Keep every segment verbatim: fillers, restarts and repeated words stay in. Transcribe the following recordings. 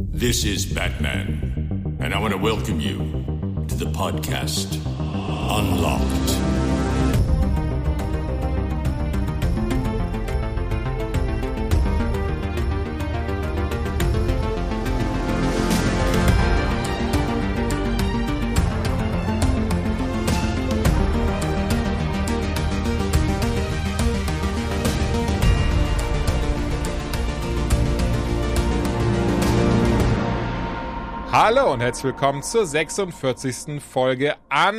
This is Batman, and I want to welcome you to the podcast Unlocked. Hallo und herzlich willkommen zur sechsundvierzigsten Folge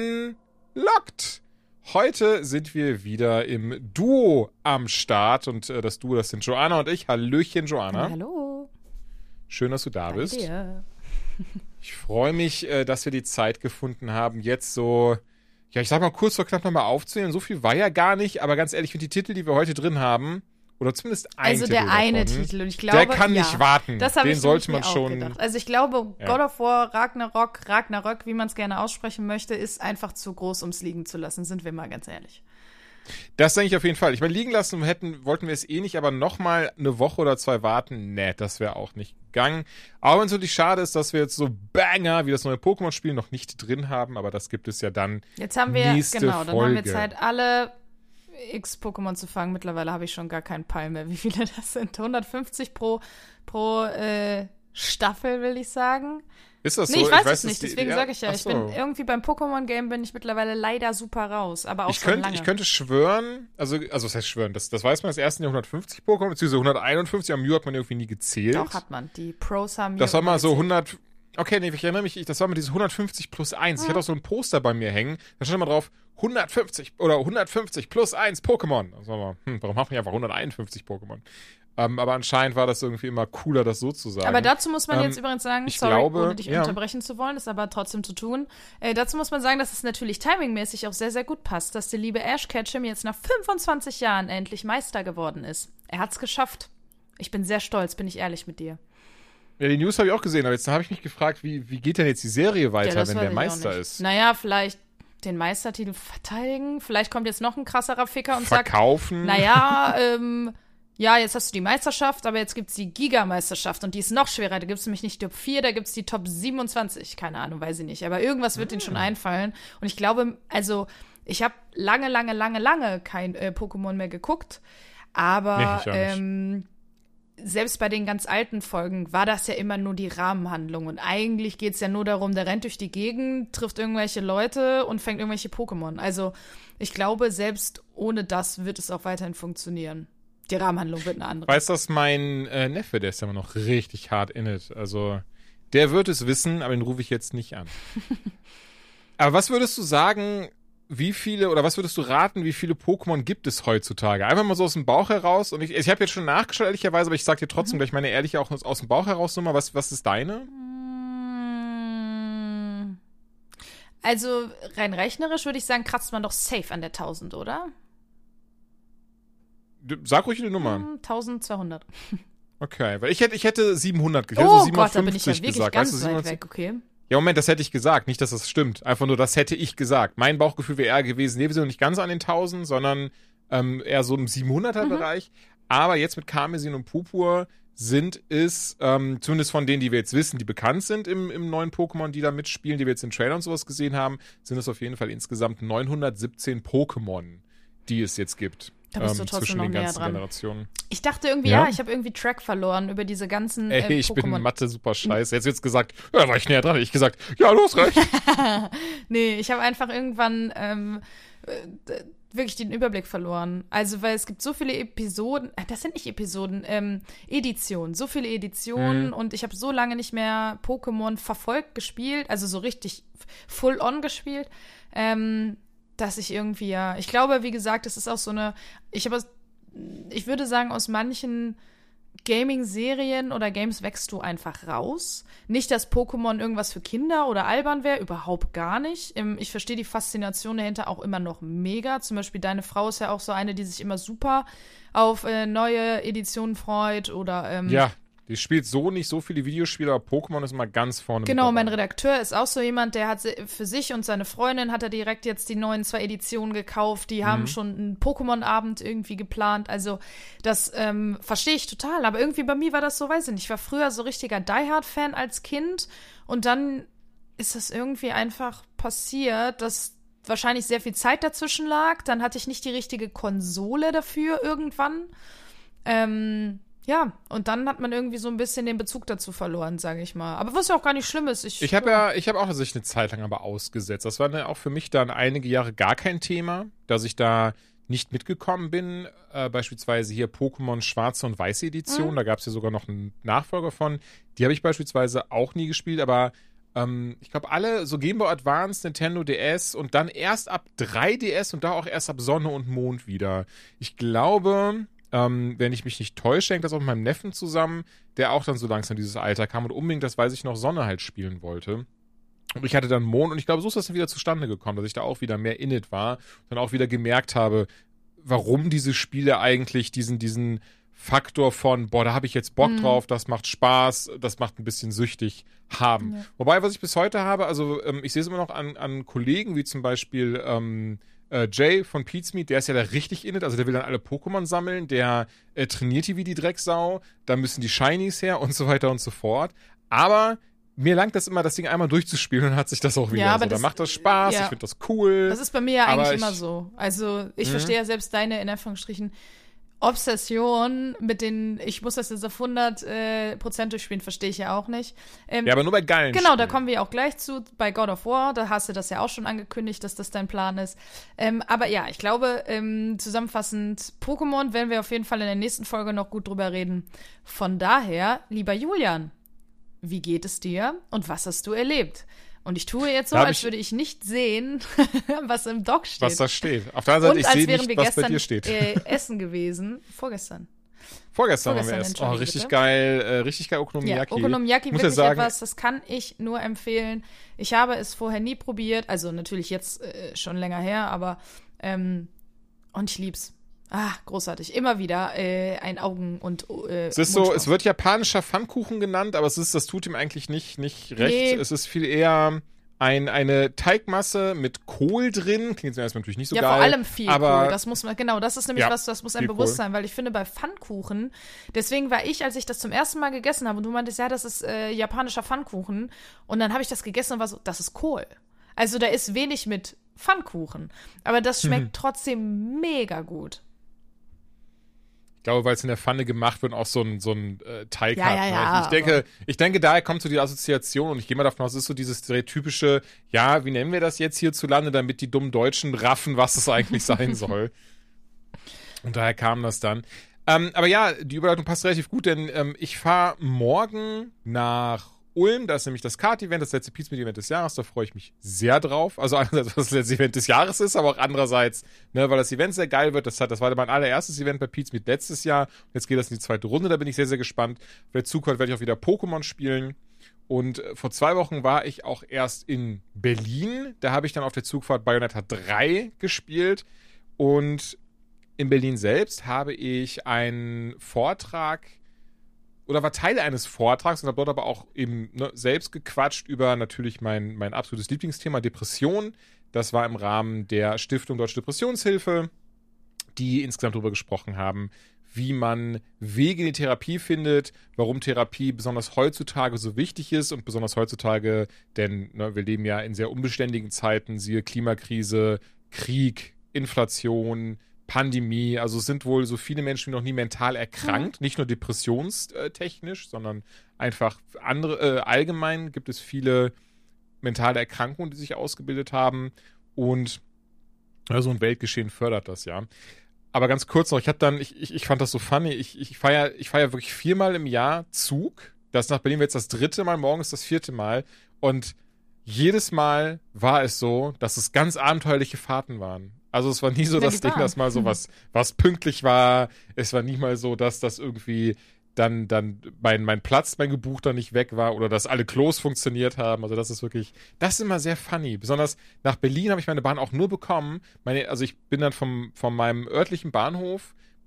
Unlocked. Heute sind wir wieder im Duo am Start und äh, das Duo, das sind Joanna und ich. Hallöchen, Joanna. Hallo. Schön, dass du da bist. Dir. Ich freue mich, äh, dass wir die Zeit gefunden haben, jetzt so, ja, ich sag mal kurz vor knapp nochmal aufzunehmen. So viel war ja gar nicht, aber ganz ehrlich, für die Titel, die wir heute drin haben, oder zumindest ein Also Titel der eine davon, Titel und ich glaube, der kann ja, nicht warten. das habe Den ich sollte man mir auch schon. gedacht. Also ich glaube, Ja. God of War, Ragnarok, Ragnarök, wie man es gerne aussprechen möchte, ist einfach zu groß, um es liegen zu lassen, sind wir mal ganz ehrlich. Das denke ich auf jeden Fall. Ich meine, liegen lassen hätten, wollten wir es eh nicht, aber nochmal eine Woche oder zwei warten, nee, das wäre auch nicht gegangen. Auch wenn es natürlich schade ist, dass wir jetzt so Banger wie das neue Pokémon-Spiel noch nicht drin haben, aber das gibt es ja dann Jetzt haben wir, nächste genau, dann Folge. haben wir Zeit, alle x Pokémon zu fangen. Mittlerweile habe ich schon gar keinen Peil mehr, wie viele das sind. hundertfünfzig pro, pro äh, Staffel, will ich sagen. Ist das Nee, so? ich weiß, weiß es nicht, die- deswegen ja, sage ich ja, ach ich so. bin irgendwie beim Pokémon-Game bin ich mittlerweile leider super raus, aber auch Ich schon könnte, lange. ich könnte schwören, also, also was heißt schwören, das, das weiß man, das ersten Jahr hundertfünfzig Pokémon, beziehungsweise hunderteinundfünfzig, am Mew hat man irgendwie nie gezählt. Doch, hat man. Die Pros haben Das hier war mal so gezählt. hundert, okay, nee, ich erinnere mich, ich- das war mal diese hundertfünfzig plus eins. Ich hatte auch so ein Poster bei mir hängen, da stand immer drauf, hundertfünfzig oder hundertfünfzig plus eins Pokémon. Also mal, hm, warum machen wir einfach hunderteinundfünfzig Pokémon? Ähm, aber anscheinend war das irgendwie immer cooler, das so zu sagen. Aber dazu muss man Ähm, jetzt übrigens sagen, ich sorry, glaube, ohne dich ja. unterbrechen zu wollen, ist aber trotzdem zu tun. Äh, dazu muss man sagen, dass es natürlich timingmäßig auch sehr, sehr gut passt, dass der liebe Ash Ketchum jetzt nach fünfundzwanzig Jahren endlich Meister geworden ist. Er hat's geschafft. Ich bin sehr stolz, bin ich ehrlich mit dir. Ja, die News habe ich auch gesehen, aber jetzt habe ich mich gefragt, wie, wie geht denn jetzt die Serie weiter, das wenn weiß der ich auch Meister nicht. ist? Naja, vielleicht den Meistertitel verteidigen. Vielleicht kommt jetzt noch ein krasserer Ficker und Verkaufen? sagt, naja, ähm, ja, jetzt hast du die Meisterschaft, aber jetzt gibt's die Giga-Meisterschaft und die ist noch schwerer. Da gibt's nämlich nicht Top vier, da gibt's die Top siebenundzwanzig. Keine Ahnung, weiß ich nicht. Aber irgendwas wird denen schon einfallen. Und ich glaube, also, ich habe lange, lange, lange, lange kein äh, Pokémon mehr geguckt. Aber Nee, ich auch nicht. ähm, selbst bei den ganz alten Folgen war das ja immer nur die Rahmenhandlung. Und eigentlich geht's ja nur darum, der rennt durch die Gegend, trifft irgendwelche Leute und fängt irgendwelche Pokémon. Also ich glaube, selbst ohne das wird es auch weiterhin funktionieren. Die Rahmenhandlung wird eine andere. Weiß das mein äh, Neffe, der ist ja immer noch richtig hart in it. Also, der wird es wissen, aber den rufe ich jetzt nicht an. Aber was würdest du sagen, wie viele, oder was würdest du raten, wie viele Pokémon gibt es heutzutage? Einfach mal so aus dem Bauch heraus. Und ich, ich habe jetzt schon nachgeschaut, ehrlicherweise, aber ich sag dir trotzdem gleich meine ehrliche, auch aus, aus dem Bauch heraus Nummer. Was, was ist deine? Mm. Also rein rechnerisch würde ich sagen, kratzt man doch safe an der tausend, oder? Du- Sag ruhig eine Nummer. Hm, eintausendzweihundert. Okay, weil ich hätte, ich hätte siebenhundert, ich hätte Oh so Gott, da bin ich ja siebenhundertfünfzig wirklich gesagt. ganz weißt du, weit siebenhundert weg, okay. Ja, Moment, das hätte ich gesagt. Nicht, dass das stimmt. Einfach nur, das hätte ich gesagt. Mein Bauchgefühl wäre eher gewesen, nee, wir sind noch nicht ganz an den tausend, sondern ähm, eher so im siebenhunderter-Bereich. Aber jetzt mit Karmesin und Purpur sind es, ähm, zumindest von denen, die wir jetzt wissen, die bekannt sind im, im neuen Pokémon, die da mitspielen, die wir jetzt im Trailer und sowas gesehen haben, sind es auf jeden Fall insgesamt neunhundertsiebzehn Pokémon, die es jetzt gibt. Da bist du ähm, trotzdem zwischen noch den näher ganzen dran. Generationen. Ich dachte irgendwie, Ja? ja, ich habe irgendwie Track verloren über diese ganzen Ey, äh, ich bin Pokémon. in Mathe super scheiße. Jetzt wird's gesagt, ja, war ich näher dran. Ich gesagt, ja, los, recht. Nee, ich habe einfach irgendwann ähm, äh, d- wirklich den Überblick verloren. Also, weil es gibt so viele Episoden, äh, das sind nicht Episoden, ähm, Editionen, so viele Editionen Mhm. und ich habe so lange nicht mehr Pokémon verfolgt gespielt, also so richtig full on gespielt, ähm, dass ich irgendwie ja, ich glaube, wie gesagt, es ist auch so eine, ich habe, ich würde sagen, aus manchen Gaming-Serien oder Games wächst du einfach raus. Nicht, dass Pokémon irgendwas für Kinder oder albern wäre, überhaupt gar nicht. Ähm, Ich verstehe die Faszination dahinter auch immer noch mega. Zum Beispiel deine Frau ist ja auch so eine, die sich immer super auf äh, neue Editionen freut oder ähm, Ja, Die spielt so nicht so viele Videospiele, aber Pokémon ist immer ganz vorne Genau, mit mein dabei. Redakteur ist auch so jemand, der hat für sich und seine Freundin hat er direkt jetzt die neuen zwei Editionen gekauft. Die haben schon einen Pokémon-Abend irgendwie geplant. Also das ähm, verstehe ich total. Aber irgendwie bei mir war das so, weiß ich nicht. Ich war früher so richtiger Die Hard-Fan als Kind und dann ist das irgendwie einfach passiert, dass wahrscheinlich sehr viel Zeit dazwischen lag. Dann hatte ich nicht die richtige Konsole dafür irgendwann. Ähm, ja, und dann hat man irgendwie so ein bisschen den Bezug dazu verloren, sage ich mal. Aber was ja auch gar nicht schlimm ist. Ich, Ich habe ja, ich habe auch tatsächlich eine Zeit lang aber ausgesetzt. Das war dann auch für mich dann einige Jahre gar kein Thema, dass ich da nicht mitgekommen bin. Äh, beispielsweise hier Pokémon Schwarze und Weiße Edition. Mhm. Da gab es ja sogar noch einen Nachfolger von. Die habe ich beispielsweise auch nie gespielt, aber ähm, ich glaube alle, so Game Boy Advance, Nintendo D S und dann erst ab drei D S und da auch erst ab Sonne und Mond wieder. Ich glaube, ähm, wenn ich mich nicht täusche, hängt das auch mit meinem Neffen zusammen, der auch dann so langsam dieses Alter kam und unbedingt, das weiß ich noch, Sonne halt spielen wollte. Und ich hatte dann Mond und ich glaube, so ist das dann wieder zustande gekommen, dass ich da auch wieder mehr in it war und dann auch wieder gemerkt habe, warum diese Spiele eigentlich diesen, diesen Faktor von, boah, da habe ich jetzt Bock mhm. drauf, das macht Spaß, das macht ein bisschen süchtig haben. Ja. Wobei, was ich bis heute habe, also ähm, ich sehe es immer noch an, an Kollegen, wie zum Beispiel ähm, äh, Jay von Pete's Meat, der ist ja da richtig in it, also der will dann alle Pokémon sammeln, der äh, trainiert die wie die Drecksau, da müssen die Shinies her und so weiter und so fort. Aber mir langt das immer, das Ding einmal durchzuspielen und hat sich das auch wieder. Ja, aber so. das, da macht das Spaß, ja. ich finde das cool. Das ist bei mir ja eigentlich ich, immer so. Also ich mhm. verstehe ja selbst deine, in Anführungsstrichen, Obsession mit den, ich muss das jetzt auf hundert äh, Prozent durchspielen, verstehe ich ja auch nicht. Ähm, ja, aber nur bei geilen Genau, Spielen. da kommen wir auch gleich zu, bei God of War, da hast du das ja auch schon angekündigt, dass das dein Plan ist. Ähm, aber ja, ich glaube, ähm, zusammenfassend, Pokémon werden wir auf jeden Fall in der nächsten Folge noch gut drüber reden. Von daher, lieber Julian, wie geht es dir und was hast du erlebt? Und ich tue jetzt so, als ich, würde ich nicht sehen, was im Doc steht. Was da steht. Auf der anderen Seite, ich sehe nicht, was bei dir steht. Äh, essen gewesen. Vorgestern. Vorgestern, Vorgestern waren wir erst. Oh, richtig bitte. geil, äh, richtig geil Okonomiyaki. Ja, Okonomiyaki muss wirklich ja sagen, etwas, das kann ich nur empfehlen. Ich habe es vorher nie probiert, also natürlich jetzt äh, schon länger her, aber ähm, und ich lieb's. Ah, großartig. Immer wieder äh, ein Augen- und äh, Es ist so, es wird japanischer Pfannkuchen genannt, aber es ist, das tut ihm eigentlich nicht, nicht recht. Nee. Es ist viel eher ein, eine Teigmasse mit Kohl drin. Klingt jetzt erstmal natürlich nicht so ja, geil. Ja, vor allem viel aber Kohl. Das muss man, genau, das ist nämlich ja, was, das muss einem bewusst sein, weil ich finde, bei Pfannkuchen, deswegen war ich, als ich das zum ersten Mal gegessen habe, und du meintest, ja, das ist äh, japanischer Pfannkuchen, und dann habe ich das gegessen und war so, das ist Kohl. Also da ist wenig mit Pfannkuchen. Aber das schmeckt hm. trotzdem mega gut. Ich glaube, weil es in der Pfanne gemacht wird und auch so ein, so ein äh, Teig ja, hat. Ja, ne? ja, ich, ich denke, ich denke, daher kommt so die Assoziation und ich gehe mal davon aus, es ist so dieses typische, ja, wie nennen wir das jetzt hierzulande, damit die dummen Deutschen raffen, was es eigentlich sein soll. Und daher kam das dann. Ähm, aber ja, die Überleitung passt relativ gut, denn ähm, ich fahre morgen nach Ulm, da ist nämlich das Kart-Event, das letzte Pete's Meat Event des Jahres, da freue ich mich sehr drauf. Also einerseits, was das letzte Event des Jahres ist, aber auch andererseits, ne, weil das Event sehr geil wird. Das, hat, das war mein allererstes Event bei Pete's Meat letztes Jahr. Jetzt geht das in die zweite Runde, da bin ich sehr, sehr gespannt. Wer zukommt, werde ich auch wieder Pokémon spielen. Und äh, vor zwei Wochen war ich auch erst in Berlin. Da habe ich dann auf der Zugfahrt Bayonetta drei gespielt. Und in Berlin selbst habe ich einen Vortrag oder war Teil eines Vortrags und habe dort aber auch eben ne, selbst gequatscht über natürlich mein, mein absolutes Lieblingsthema Depression. Das war im Rahmen der Stiftung Deutsche Depressionshilfe, die insgesamt darüber gesprochen haben, wie man Wege in die Therapie findet, warum Therapie besonders heutzutage so wichtig ist und besonders heutzutage, denn ne, wir leben ja in sehr unbeständigen Zeiten, siehe Klimakrise, Krieg, Inflation, Pandemie, also es sind wohl so viele Menschen wie noch nie mental erkrankt, mhm. nicht nur depressionstechnisch, sondern einfach andere, äh, allgemein gibt es viele mentale Erkrankungen, die sich ausgebildet haben und ja, so ein Weltgeschehen fördert das ja. Aber ganz kurz noch, ich hab dann, ich, ich, ich fand das so funny, ich, ich fahre ja, ich fahr ja wirklich viermal im Jahr Zug, das nach Berlin wird jetzt das dritte Mal, morgen ist das vierte Mal und jedes Mal war es so, dass es ganz abenteuerliche Fahrten waren. Also es war nie so das Ding, dass mal so was, was pünktlich war. Es war nie mal so, dass das irgendwie dann, dann mein, mein Platz, mein gebuchter nicht weg war oder dass alle Klos funktioniert haben. Also das ist wirklich, das ist immer sehr funny. Besonders nach Berlin habe ich meine Bahn auch nur bekommen. Meine, also ich bin dann vom, von meinem örtlichen Bahnhof,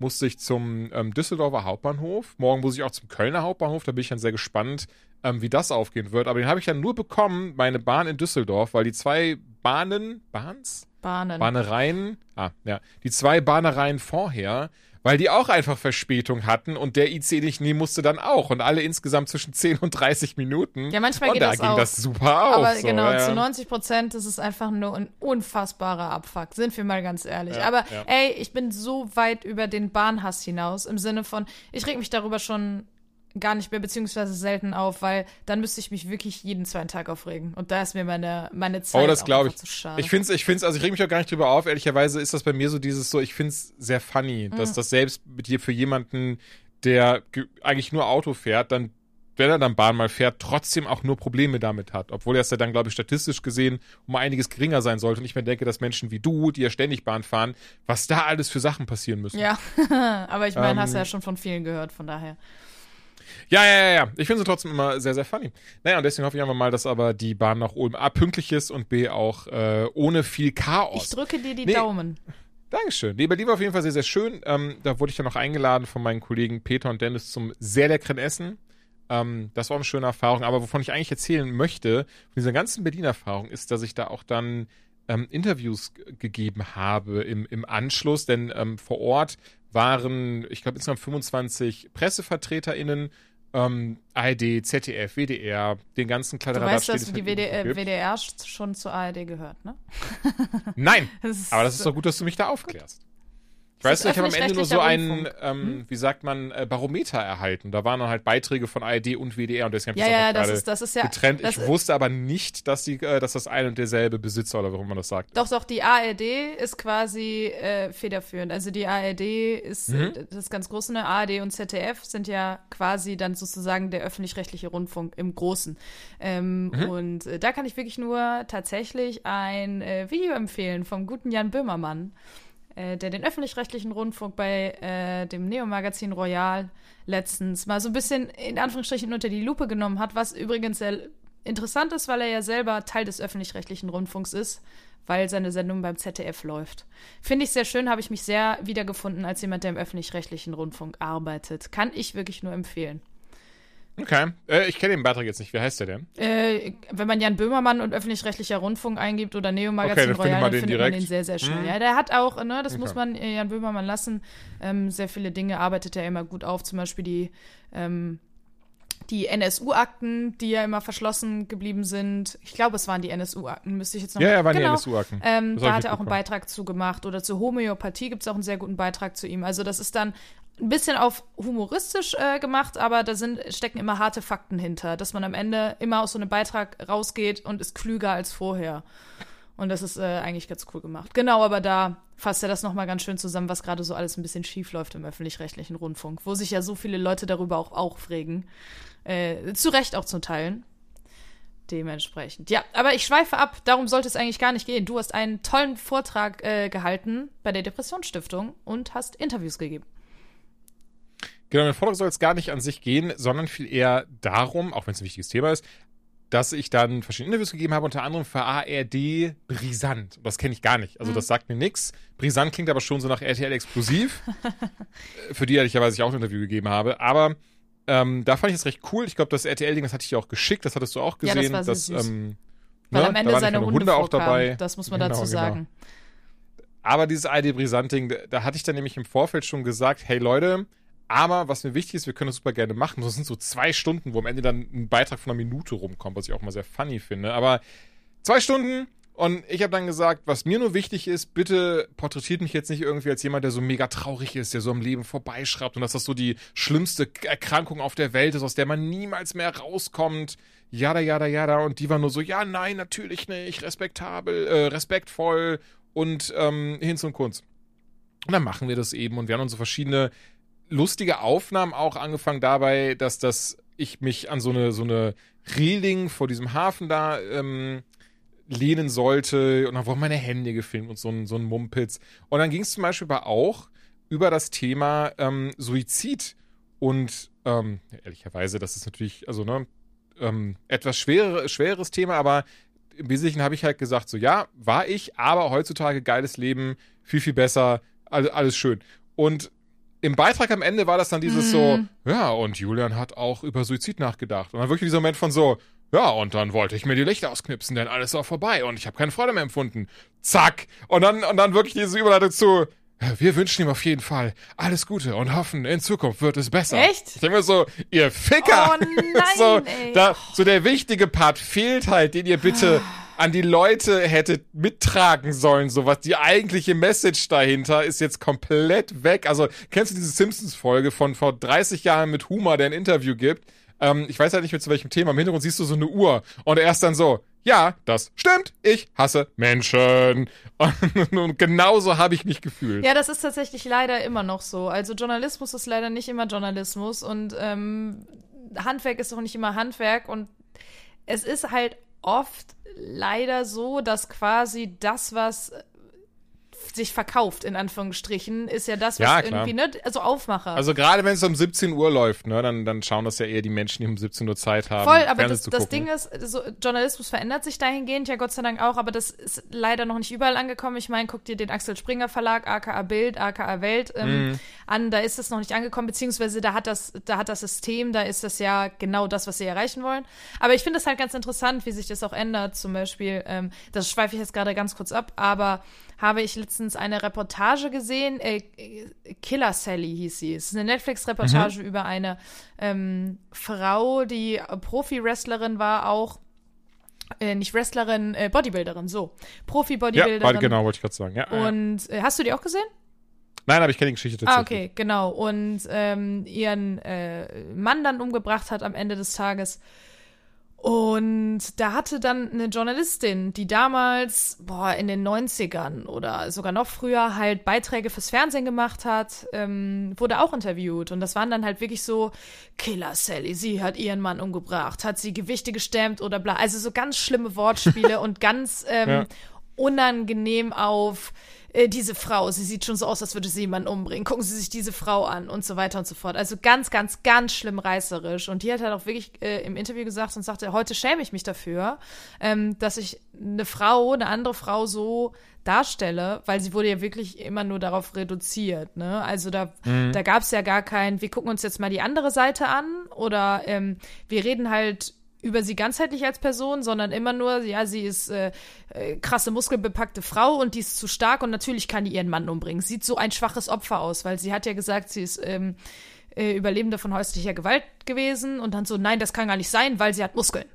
musste ich zum ähm, Düsseldorfer Hauptbahnhof. Morgen muss ich auch zum Kölner Hauptbahnhof. Da bin ich dann sehr gespannt, ähm, wie das aufgehen wird. Aber den habe ich dann nur bekommen, meine Bahn in Düsseldorf, weil die zwei Bahnen, Bahns? Bahnen. Bahnereien, ah, ja, die zwei Bahnereien vorher, weil die auch einfach Verspätung hatten und der I C, den ich nehmen musste, dann auch. Und alle insgesamt zwischen zehn und dreißig Minuten. Ja, manchmal und geht da das ging auch. das super auf. Aber so, genau, ja. zu neunzig Prozent ist es einfach nur ein unfassbarer Abfuck. Sind wir mal ganz ehrlich. Ja, Aber ja. ey, ich bin so weit über den Bahnhass hinaus. Im Sinne von, ich reg mich darüber schon gar nicht mehr, beziehungsweise selten auf, weil dann müsste ich mich wirklich jeden zweiten Tag aufregen. Und da ist mir meine, meine Zeit Oh, das auch glaube einfach ich. zu schade. Ich finde es, ich find's, also ich reg mich auch gar nicht drüber auf. Ehrlicherweise ist das bei mir so dieses so, ich finde es sehr funny, dass Mhm. das selbst mit dir für jemanden, der ge- eigentlich nur Auto fährt, dann, wenn er dann Bahn mal fährt, trotzdem auch nur Probleme damit hat. Obwohl das ja dann, glaube ich, statistisch gesehen um einiges geringer sein sollte. Und ich mir denke, dass Menschen wie du, die ja ständig Bahn fahren, was da alles für Sachen passieren müssen. Ja, aber ich meine, Ähm, hast du ja schon von vielen gehört, von daher. Ja, ja, ja, ja. Ich finde sie trotzdem immer sehr, sehr funny. Naja, und deswegen hoffe ich einfach mal, dass aber die Bahn nach Ulm A pünktlich ist und B auch äh, ohne viel Chaos. Ich drücke dir die Nee. Daumen. Dankeschön. Nee, Berlin war auf jeden Fall sehr, sehr schön. Ähm, da wurde ich dann noch eingeladen von meinen Kollegen Peter und Dennis zum sehr leckeren Essen. Ähm, das war eine schöne Erfahrung. Aber wovon ich eigentlich erzählen möchte, von dieser ganzen Berlin-Erfahrung, ist, dass ich da auch dann ähm, Interviews g- gegeben habe im, im Anschluss. Denn ähm, vor Ort waren, ich glaube, insgesamt fünfundzwanzig PressevertreterInnen, ähm, A R D, Z D F, W D R, den ganzen Du Kladderadatsch, weißt, den dass es die halt W D, irgendwo äh, gibt. W D R schon zur A R D gehört, ne? Nein, Das ist, aber das ist doch gut, dass du mich da aufklärst. Ich weiß ist nicht, ich habe am Ende nur so einen, öffentlich-rechtlicher ähm, Rundfunk. wie sagt man, äh, Barometer erhalten. Da waren dann halt Beiträge von A R D und W D R und deswegen Ja, habe ich ja, das das auch gerade ist, das ist ja. getrennt. Das, Ich wusste aber nicht, dass die, äh, dass das ein und derselbe Besitzer oder warum man das sagt. Doch, doch, die A R D ist quasi äh, federführend. Also die A R D ist Mhm. äh, das ganz Große, ne? A R D und Z D F sind ja quasi dann sozusagen der öffentlich-rechtliche Rundfunk im Großen. Ähm, Mhm. Und äh, da kann ich wirklich nur tatsächlich ein äh, Video empfehlen vom guten Jan Böhmermann, äh, der den öffentlich-rechtlichen Rundfunk bei äh, dem Neo-Magazin Royal letztens mal so ein bisschen in Anführungsstrichen unter die Lupe genommen hat, was übrigens sehr interessant ist, weil er ja selber Teil des öffentlich-rechtlichen Rundfunks ist, weil seine Sendung beim Z D F läuft. Finde ich sehr schön, habe ich mich sehr wiedergefunden als jemand, der im öffentlich-rechtlichen Rundfunk arbeitet. Kann ich wirklich nur empfehlen. Okay. Äh, ich kenne den Beitrag jetzt nicht. Wie heißt der denn? Äh, wenn man Jan Böhmermann und öffentlich-rechtlicher Rundfunk eingibt oder Okay, Neo-Magazin dann findet Royal, man dann den findet man direkt. den sehr, sehr schnell. Mhm. Ja, der hat auch, ne, das Okay. muss man äh, Jan Böhmermann lassen, ähm, sehr viele Dinge arbeitet er immer gut auf. Zum Beispiel die, ähm, die N S U-Akten, die ja immer verschlossen geblieben sind. Ich glaube, es waren die N S U-Akten, müsste ich jetzt noch Ja, mal- ja, waren die genau. N S U-Akten. Ähm, Das da hab hat ich er auch einen mitbekommen. Beitrag zu gemacht. Oder zur Homöopathie gibt es auch einen sehr guten Beitrag zu ihm. Also das ist dann ein bisschen auf humoristisch äh, gemacht, aber da sind, stecken immer harte Fakten hinter, dass man am Ende immer aus so einem Beitrag rausgeht und ist klüger als vorher. Und das ist äh, eigentlich ganz cool gemacht. Genau, aber da fasst er das nochmal ganz schön zusammen, was gerade so alles ein bisschen schief läuft im öffentlich-rechtlichen Rundfunk, wo sich ja so viele Leute darüber auch aufregen. Äh, zu Recht auch zum Teilen. Dementsprechend. Ja, aber ich schweife ab. Darum sollte es eigentlich gar nicht gehen. Du hast einen tollen Vortrag äh, gehalten bei der Depressionsstiftung und hast Interviews gegeben. Genau, mein Vortrag soll jetzt gar nicht an sich gehen, sondern viel eher darum, auch wenn es ein wichtiges Thema ist, dass ich dann verschiedene Interviews gegeben habe, unter anderem für A R D Brisant. Das kenne ich gar nicht. Also Mhm. das sagt mir nichts. Brisant klingt aber schon so nach R T L Explosiv, für die ehrlicherweise ich auch ein Interview gegeben habe. Aber ähm, da fand ich es recht cool. Ich glaube, das R T L-Ding, das hatte ich dir auch geschickt, das hattest du auch Ja, gesehen. das war sehr süß. ähm, Weil ne, am da Ende waren seine kleine Hunde, Hunde auch vorkamen. dabei. Das muss man Genau, dazu genau. sagen. Aber dieses A R D Brisant-Ding, da, da hatte ich dann nämlich im Vorfeld schon gesagt, hey Leute, aber was mir wichtig ist, wir können das super gerne machen. Das sind so zwei Stunden, wo am Ende dann ein Beitrag von einer Minute rumkommt, was ich auch mal sehr funny finde. Aber zwei Stunden und ich habe dann gesagt, was mir nur wichtig ist, bitte porträtiert mich jetzt nicht irgendwie als jemand, der so mega traurig ist, der so am Leben vorbeischraubt und dass das so die schlimmste Erkrankung auf der Welt ist, aus der man niemals mehr rauskommt. Jada, jada, jada. Und die war nur so, ja, nein, natürlich nicht, respektabel, äh, respektvoll und ähm, Hinz und Kunz. Und dann machen wir das eben und wir haben unsere verschiedene lustige Aufnahmen auch angefangen dabei, dass das ich mich an so eine so eine Reling vor diesem Hafen da ähm, lehnen sollte und dann wurden meine Hände gefilmt und so ein, so ein Mumpitz. Und dann ging es zum Beispiel aber auch über das Thema ähm, Suizid und ähm, ehrlicherweise, das ist natürlich, also ne, ähm, etwas schwere, schweres Thema, aber im Wesentlichen habe ich halt gesagt, so ja, war ich, aber heutzutage geiles Leben, viel, viel besser, alles, alles schön. Und im Beitrag am Ende war das dann dieses so, ja, und Julian hat auch über Suizid nachgedacht. Und dann wirklich dieser Moment von so, ja, und dann wollte ich mir die Lichter ausknipsen, denn alles war vorbei und ich habe keine Freude mehr empfunden. Zack. Und dann, und dann wirklich diese Überleitung zu, wir wünschen ihm auf jeden Fall alles Gute und hoffen, in Zukunft wird es besser. Echt? Ich denke mir so, ihr Ficker. Oh nein, so, ey. Da, so der wichtige Part fehlt halt, den ihr bitte an die Leute hättet mittragen sollen. So was, die eigentliche Message dahinter ist jetzt komplett weg. Also, kennst du diese Simpsons-Folge von vor dreißig Jahren mit Homer, der ein Interview gibt? Ähm, ich weiß halt nicht mehr zu welchem Thema. Im Hintergrund siehst du so eine Uhr. Und er ist dann so, ja, das stimmt, ich hasse Menschen. Und, und genauso habe ich mich gefühlt. Ja, das ist tatsächlich leider immer noch so. Also Journalismus ist leider nicht immer Journalismus und ähm, Handwerk ist auch nicht immer Handwerk. Und es ist halt oft leider so, dass quasi das, was sich verkauft, in Anführungsstrichen, ist ja das, was Ja, klar. irgendwie, ne, also Aufmacher. Also gerade wenn es um siebzehn Uhr läuft, ne, dann, dann schauen das ja eher die Menschen, die um siebzehn Uhr Zeit haben. Voll, aber Fernsehen das, zu das gucken. Ding ist, so, Journalismus verändert sich dahingehend, ja Gott sei Dank auch, aber das ist leider noch nicht überall angekommen. Ich meine, guck dir den Axel Springer Verlag, aka Bild, aka Welt ähm, Mhm. an, da ist das noch nicht angekommen, beziehungsweise da hat das, da hat das System, da ist das ja genau das, was sie erreichen wollen. Aber ich finde es halt ganz interessant, wie sich das auch ändert. Zum Beispiel, ähm, das schweife ich jetzt gerade ganz kurz ab, aber habe ich letztens eine Reportage gesehen, äh, Killer Sally hieß sie. Es ist eine Netflix-Reportage mhm. über eine ähm, Frau, die Profi-Wrestlerin war, auch äh, nicht Wrestlerin, äh, Bodybuilderin, so. Profi-Bodybuilderin. Ja, genau, wollte ich gerade sagen. Ja, Und äh, hast du die auch gesehen? Nein, aber ich kenne die Geschichte tatsächlich. Ah, okay, genau. Und ähm, ihren äh, Mann dann umgebracht hat am Ende des Tages. Und da hatte dann eine Journalistin, die damals, boah, in den neunzigern oder sogar noch früher halt Beiträge fürs Fernsehen gemacht hat, ähm, wurde auch interviewt. Und das waren dann halt wirklich so, Killer Sally, sie hat ihren Mann umgebracht, hat sie Gewichte gestemmt oder bla. Also so ganz schlimme Wortspiele und ganz ähm, ja. unangenehm auf äh, diese Frau, sie sieht schon so aus, als würde sie jemanden umbringen. Gucken Sie sich diese Frau an und so weiter und so fort. Also ganz, ganz, ganz schlimm reißerisch. Und die hat halt auch wirklich äh, im Interview gesagt und sagte, heute schäme ich mich dafür, ähm, dass ich eine Frau, eine andere Frau so darstelle, weil sie wurde ja wirklich immer nur darauf reduziert, ne? Also da, mhm. da gab es ja gar kein, wir gucken uns jetzt mal die andere Seite an oder ähm, wir reden halt über sie ganzheitlich als Person, sondern immer nur, ja, sie ist äh, äh, krasse, muskelbepackte Frau und die ist zu stark und natürlich kann die ihren Mann umbringen. Sieht so ein schwaches Opfer aus, weil sie hat ja gesagt, sie ist ähm, äh, Überlebende von häuslicher Gewalt gewesen und dann so, nein, das kann gar nicht sein, weil sie hat Muskeln.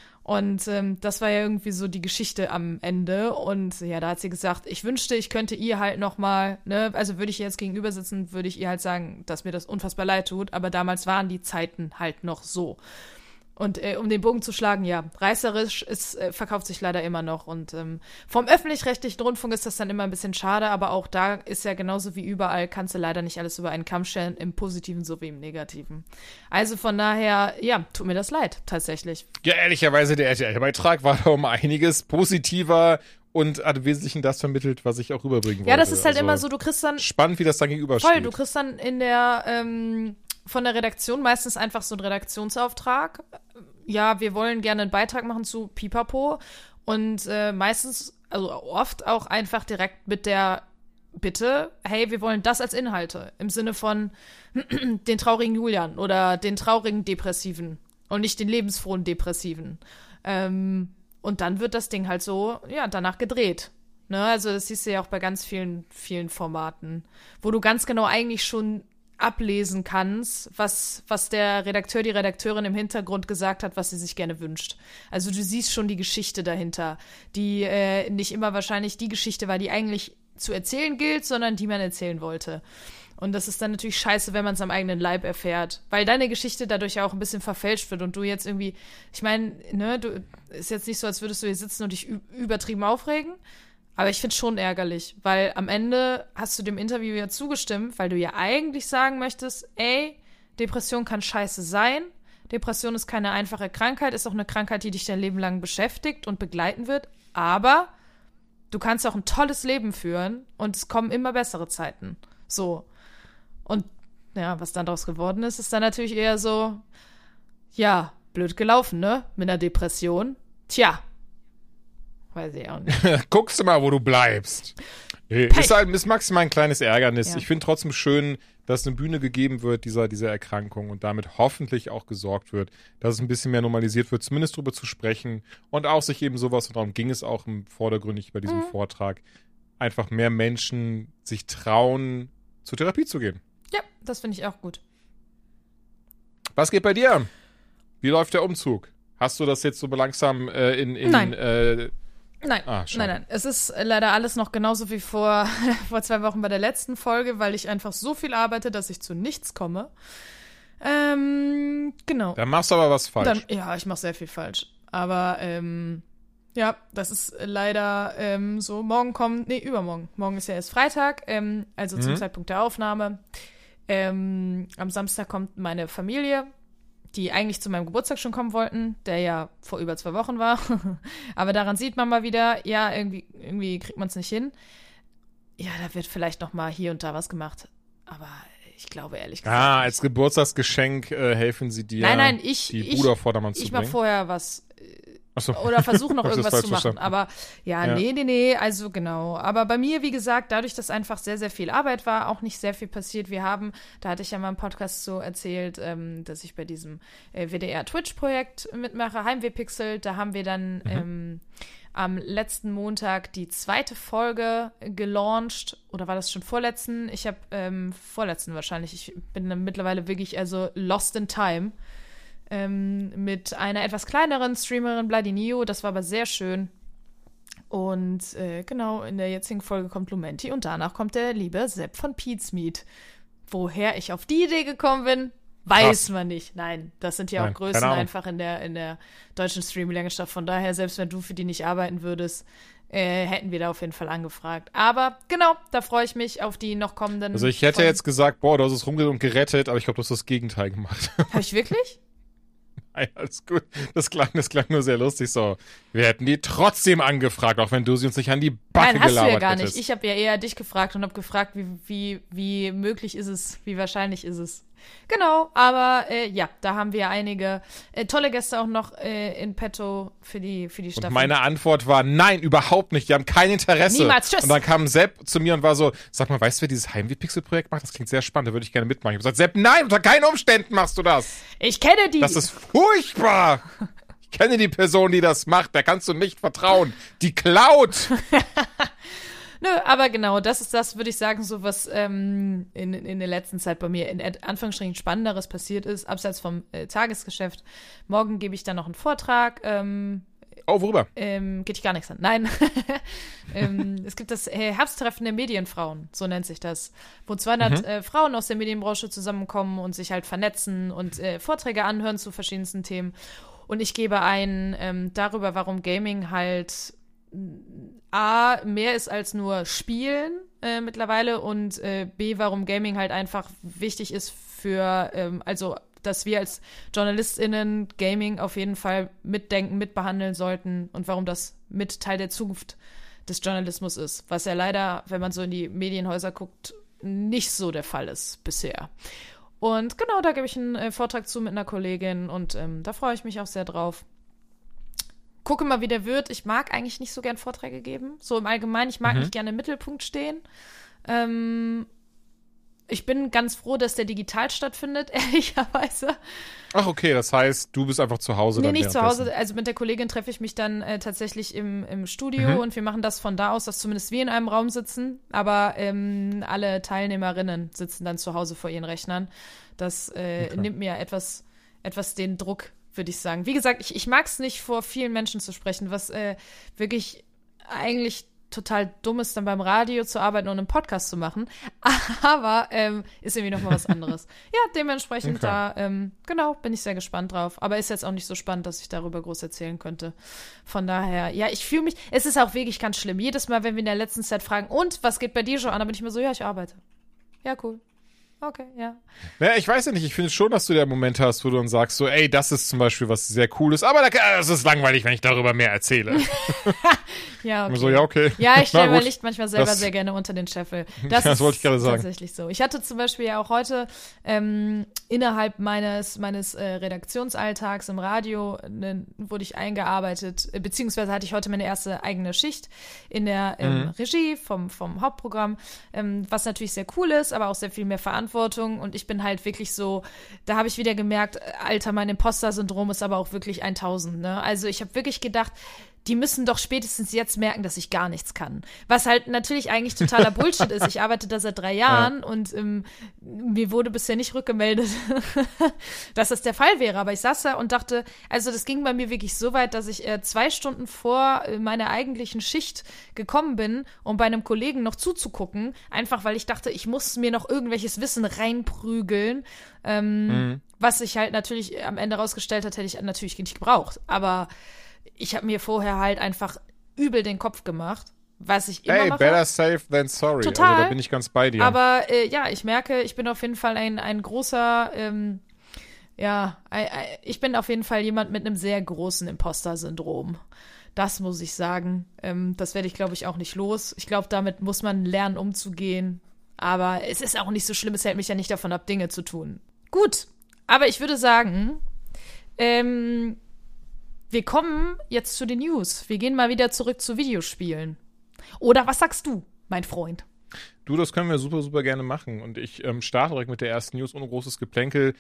Und ähm, das war ja irgendwie so die Geschichte am Ende. Und ja, da hat sie gesagt, ich wünschte, ich könnte ihr halt noch mal, ne, also würde ich ihr jetzt gegenüber sitzen, würde ich ihr halt sagen, dass mir das unfassbar leid tut. Aber damals waren die Zeiten halt noch so. Und äh, um den Bogen zu schlagen, ja, reißerisch, es äh, verkauft sich leider immer noch. Und ähm, vom öffentlich-rechtlichen Rundfunk ist das dann immer ein bisschen schade, aber auch da ist ja genauso wie überall, kannst du leider nicht alles über einen Kamm scheren, im Positiven sowie im Negativen. Also von daher, ja, tut mir das leid, tatsächlich. Ja, ehrlicherweise, der R T L-Beitrag war da um einiges positiver und hat im Wesentlichen das vermittelt, was ich auch rüberbringen wollte. Ja, das ist halt also immer so, du kriegst dann... Spannend, wie das dann gegenübersteht. Voll, du kriegst dann in der... Ähm, von der Redaktion meistens einfach so einen Redaktionsauftrag. Ja, wir wollen gerne einen Beitrag machen zu Pipapo und äh, meistens, also oft auch einfach direkt mit der Bitte, hey, wir wollen das als Inhalte im Sinne von den traurigen Julian oder den traurigen Depressiven und nicht den lebensfrohen Depressiven. Ähm, und dann wird das Ding halt so, ja, danach gedreht. Ne? Also das siehst du ja auch bei ganz vielen, vielen Formaten, wo du ganz genau eigentlich schon ablesen kannst, was, was der Redakteur, die Redakteurin im Hintergrund gesagt hat, was sie sich gerne wünscht. Also du siehst schon die Geschichte dahinter, die äh, nicht immer wahrscheinlich die Geschichte war, die eigentlich zu erzählen gilt, sondern die man erzählen wollte. Und das ist dann natürlich scheiße, wenn man es am eigenen Leib erfährt, weil deine Geschichte dadurch ja auch ein bisschen verfälscht wird und du jetzt irgendwie, ich meine, ne, du ist jetzt nicht so, als würdest du hier sitzen und dich ü- übertrieben aufregen. Aber ich finde es schon ärgerlich, weil am Ende hast du dem Interview ja zugestimmt, weil du ja eigentlich sagen möchtest, ey, Depression kann scheiße sein, Depression ist keine einfache Krankheit, ist auch eine Krankheit, die dich dein Leben lang beschäftigt und begleiten wird, aber du kannst auch ein tolles Leben führen und es kommen immer bessere Zeiten. So. Und ja, was dann daraus geworden ist, ist dann natürlich eher so, ja, blöd gelaufen, ne, mit einer Depression. Tja. Weiß ich auch nicht. Guckst du mal, wo du bleibst. Nee, ist, halt, ist maximal ein kleines Ärgernis. Ja. Ich finde trotzdem schön, dass eine Bühne gegeben wird dieser, dieser Erkrankung und damit hoffentlich auch gesorgt wird, dass es ein bisschen mehr normalisiert wird, zumindest darüber zu sprechen und auch sich eben sowas, und darum ging es auch im vordergründig bei diesem mhm. Vortrag, einfach mehr Menschen sich trauen, zur Therapie zu gehen. Ja, das finde ich auch gut. Was geht bei dir? Wie läuft der Umzug? Hast du das jetzt so langsam äh, in... in Nein. Äh, Nein, ah, nein, nein. Es ist leider alles noch genauso wie vor, vor zwei Wochen bei der letzten Folge, weil ich einfach so viel arbeite, dass ich zu nichts komme. Ähm, genau. Dann machst du aber was falsch. Dann, ja, ich mache sehr viel falsch. Aber, ähm, ja, das ist leider ähm, so. Morgen kommt, nee, übermorgen. Morgen ist ja erst Freitag, ähm, also mhm. zum Zeitpunkt der Aufnahme. Ähm, am Samstag kommt meine Familie, die eigentlich zu meinem Geburtstag schon kommen wollten, der ja vor über zwei Wochen war. Aber daran sieht man mal wieder, ja, irgendwie, irgendwie kriegt man es nicht hin. Ja, da wird vielleicht noch mal hier und da was gemacht. Aber ich glaube ehrlich gesagt Ah, nicht. Als Geburtstagsgeschenk äh, helfen sie dir, nein, nein, ich, die ich, Bude auf Vordermann zu ich bringen. Ich mache vorher was. Ach so. Oder versuche noch irgendwas zu machen. Verstanden. Aber ja, ja, nee, nee, nee, also genau. Aber bei mir, wie gesagt, dadurch, dass einfach sehr, sehr viel Arbeit war, auch nicht sehr viel passiert. Wir haben, da hatte ich ja mal im Podcast so erzählt, ähm, dass ich bei diesem äh, W D R-Twitch-Projekt mitmache, Heimweh Pixel. Da haben wir dann mhm. ähm, am letzten Montag die zweite Folge gelauncht. Oder war das schon vorletzten? Ich habe ähm, vorletzten wahrscheinlich. Ich bin dann mittlerweile wirklich also lost in time. Ähm, mit einer etwas kleineren Streamerin, Bladinio. Das war aber sehr schön. Und äh, genau, in der jetzigen Folge kommt Lumenti und danach kommt der liebe Sepp von Pete's Meat. Woher ich auf die Idee gekommen bin, weiß Krass. man nicht. Nein, das sind ja auch Nein, Größen einfach in der, in der deutschen Streaming-Landschaft. Von daher, selbst wenn du für die nicht arbeiten würdest, äh, hätten wir da auf jeden Fall angefragt. Aber genau, da freue ich mich auf die noch kommenden Also ich hätte Folgen. jetzt gesagt, boah, du hast es rumgedreht und gerettet, aber ich glaube, du hast das Gegenteil gemacht. Habe ich wirklich? Nein, alles gut. Das klang, das klang nur sehr lustig so. Wir hätten die trotzdem angefragt, auch wenn du sie uns nicht an die Backe Nein, hast gelabert du ja gar hättest. nicht. Ich habe ja eher dich gefragt und habe gefragt, wie, wie, wie möglich ist es, wie wahrscheinlich ist es. Genau, aber äh, ja, da haben wir einige äh, tolle Gäste auch noch äh, in petto für die, für die Staffel. Und meine Antwort war, nein, überhaupt nicht. Die haben kein Interesse. Niemals, tschüss. Und dann kam Sepp zu mir und war so, sag mal, weißt du, wer dieses Heimweh-Pixel-Projekt macht? Das klingt sehr spannend, da würde ich gerne mitmachen. Ich habe gesagt, Sepp, nein, unter keinen Umständen machst du das. Ich kenne die. Das ist furchtbar. Ich kenne die Person, die das macht. Der kannst du nicht vertrauen. Die klaut. Nö, aber genau, das ist das, würde ich sagen, so was ähm, in, in der letzten Zeit bei mir in Anführungsstrichen Spannenderes passiert ist, abseits vom äh, Tagesgeschäft. Morgen gebe ich dann noch einen Vortrag. Ähm, oh, worüber? Ähm, geht dich gar nichts an. Nein. ähm, es gibt das äh, Herbsttreffen der Medienfrauen, so nennt sich das, wo zweihundert mhm. äh, Frauen aus der Medienbranche zusammenkommen und sich halt vernetzen und äh, Vorträge anhören zu verschiedensten Themen. Und ich gebe ein ähm, darüber, warum Gaming halt A, mehr ist als nur Spielen äh, mittlerweile und äh, B, warum Gaming halt einfach wichtig ist für, ähm, also, dass wir als JournalistInnen Gaming auf jeden Fall mitdenken, mitbehandeln sollten und warum das mit Teil der Zukunft des Journalismus ist, was ja leider, wenn man so in die Medienhäuser guckt, nicht so der Fall ist bisher. Und genau, da gebe ich einen äh, Vortrag zu mit einer Kollegin und ähm, da freue ich mich auch sehr drauf. Gucke mal, wie der wird. Ich mag eigentlich nicht so gern Vorträge geben. So im Allgemeinen, ich mag mhm. nicht gerne im Mittelpunkt stehen. Ähm, ich bin ganz froh, dass der digital stattfindet, ehrlicherweise. Ach, okay, das heißt, du bist einfach zu Hause. Nee, dann nicht zu Hause. Also mit der Kollegin treffe ich mich dann äh, tatsächlich im, im Studio mhm. und wir machen das von da aus, dass zumindest wir in einem Raum sitzen. Aber ähm, alle Teilnehmerinnen sitzen dann zu Hause vor ihren Rechnern. Das äh, okay. nimmt mir etwas, etwas den Druck, würde ich sagen. Wie gesagt, ich, ich mag es nicht, vor vielen Menschen zu sprechen, was äh, wirklich eigentlich total dumm ist, dann beim Radio zu arbeiten und einen Podcast zu machen. Aber ähm, ist irgendwie nochmal was anderes. Ja, dementsprechend okay. da, ähm, genau, bin ich sehr gespannt drauf. Aber ist jetzt auch nicht so spannend, dass ich darüber groß erzählen könnte. Von daher, ja, ich fühle mich, es ist auch wirklich ganz schlimm. Jedes Mal, wenn wir in der letzten Zeit fragen, und, was geht bei dir schon an? Dann bin ich mir so, ja, ich arbeite. Ja, cool. Okay, ja. Naja, ich weiß ja nicht, ich finde schon, dass du der Moment hast, wo du dann sagst so, ey, das ist zum Beispiel was sehr Cooles, aber das ist langweilig, wenn ich darüber mehr erzähle. Ja, okay. So, ja, okay. Ja, ich stelle mein Licht manchmal selber das, sehr gerne unter den Scheffel. Das, das wollte ich gerade sagen. Tatsächlich so. Ich hatte zum Beispiel ja auch heute ähm, innerhalb meines, meines äh, Redaktionsalltags im Radio ne, wurde ich eingearbeitet, äh, beziehungsweise hatte ich heute meine erste eigene Schicht in der ähm, mhm. Regie vom, vom Hauptprogramm, ähm, was natürlich sehr cool ist, aber auch sehr viel mehr Verantwortung Verantwortung und ich bin halt wirklich so, da habe ich wieder gemerkt, Alter, mein Imposter-Syndrom ist aber auch wirklich tausend, ne? Also ich habe wirklich gedacht, die müssen doch spätestens jetzt merken, dass ich gar nichts kann. Was halt natürlich eigentlich totaler Bullshit ist. Ich arbeite da seit drei Jahren ja. und ähm, mir wurde bisher nicht rückgemeldet, dass das der Fall wäre. Aber ich saß da und dachte, also das ging bei mir wirklich so weit, dass ich äh, zwei Stunden vor äh, meiner eigentlichen Schicht gekommen bin, um bei einem Kollegen noch zuzugucken. Einfach, weil ich dachte, ich muss mir noch irgendwelches Wissen reinprügeln. Ähm, mhm. Was sich halt natürlich am Ende rausgestellt hat, hätte ich natürlich nicht gebraucht. Aber ich habe mir vorher halt einfach übel den Kopf gemacht, was ich immer hey, mache. Better safe than sorry. Total. Also da bin ich ganz bei dir. Aber äh, ja, ich merke, ich bin auf jeden Fall ein, ein großer, ähm, ja, ich bin auf jeden Fall jemand mit einem sehr großen Imposter-Syndrom. Das muss ich sagen. Ähm, das werde ich, glaube ich, auch nicht los. Ich glaube, damit muss man lernen, umzugehen. Aber es ist auch nicht so schlimm, es hält mich ja nicht davon ab, Dinge zu tun. Gut, aber ich würde sagen, ähm, wir kommen jetzt zu den News. Wir gehen mal wieder zurück zu Videospielen. Oder was sagst du, mein Freund? Du, das können wir super, super gerne machen. Und ich ähm, starte direkt mit der ersten News ohne großes Geplänkel.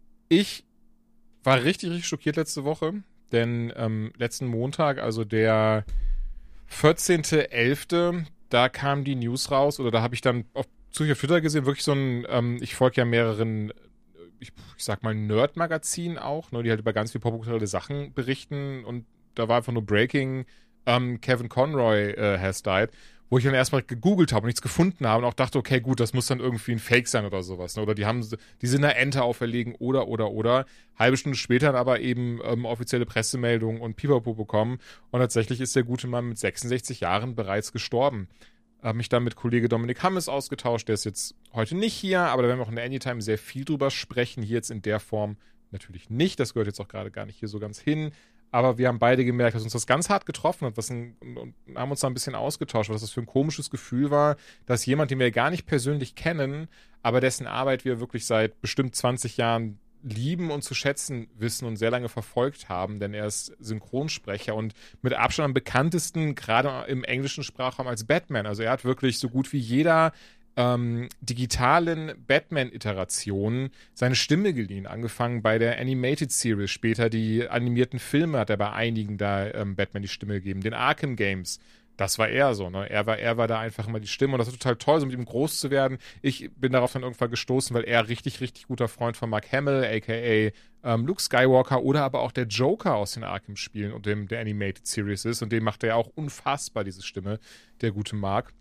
Ich war richtig, richtig schockiert letzte Woche. Denn ähm, letzten Montag, also der vierzehnten elften, da kam die News raus. Oder da habe ich dann auf, auf Twitter gesehen, wirklich so ein, ähm, ich folge ja mehreren Ich, ich sag mal, Nerd-Magazin auch, ne, die halt über ganz viele popkulturelle Sachen berichten und da war einfach nur Breaking, ähm, Kevin Conroy äh, has died, wo ich dann erstmal gegoogelt habe und nichts gefunden habe und auch dachte, okay, gut, das muss dann irgendwie ein Fake sein oder sowas, ne, oder die haben, die sind einer Ente auferlegen oder, oder, oder. Halbe Stunde später dann aber eben ähm, offizielle Pressemeldungen und Pipapo bekommen und tatsächlich ist der gute Mann mit sechsundsechzig Jahren bereits gestorben. Habe mich dann mit Kollege Dominik Hammes ausgetauscht, der ist jetzt heute nicht hier, aber da werden wir auch in der Anytime sehr viel drüber sprechen, hier jetzt in der Form natürlich nicht, das gehört jetzt auch gerade gar nicht hier so ganz hin, aber wir haben beide gemerkt, dass uns das ganz hart getroffen hat was ein, und, und haben uns da ein bisschen ausgetauscht, was das für ein komisches Gefühl war, dass jemand, den wir gar nicht persönlich kennen, aber dessen Arbeit wir wirklich seit bestimmt zwanzig Jahren lieben und zu schätzen wissen und sehr lange verfolgt haben, denn er ist Synchronsprecher und mit Abstand am bekanntesten, gerade im englischen Sprachraum, als Batman. Also er hat wirklich so gut wie jeder ähm, digitalen Batman-Iteration seine Stimme geliehen, angefangen bei der Animated Series, später die animierten Filme hat er bei einigen da ähm, Batman die Stimme gegeben, den Arkham Games. Das war er so, ne? Er war, er war da einfach immer die Stimme und das war total toll, so mit ihm groß zu werden. Ich bin darauf dann irgendwann gestoßen, weil er richtig, richtig guter Freund von Mark Hamill, aka ähm, Luke Skywalker oder aber auch der Joker aus den Arkham-Spielen und dem der Animated Series ist und dem macht er ja auch unfassbar diese Stimme, der gute Mark.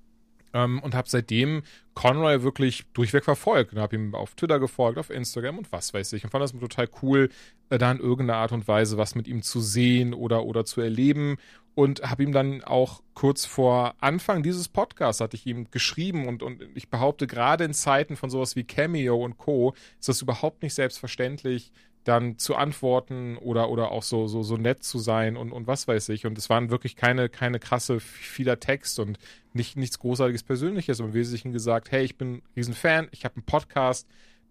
Ähm, und habe seitdem Conroy wirklich durchweg verfolgt und habe ihm auf Twitter gefolgt, auf Instagram und was weiß ich und fand das total cool, äh, da in irgendeiner Art und Weise was mit ihm zu sehen oder, oder zu erleben und habe ihm dann auch kurz vor Anfang dieses Podcasts hatte ich ihm geschrieben und, und ich behaupte, gerade in Zeiten von sowas wie Cameo und Co. ist das überhaupt nicht selbstverständlich, dann zu antworten oder, oder auch so, so, so nett zu sein und, und was weiß ich. Und es waren wirklich keine, keine krasse, vieler Text und nicht, nichts Großartiges Persönliches. Aber im Wesentlichen gesagt, hey, ich bin ein Riesenfan, ich habe einen Podcast,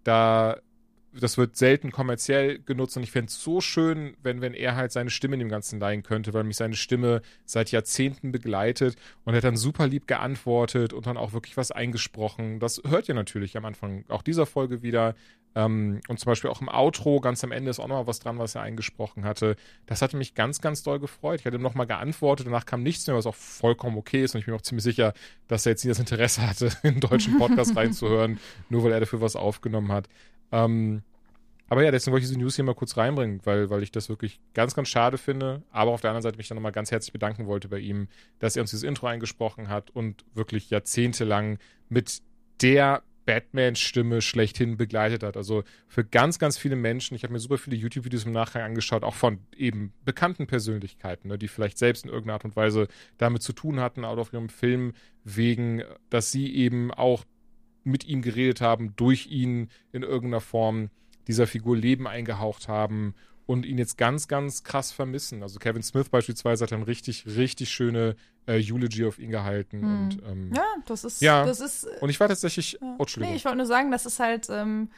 da das wird selten kommerziell genutzt und ich fände es so schön, wenn, wenn er halt seine Stimme in dem Ganzen leihen könnte, weil mich seine Stimme seit Jahrzehnten begleitet und er hat dann super lieb geantwortet und dann auch wirklich was eingesprochen. Das hört ihr natürlich am Anfang auch dieser Folge wieder. Ähm, und zum Beispiel auch im Outro, ganz am Ende ist auch noch mal was dran, was er eingesprochen hatte. Das hatte mich ganz, ganz doll gefreut. Ich hatte ihm nochmal geantwortet, danach kam nichts mehr, was auch vollkommen okay ist und ich bin auch ziemlich sicher, dass er jetzt nie das Interesse hatte, in einen deutschen Podcast reinzuhören, nur weil er dafür was aufgenommen hat. Ähm, aber ja, deswegen wollte ich diese News hier mal kurz reinbringen, weil, weil ich das wirklich ganz, ganz schade finde, aber auf der anderen Seite mich dann nochmal ganz herzlich bedanken wollte bei ihm, dass er uns dieses Intro eingesprochen hat und wirklich jahrzehntelang mit der Batman-Stimme schlechthin begleitet hat. Also für ganz, ganz viele Menschen, ich habe mir super viele YouTube-Videos im Nachgang angeschaut, auch von eben bekannten Persönlichkeiten, ne, die vielleicht selbst in irgendeiner Art und Weise damit zu tun hatten, auch auf ihrem Film, wegen, dass sie eben auch mit ihm geredet haben, durch ihn in irgendeiner Form dieser Figur Leben eingehaucht haben und ihn jetzt ganz, ganz krass vermissen. Also Kevin Smith beispielsweise hat dann richtig, richtig schöne äh, Eulogy auf ihn gehalten. Hm. Und, ähm, ja, das ist, ja, das ist. Und ich war tatsächlich. Ja. Oh, Entschuldigung. Nee, ich wollte nur sagen, das ist halt. Ähm,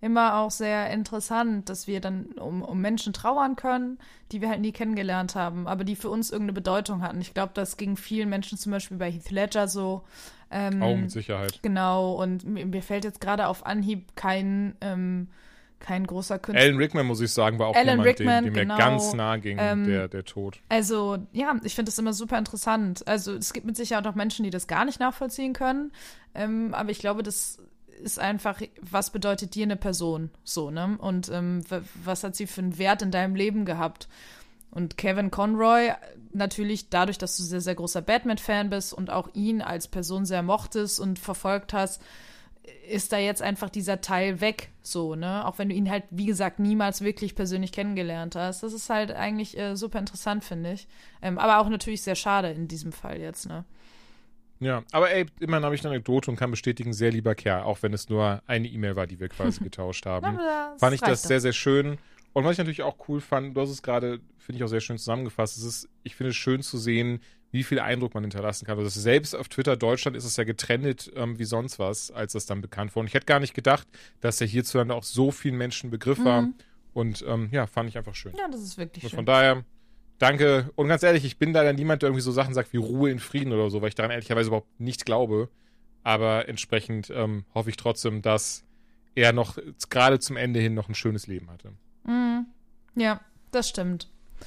immer auch sehr interessant, dass wir dann um, um Menschen trauern können, die wir halt nie kennengelernt haben, aber die für uns irgendeine Bedeutung hatten. Ich glaube, das ging vielen Menschen zum Beispiel bei Heath Ledger so. Ähm, oh, mit Sicherheit. Genau, und mir, mir fällt jetzt gerade auf Anhieb kein, ähm, kein großer Künstler. Alan Rickman, muss ich sagen, war auch Alan jemand, Rickman, dem, dem genau. mir ganz nahe ging, Ähm, der, der Tod. Also, ja, ich finde das immer super interessant. Also, es gibt mit Sicherheit auch Menschen, die das gar nicht nachvollziehen können. Ähm, aber ich glaube, das ist einfach, was bedeutet dir eine Person? So, ne? Und ähm, w- was hat sie für einen Wert in deinem Leben gehabt? Und Kevin Conroy, natürlich dadurch, dass du sehr, sehr großer Batman-Fan bist und auch ihn als Person sehr mochtest und verfolgt hast, ist da jetzt einfach dieser Teil weg, so, ne? Auch wenn du ihn halt, wie gesagt, niemals wirklich persönlich kennengelernt hast. Das ist halt eigentlich äh, super interessant, finde ich. Ähm, aber auch natürlich sehr schade in diesem Fall jetzt, ne? Ja, aber ey, immerhin habe ich eine Anekdote und kann bestätigen, sehr lieber Kerl, auch wenn es nur eine E-Mail war, die wir quasi getauscht haben. Aber das Fand ich das reicht sehr, doch. sehr schön. Und was ich natürlich auch cool fand, du hast es gerade, finde ich, auch sehr schön zusammengefasst, es ist, ich finde es schön zu sehen, wie viel Eindruck man hinterlassen kann. Also selbst auf Twitter Deutschland ist es ja getrennt ähm, wie sonst was, als das dann bekannt wurde. Und ich hätte gar nicht gedacht, dass der hierzulande auch so vielen Menschen Begriff Mhm. war. Und ähm, ja, fand ich einfach schön. Ja, das ist wirklich Und schön. von daher, danke. Und ganz ehrlich, ich bin leider niemand, der irgendwie so Sachen sagt wie Ruhe in Frieden oder so, weil ich daran ehrlicherweise überhaupt nicht glaube. Aber entsprechend ähm, hoffe ich trotzdem, dass er noch gerade zum Ende hin noch ein schönes Leben hatte. Mhm. Ja, das stimmt.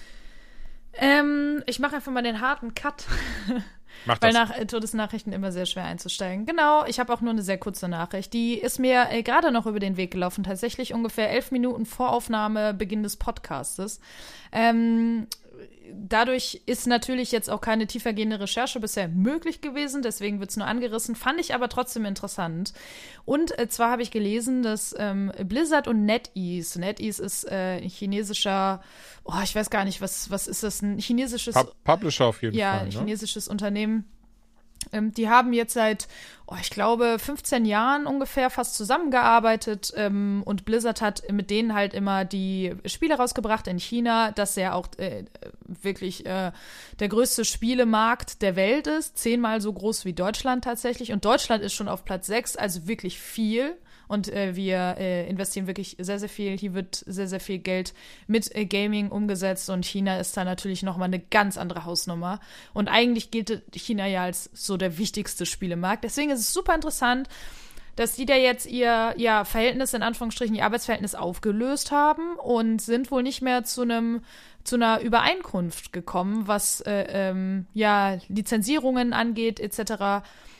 Ähm, ich mache einfach mal den harten Cut, Mach weil das. nach äh, Todesnachrichten immer sehr schwer einzusteigen. Genau, ich habe auch nur eine sehr kurze Nachricht. Die ist mir äh, gerade noch über den Weg gelaufen, tatsächlich ungefähr elf Minuten vor Aufnahme, Beginn des Podcastes. Ähm, dadurch ist natürlich jetzt auch keine tiefergehende Recherche bisher möglich gewesen, deswegen wird es nur angerissen, fand ich aber trotzdem interessant. Und äh, zwar habe ich gelesen, dass ähm, Blizzard und NetEase, NetEase ist äh, ein chinesischer, oh, ich weiß gar nicht, was, was ist das, ein chinesisches, Pub- Publisher auf jeden ja, Fall. ein Ne? chinesisches Unternehmen. Ähm, die haben jetzt seit, oh, ich glaube, fünfzehn Jahren ungefähr fast zusammengearbeitet ähm, und Blizzard hat mit denen halt immer die Spiele rausgebracht in China, das ja auch äh, wirklich äh, der größte Spielemarkt der Welt ist, zehnmal so groß wie Deutschland tatsächlich und Deutschland ist schon auf Platz sechs, also wirklich viel. Und äh, wir äh, investieren wirklich sehr, sehr viel. Hier wird sehr, sehr viel Geld mit äh, Gaming umgesetzt und China ist da natürlich nochmal eine ganz andere Hausnummer. Und eigentlich gilt China ja als so der wichtigste Spielemarkt. Deswegen ist es super interessant, dass die da jetzt ihr ja, Verhältnis, in Anführungsstrichen, ihr Arbeitsverhältnis aufgelöst haben und sind wohl nicht mehr zu einem zu einer Übereinkunft gekommen, was äh, ähm, ja Lizenzierungen angeht et cetera.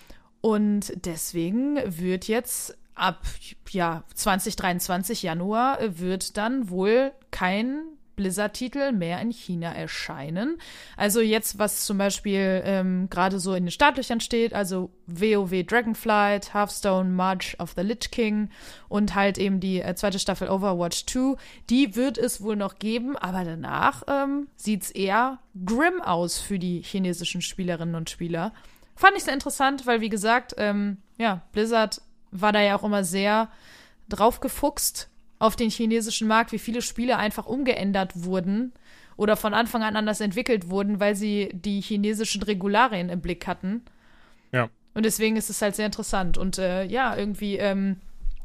Und deswegen wird jetzt ab ja, zwanzig dreiundzwanzig Januar wird dann wohl kein Blizzard-Titel mehr in China erscheinen. Also jetzt, was zum Beispiel ähm, gerade so in den Startlöchern steht, also WoW Dragonflight, Hearthstone, March of the Lich King und halt eben die äh, zweite Staffel Overwatch zwei, die wird es wohl noch geben, aber danach ähm, sieht's eher grim aus für die chinesischen Spielerinnen und Spieler. Fand ich sehr interessant, weil wie gesagt, ähm, ja, Blizzard war da ja auch immer sehr drauf gefuchst auf den chinesischen Markt, wie viele Spiele einfach umgeändert wurden oder von Anfang an anders entwickelt wurden, weil sie die chinesischen Regularien im Blick hatten. Ja. Und deswegen ist es halt sehr interessant. Und äh, ja, irgendwie ähm,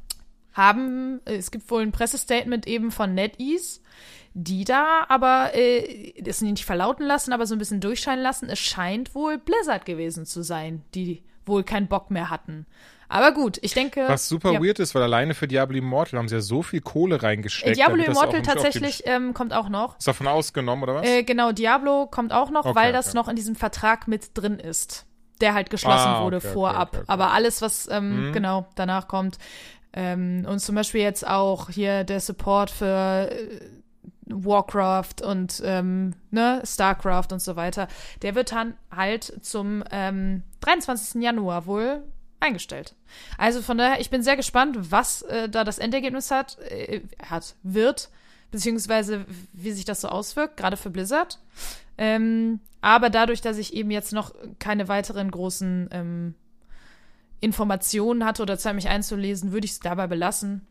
haben, es gibt wohl ein Pressestatement eben von NetEase, die da aber äh, das nicht verlauten lassen, aber so ein bisschen durchscheinen lassen. Es scheint wohl Blizzard gewesen zu sein, die wohl keinen Bock mehr hatten. Aber gut, ich denke. Was super ja. weird ist, weil alleine für Diablo Immortal haben sie ja so viel Kohle reingesteckt. Diablo damit das auch Immortal irgendwie auf tatsächlich den- ähm, kommt auch noch. Ist davon ausgenommen, oder was? Äh, genau, Diablo kommt auch noch, Okay, weil das okay. noch in diesem Vertrag mit drin ist, der halt geschlossen Ah, wurde okay, okay, vorab. okay, okay. Aber alles, was ähm, Mhm. genau danach kommt, ähm, und zum Beispiel jetzt auch hier der Support für äh, Warcraft und ähm, ne, Starcraft und so weiter, der wird dann halt zum ähm, dreiundzwanzigsten Januar wohl eingestellt. Also von daher, ich bin sehr gespannt, was äh, da das Endergebnis hat, äh, hat, wird, beziehungsweise wie sich das so auswirkt, gerade für Blizzard. Ähm, aber dadurch, dass ich eben jetzt noch keine weiteren großen ähm, Informationen hatte oder Zeit, mich einzulesen, würde ich es dabei belassen.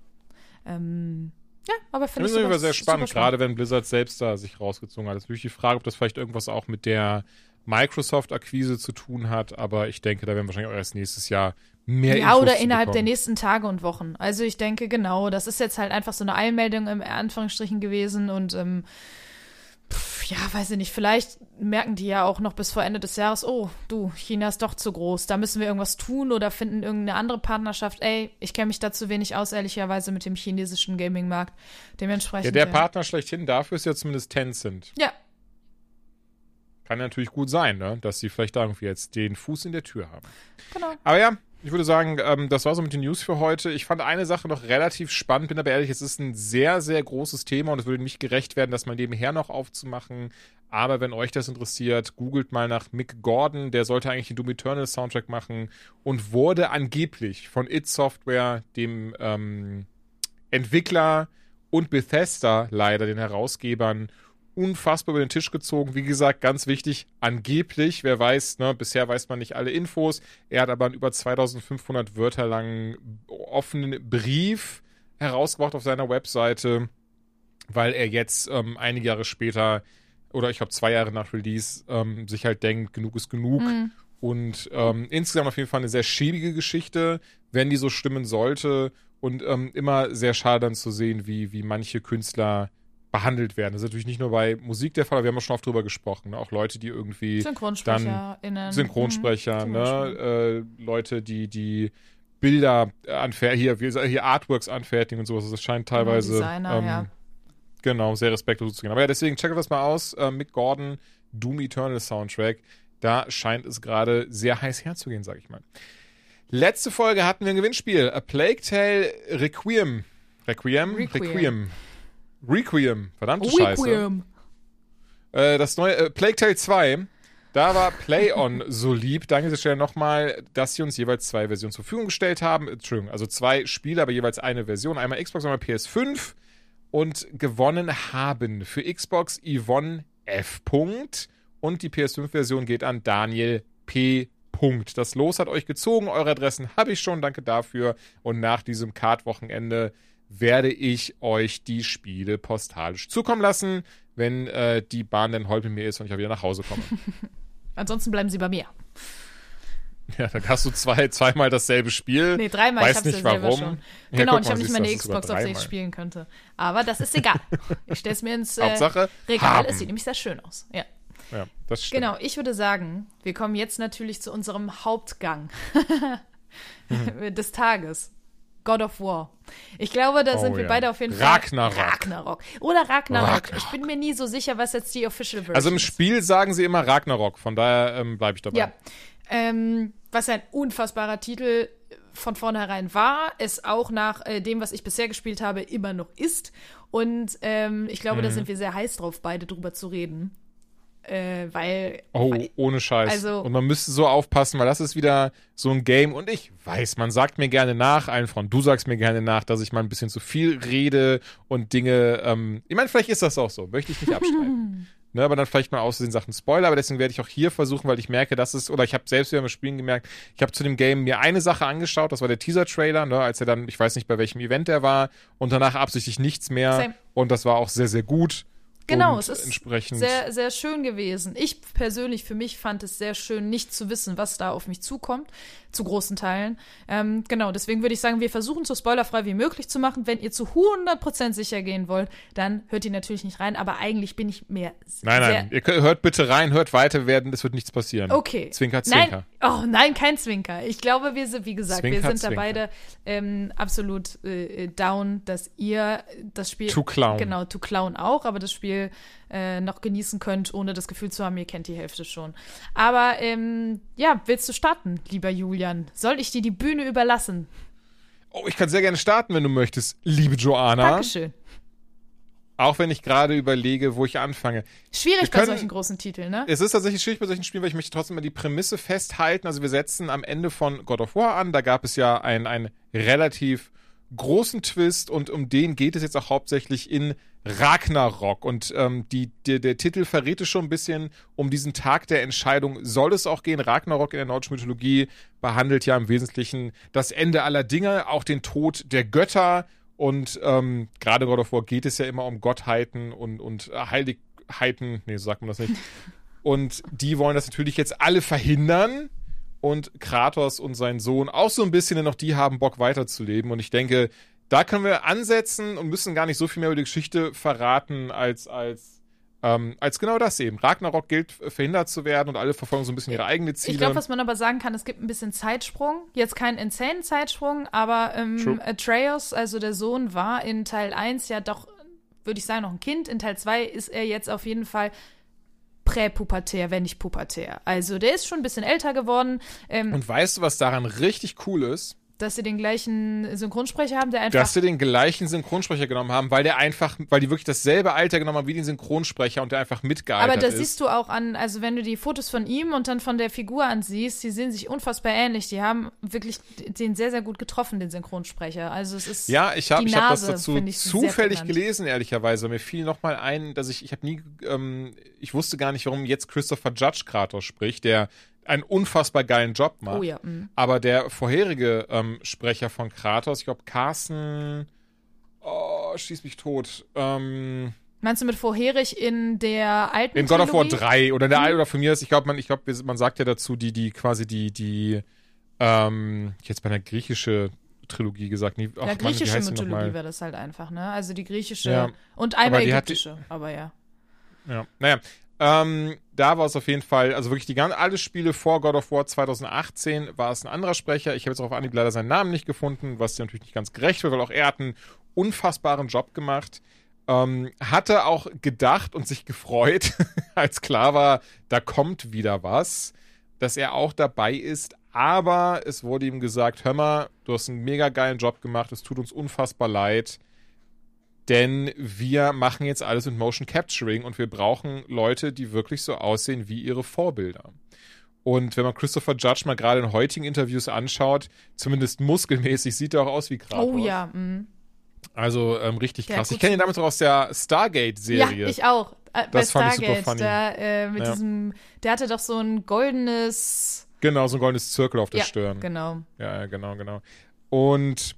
Ähm, ja, aber Ich finde finde ich es immer super, sehr spannend, super spannend. gerade wenn Blizzard selbst da sich rausgezogen hat. Es ist wirklich die Frage, ob das vielleicht irgendwas auch mit der Microsoft-Akquise zu tun hat, aber ich denke, da werden wir wahrscheinlich auch erst nächstes Jahr mehr Ja, Infos oder zu innerhalb der bekommen. nächsten Tage und Wochen. Also ich denke, genau, das ist jetzt halt einfach so eine Eilmeldung im Anführungsstrichen gewesen und ähm, pf, ja, weiß ich nicht, vielleicht merken die ja auch noch bis vor Ende des Jahres, oh, du, China ist doch zu groß, da müssen wir irgendwas tun oder finden irgendeine andere Partnerschaft. Ey, ich kenne mich da zu wenig aus, ehrlicherweise, mit dem chinesischen Gaming-Markt. Dementsprechend. Ja, der äh, Partner schlechthin dafür ist ja zumindest Tencent. Ja, Kann natürlich gut sein, ne? Dass sie vielleicht da irgendwie jetzt den Fuß in der Tür haben. genau. Aber ja, ich würde sagen, ähm, das war so mit den News für heute. Ich fand eine Sache noch relativ spannend, bin aber ehrlich, es ist ein sehr, sehr großes Thema und es würde nicht gerecht werden, das mal nebenher noch aufzumachen. Aber wenn euch das interessiert, googelt mal nach Mick Gordon, der sollte eigentlich den Doom Eternal Soundtrack machen und wurde angeblich von id Software, dem ähm, Entwickler und Bethesda, leider den Herausgebern, unfassbar über den Tisch gezogen. Wie gesagt, ganz wichtig, angeblich, wer weiß, ne, bisher weiß man nicht alle Infos. Er hat aber einen über zweitausendfünfhundert Wörter langen offenen Brief herausgebracht auf seiner Webseite, weil er jetzt ähm, einige Jahre später, oder ich glaube zwei Jahre nach Release, ähm, sich halt denkt, genug ist genug. Mhm. Und ähm, insgesamt auf jeden Fall eine sehr schäbige Geschichte, wenn die so stimmen sollte. Und ähm, immer sehr schade dann zu sehen, wie, wie manche Künstler behandelt werden. Das ist natürlich nicht nur bei Musik der Fall, aber wir haben auch schon oft drüber gesprochen. Ne? Auch Leute, die irgendwie SynchronsprecherInnen. Synchronsprecher, Mhm, ne? Äh, Leute, die die Bilder anfertigen, hier, wie- hier Artworks anfertigen und sowas. Das scheint teilweise Designer, ähm, ja. genau, sehr respektlos zu gehen. Aber ja, deswegen checkt das mal aus. Äh, Mick Gordon, Doom Eternal Soundtrack. Da scheint es gerade sehr heiß herzugehen, sag ich mal. Letzte Folge hatten wir ein Gewinnspiel. A Plague Tale Requiem. Requiem? Requiem. Requiem. Requiem. Verdammte Scheiße. Requiem. Äh, das neue äh, Plague Tale zwei. Da war PlayOn so lieb. Danke an dieser Stelle nochmal, dass sie uns jeweils zwei Versionen zur Verfügung gestellt haben. Entschuldigung, also zwei Spiele, aber jeweils eine Version. Einmal Xbox, einmal P S fünf. Und gewonnen haben für Xbox Yvonne F. Und die P S fünf Version geht an Daniel P. Das Los hat euch gezogen. Eure Adressen habe ich schon. Danke dafür. Und nach diesem Card-Wochenende werde ich euch die Spiele postalisch zukommen lassen, wenn äh, die Bahn dann heute mit mir ist und ich auch wieder nach Hause komme. Ansonsten bleiben sie bei mir. Ja, dann hast du zwei, zweimal dasselbe Spiel. Nee, dreimal, Weiß ich hab's nicht ja selber warum. schon. Ja, Genau, guck und ich mal, habe nicht siehst meine du, das ist sogar Xbox, auf der ich dreimal. spielen könnte. Aber das ist egal. Ich stelle es mir ins äh, Hauptsache Regal. haben. Es sieht nämlich sehr schön aus. Ja. Ja, das stimmt. Genau, ich würde sagen, wir kommen jetzt natürlich zu unserem Hauptgang des Tages. God of War. Ich glaube, da Oh sind wir ja. beide auf jeden Ragnarok. Fall. Ragnarok. Oder Ragnarok. Ragnarok. Ich bin mir nie so sicher, was jetzt die Official Version Also im ist. Spiel sagen sie immer Ragnarok, von daher ähm, bleibe ich dabei. Ja. Ähm, was ein unfassbarer Titel von vornherein war, es auch nach äh, dem, was ich bisher gespielt habe, immer noch ist. Und ähm, ich glaube, Mhm. da sind wir sehr heiß drauf, beide drüber zu reden. Äh, weil. Oh, weil, ohne Scheiß. also- und man müsste so aufpassen, weil das ist wieder so ein Game. Und ich weiß, man sagt mir gerne nach, allen von du sagst mir gerne nach, dass ich mal ein bisschen zu viel rede und Dinge, ähm, ich meine, vielleicht ist das auch so, möchte ich nicht abstreiten. ne, aber dann vielleicht mal außerdem Sachen Spoiler, aber deswegen werde ich auch hier versuchen, weil ich merke, dass es, oder ich habe selbst wieder beim Spielen gemerkt, ich habe zu dem Game mir eine Sache angeschaut, das war der Teaser-Trailer, ne, als er dann, ich weiß nicht, bei welchem Event er war, und danach absichtlich nichts mehr. Same. Und das war auch sehr, sehr gut. Genau, und es ist entsprechend sehr, sehr schön gewesen. Ich persönlich, für mich fand es sehr schön, nicht zu wissen, was da auf mich zukommt, zu großen Teilen. Ähm, genau, deswegen würde ich sagen, wir versuchen, so spoilerfrei wie möglich zu machen. Wenn ihr zu hundert Prozent sicher gehen wollt, dann hört ihr natürlich nicht rein, aber eigentlich bin ich mir Nein, sehr... nein, ihr könnt, hört bitte rein, hört weiter werden, es wird nichts passieren. Okay. Zwinker, Zwinker. Nein, oh nein, kein Zwinker. Ich glaube, wir sind, wie gesagt, Zwinker, wir sind da Zwinker. beide ähm, absolut äh, down, dass ihr das Spiel... To clown. Genau, to clown auch, aber das Spiel äh, noch genießen könnt, ohne das Gefühl zu haben, ihr kennt die Hälfte schon. Aber ähm, ja, willst du starten, lieber Julian? Soll ich dir die Bühne überlassen? Oh, ich kann sehr gerne starten, wenn du möchtest, liebe Joanna. Dankeschön. Auch wenn ich gerade überlege, wo ich anfange. Schwierig Wir bei können- solchen großen Titeln, ne? Es ist tatsächlich schwierig bei solchen Spielen, weil ich möchte trotzdem mal die Prämisse festhalten. Also wir setzen am Ende von God of War an. Da gab es ja einen, einen relativ großen Twist und um den geht es jetzt auch hauptsächlich in Ragnarok. Und ähm, die, die, der Titel verrät es schon ein bisschen, um diesen Tag der Entscheidung soll es auch gehen. Ragnarok in der nordischen Mythologie behandelt ja im Wesentlichen das Ende aller Dinge, auch den Tod der Götter. Und ähm, gerade God of War geht es ja immer um Gottheiten und, und Heiligkeiten. Nee, so sagt man das nicht. Und die wollen das natürlich jetzt alle verhindern. Und Kratos und sein Sohn auch so ein bisschen, denn auch die haben Bock weiterzuleben. Und ich denke, da können wir ansetzen und müssen gar nicht so viel mehr über die Geschichte verraten, als, als, ähm, als genau das eben. Ragnarok gilt, verhindert zu werden und alle verfolgen so ein bisschen ihre eigenen Ziele. Ich glaube, was man aber sagen kann, es gibt ein bisschen Zeitsprung. Jetzt kein insane Zeitsprung, aber ähm, Atreus, also der Sohn, war in Teil eins ja doch, würde ich sagen, noch ein Kind. In Teil zwei ist er jetzt auf jeden Fall präpubertär, wenn nicht pubertär. Also der ist schon ein bisschen älter geworden. Ähm, und weißt du, was daran richtig cool ist? Dass sie den gleichen Synchronsprecher haben, der einfach... Dass sie den gleichen Synchronsprecher genommen haben, weil der einfach, weil die wirklich dasselbe Alter genommen haben wie den Synchronsprecher und der einfach mitgealtert ist. Aber das ist. siehst du auch an, also wenn du die Fotos von ihm und dann von der Figur ansiehst, die sehen sich unfassbar ähnlich. Die haben wirklich den sehr, sehr gut getroffen, den Synchronsprecher. Also es ist Ja, ich habe hab das dazu ich, zufällig gelesen, ehrlicherweise. Mir fiel noch mal ein, dass ich, ich habe nie, ähm, ich wusste gar nicht, warum jetzt Christopher Judge Kratos spricht, der einen unfassbar geilen Job macht. Oh ja. Mhm. Aber der vorherige ähm, Sprecher von Kratos, ich glaube Carsten, oh, schieß mich tot. Ähm, Meinst du mit vorherig in der alten In God of War Trilogie? drei oder in der Mhm. alten, oder von mir ist, ich glaube, man, ich glaube, man sagt ja dazu, die, die quasi die, die, ähm, jetzt bei einer griechischen Trilogie gesagt, nie, ach, Ja, Mann, wie griechische heißt die noch Mythologie mal? war das halt einfach, ne? Also die griechische Ja. und einmal Aber die hat die- ägyptische, aber ja. Ja, naja. Ähm, da war es auf jeden Fall, also wirklich die ganzen, alle Spiele vor God of War zwanzig achtzehn war es ein anderer Sprecher. Ich habe jetzt auch auf Anhieb leider seinen Namen nicht gefunden, was dir natürlich nicht ganz gerecht wird, weil auch er hat einen unfassbaren Job gemacht. Ähm, hatte auch gedacht und sich gefreut, als klar war, da kommt wieder was, dass er auch dabei ist. Aber es wurde ihm gesagt, hör mal, du hast einen mega geilen Job gemacht, es tut uns unfassbar leid. Denn wir machen jetzt alles mit Motion Capturing und wir brauchen Leute, die wirklich so aussehen wie ihre Vorbilder. Und wenn man Christopher Judge mal gerade in heutigen Interviews anschaut, zumindest muskelmäßig, sieht er auch aus wie Kratos. Oh ja. Mhm. Also ähm, richtig Ja, krass. gut. Ich kenne ihn damals auch aus der Stargate-Serie. Ja, ich auch. Äh, bei Das fand ich Stargate, super funny. da, äh, mit Ja. diesem, der hatte doch so ein goldenes. Genau, so ein goldenes Zirkel auf der Ja, Stirn. genau. Ja, ja, genau, genau. Und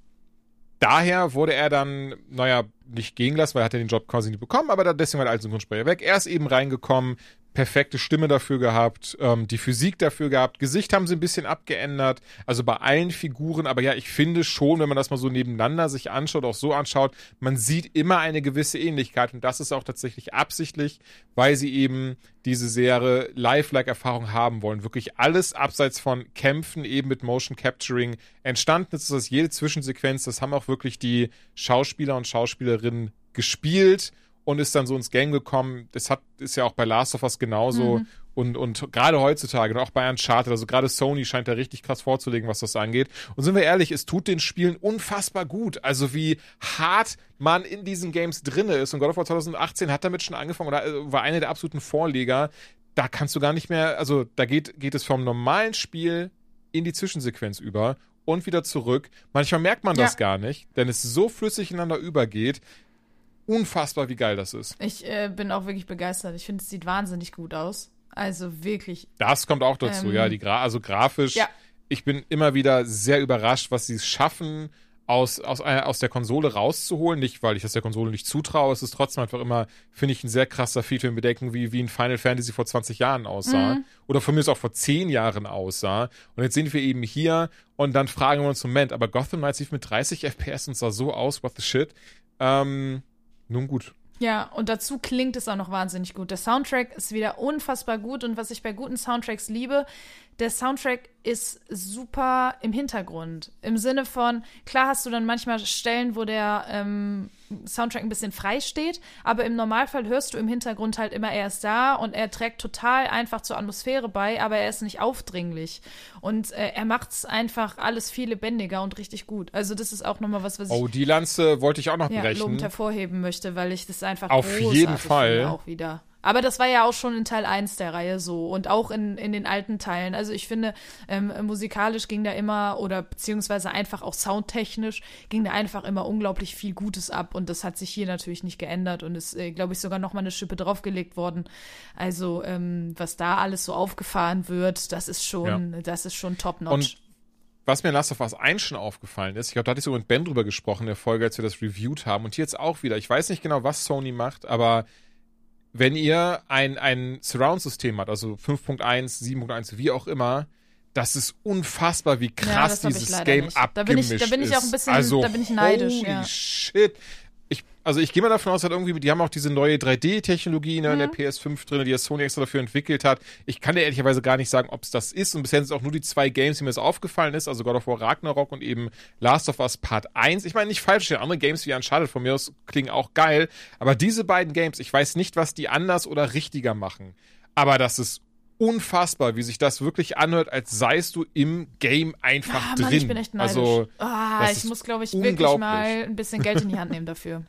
daher wurde er dann, naja, nicht gehen lassen, weil er hat ja den Job quasi nicht bekommen, aber da, deswegen war der alte Synchronsprecher weg. Er ist eben reingekommen, perfekte Stimme dafür gehabt, ähm, die Physik dafür gehabt, Gesicht haben sie ein bisschen abgeändert, also bei allen Figuren, aber ja, ich finde schon, wenn man das mal so nebeneinander sich anschaut, auch so anschaut, man sieht immer eine gewisse Ähnlichkeit und das ist auch tatsächlich absichtlich, weil sie eben diese Serie Lifelike-Erfahrung haben wollen. Wirklich alles abseits von Kämpfen eben mit Motion Capturing entstanden ist, dass jede Zwischensequenz, das haben auch wirklich die Schauspieler und Schauspielerinnen gespielt und ist dann so ins Game gekommen. Das hat, ist ja auch bei Last of Us genauso. Mhm. Und, und gerade heutzutage und auch bei Uncharted, also gerade Sony scheint da richtig krass vorzulegen, was das angeht. Und sind wir ehrlich, es tut den Spielen unfassbar gut. Also wie hart man in diesen Games drinne ist. Und God of War zwanzig achtzehn hat damit schon angefangen oder war einer der absoluten Vorleger. Da kannst du gar nicht mehr, also da geht, geht es vom normalen Spiel in die Zwischensequenz über und wieder zurück. Manchmal merkt man das Ja. gar nicht, denn es so flüssig ineinander übergeht. Unfassbar, wie geil das ist. Ich äh, bin auch wirklich begeistert. Ich finde, es sieht wahnsinnig gut aus. Also wirklich. Das kommt auch dazu, Ähm, ja, die Gra also grafisch. Ja. Ich bin immer wieder sehr überrascht, was sie es schaffen, aus, aus, äh, aus der Konsole rauszuholen. Nicht, weil ich das der Konsole nicht zutraue. Es ist trotzdem einfach immer, finde ich, ein sehr krasser Feat, wenn wir bedenken, wie, wie ein Final Fantasy vor zwanzig Jahren aussah. Mhm. Oder von mir aus auch vor zehn Jahren aussah. Und jetzt sind wir eben hier und dann fragen wir uns, Moment, aber Gotham Knights lief mit dreißig F P S und sah so aus, what the shit. Ähm, nun gut. Ja, und dazu klingt es auch noch wahnsinnig gut. Der Soundtrack ist wieder unfassbar gut und was ich bei guten Soundtracks liebe, der Soundtrack ist super im Hintergrund. Im Sinne von, klar hast du dann manchmal Stellen, wo der ähm, Soundtrack ein bisschen frei steht, aber im Normalfall hörst du im Hintergrund halt immer, er ist da und er trägt total einfach zur Atmosphäre bei, aber er ist nicht aufdringlich. Und äh, er macht es einfach alles viel lebendiger und richtig gut. Also das ist auch nochmal was, was ich Oh, die Lanze wollte ich auch noch ja, brechen. lobend hervorheben möchte, weil ich das einfach Auf großartig jeden Fall. finde auch wieder. Aber das war ja auch schon in Teil eins der Reihe so und auch in, in den alten Teilen. Also ich finde, ähm, musikalisch ging da immer oder beziehungsweise einfach auch soundtechnisch ging da einfach immer unglaublich viel Gutes ab und das hat sich hier natürlich nicht geändert und ist, äh, glaube ich, sogar noch mal eine Schippe draufgelegt worden. Also ähm, was da alles so aufgefahren wird, das ist schon, Ja. das ist schon top-notch. Und was mir in Last of Us eins schon aufgefallen ist, ich glaube, da hatte ich so mit Ben drüber gesprochen in der Folge, als wir das reviewed haben und hier jetzt auch wieder, ich weiß nicht genau, was Sony macht, aber wenn ihr ein, ein Surround-System habt, also fünf Punkt eins, sieben Punkt eins, wie auch immer, das ist unfassbar, wie krass ja, dieses Game nicht. abgemischt da bin ich, Da bin ich auch ein bisschen, also, da bin ich neidisch. Holy ja. shit. Ich, also ich gehe mal davon aus, halt irgendwie, die haben auch diese neue drei D-Technologie ne, mhm. in der P S fünf drin, die ja Sony extra dafür entwickelt hat. Ich kann dir ehrlicherweise gar nicht sagen, ob es das ist. Und bisher sind es auch nur die zwei Games, die mir das aufgefallen ist, also God of War Ragnarok und eben Last of Us Part eins. Ich meine, nicht falsch, die andere Games wie Uncharted von mir aus klingen auch geil. Aber diese beiden Games, ich weiß nicht, was die anders oder richtiger machen. Aber das ist unfassbar, wie sich das wirklich anhört, als seist du im Game einfach ah, drin. Mann, ich bin echt neidisch. Also, ah, ich muss, glaube ich, wirklich mal ein bisschen Geld in die Hand nehmen dafür.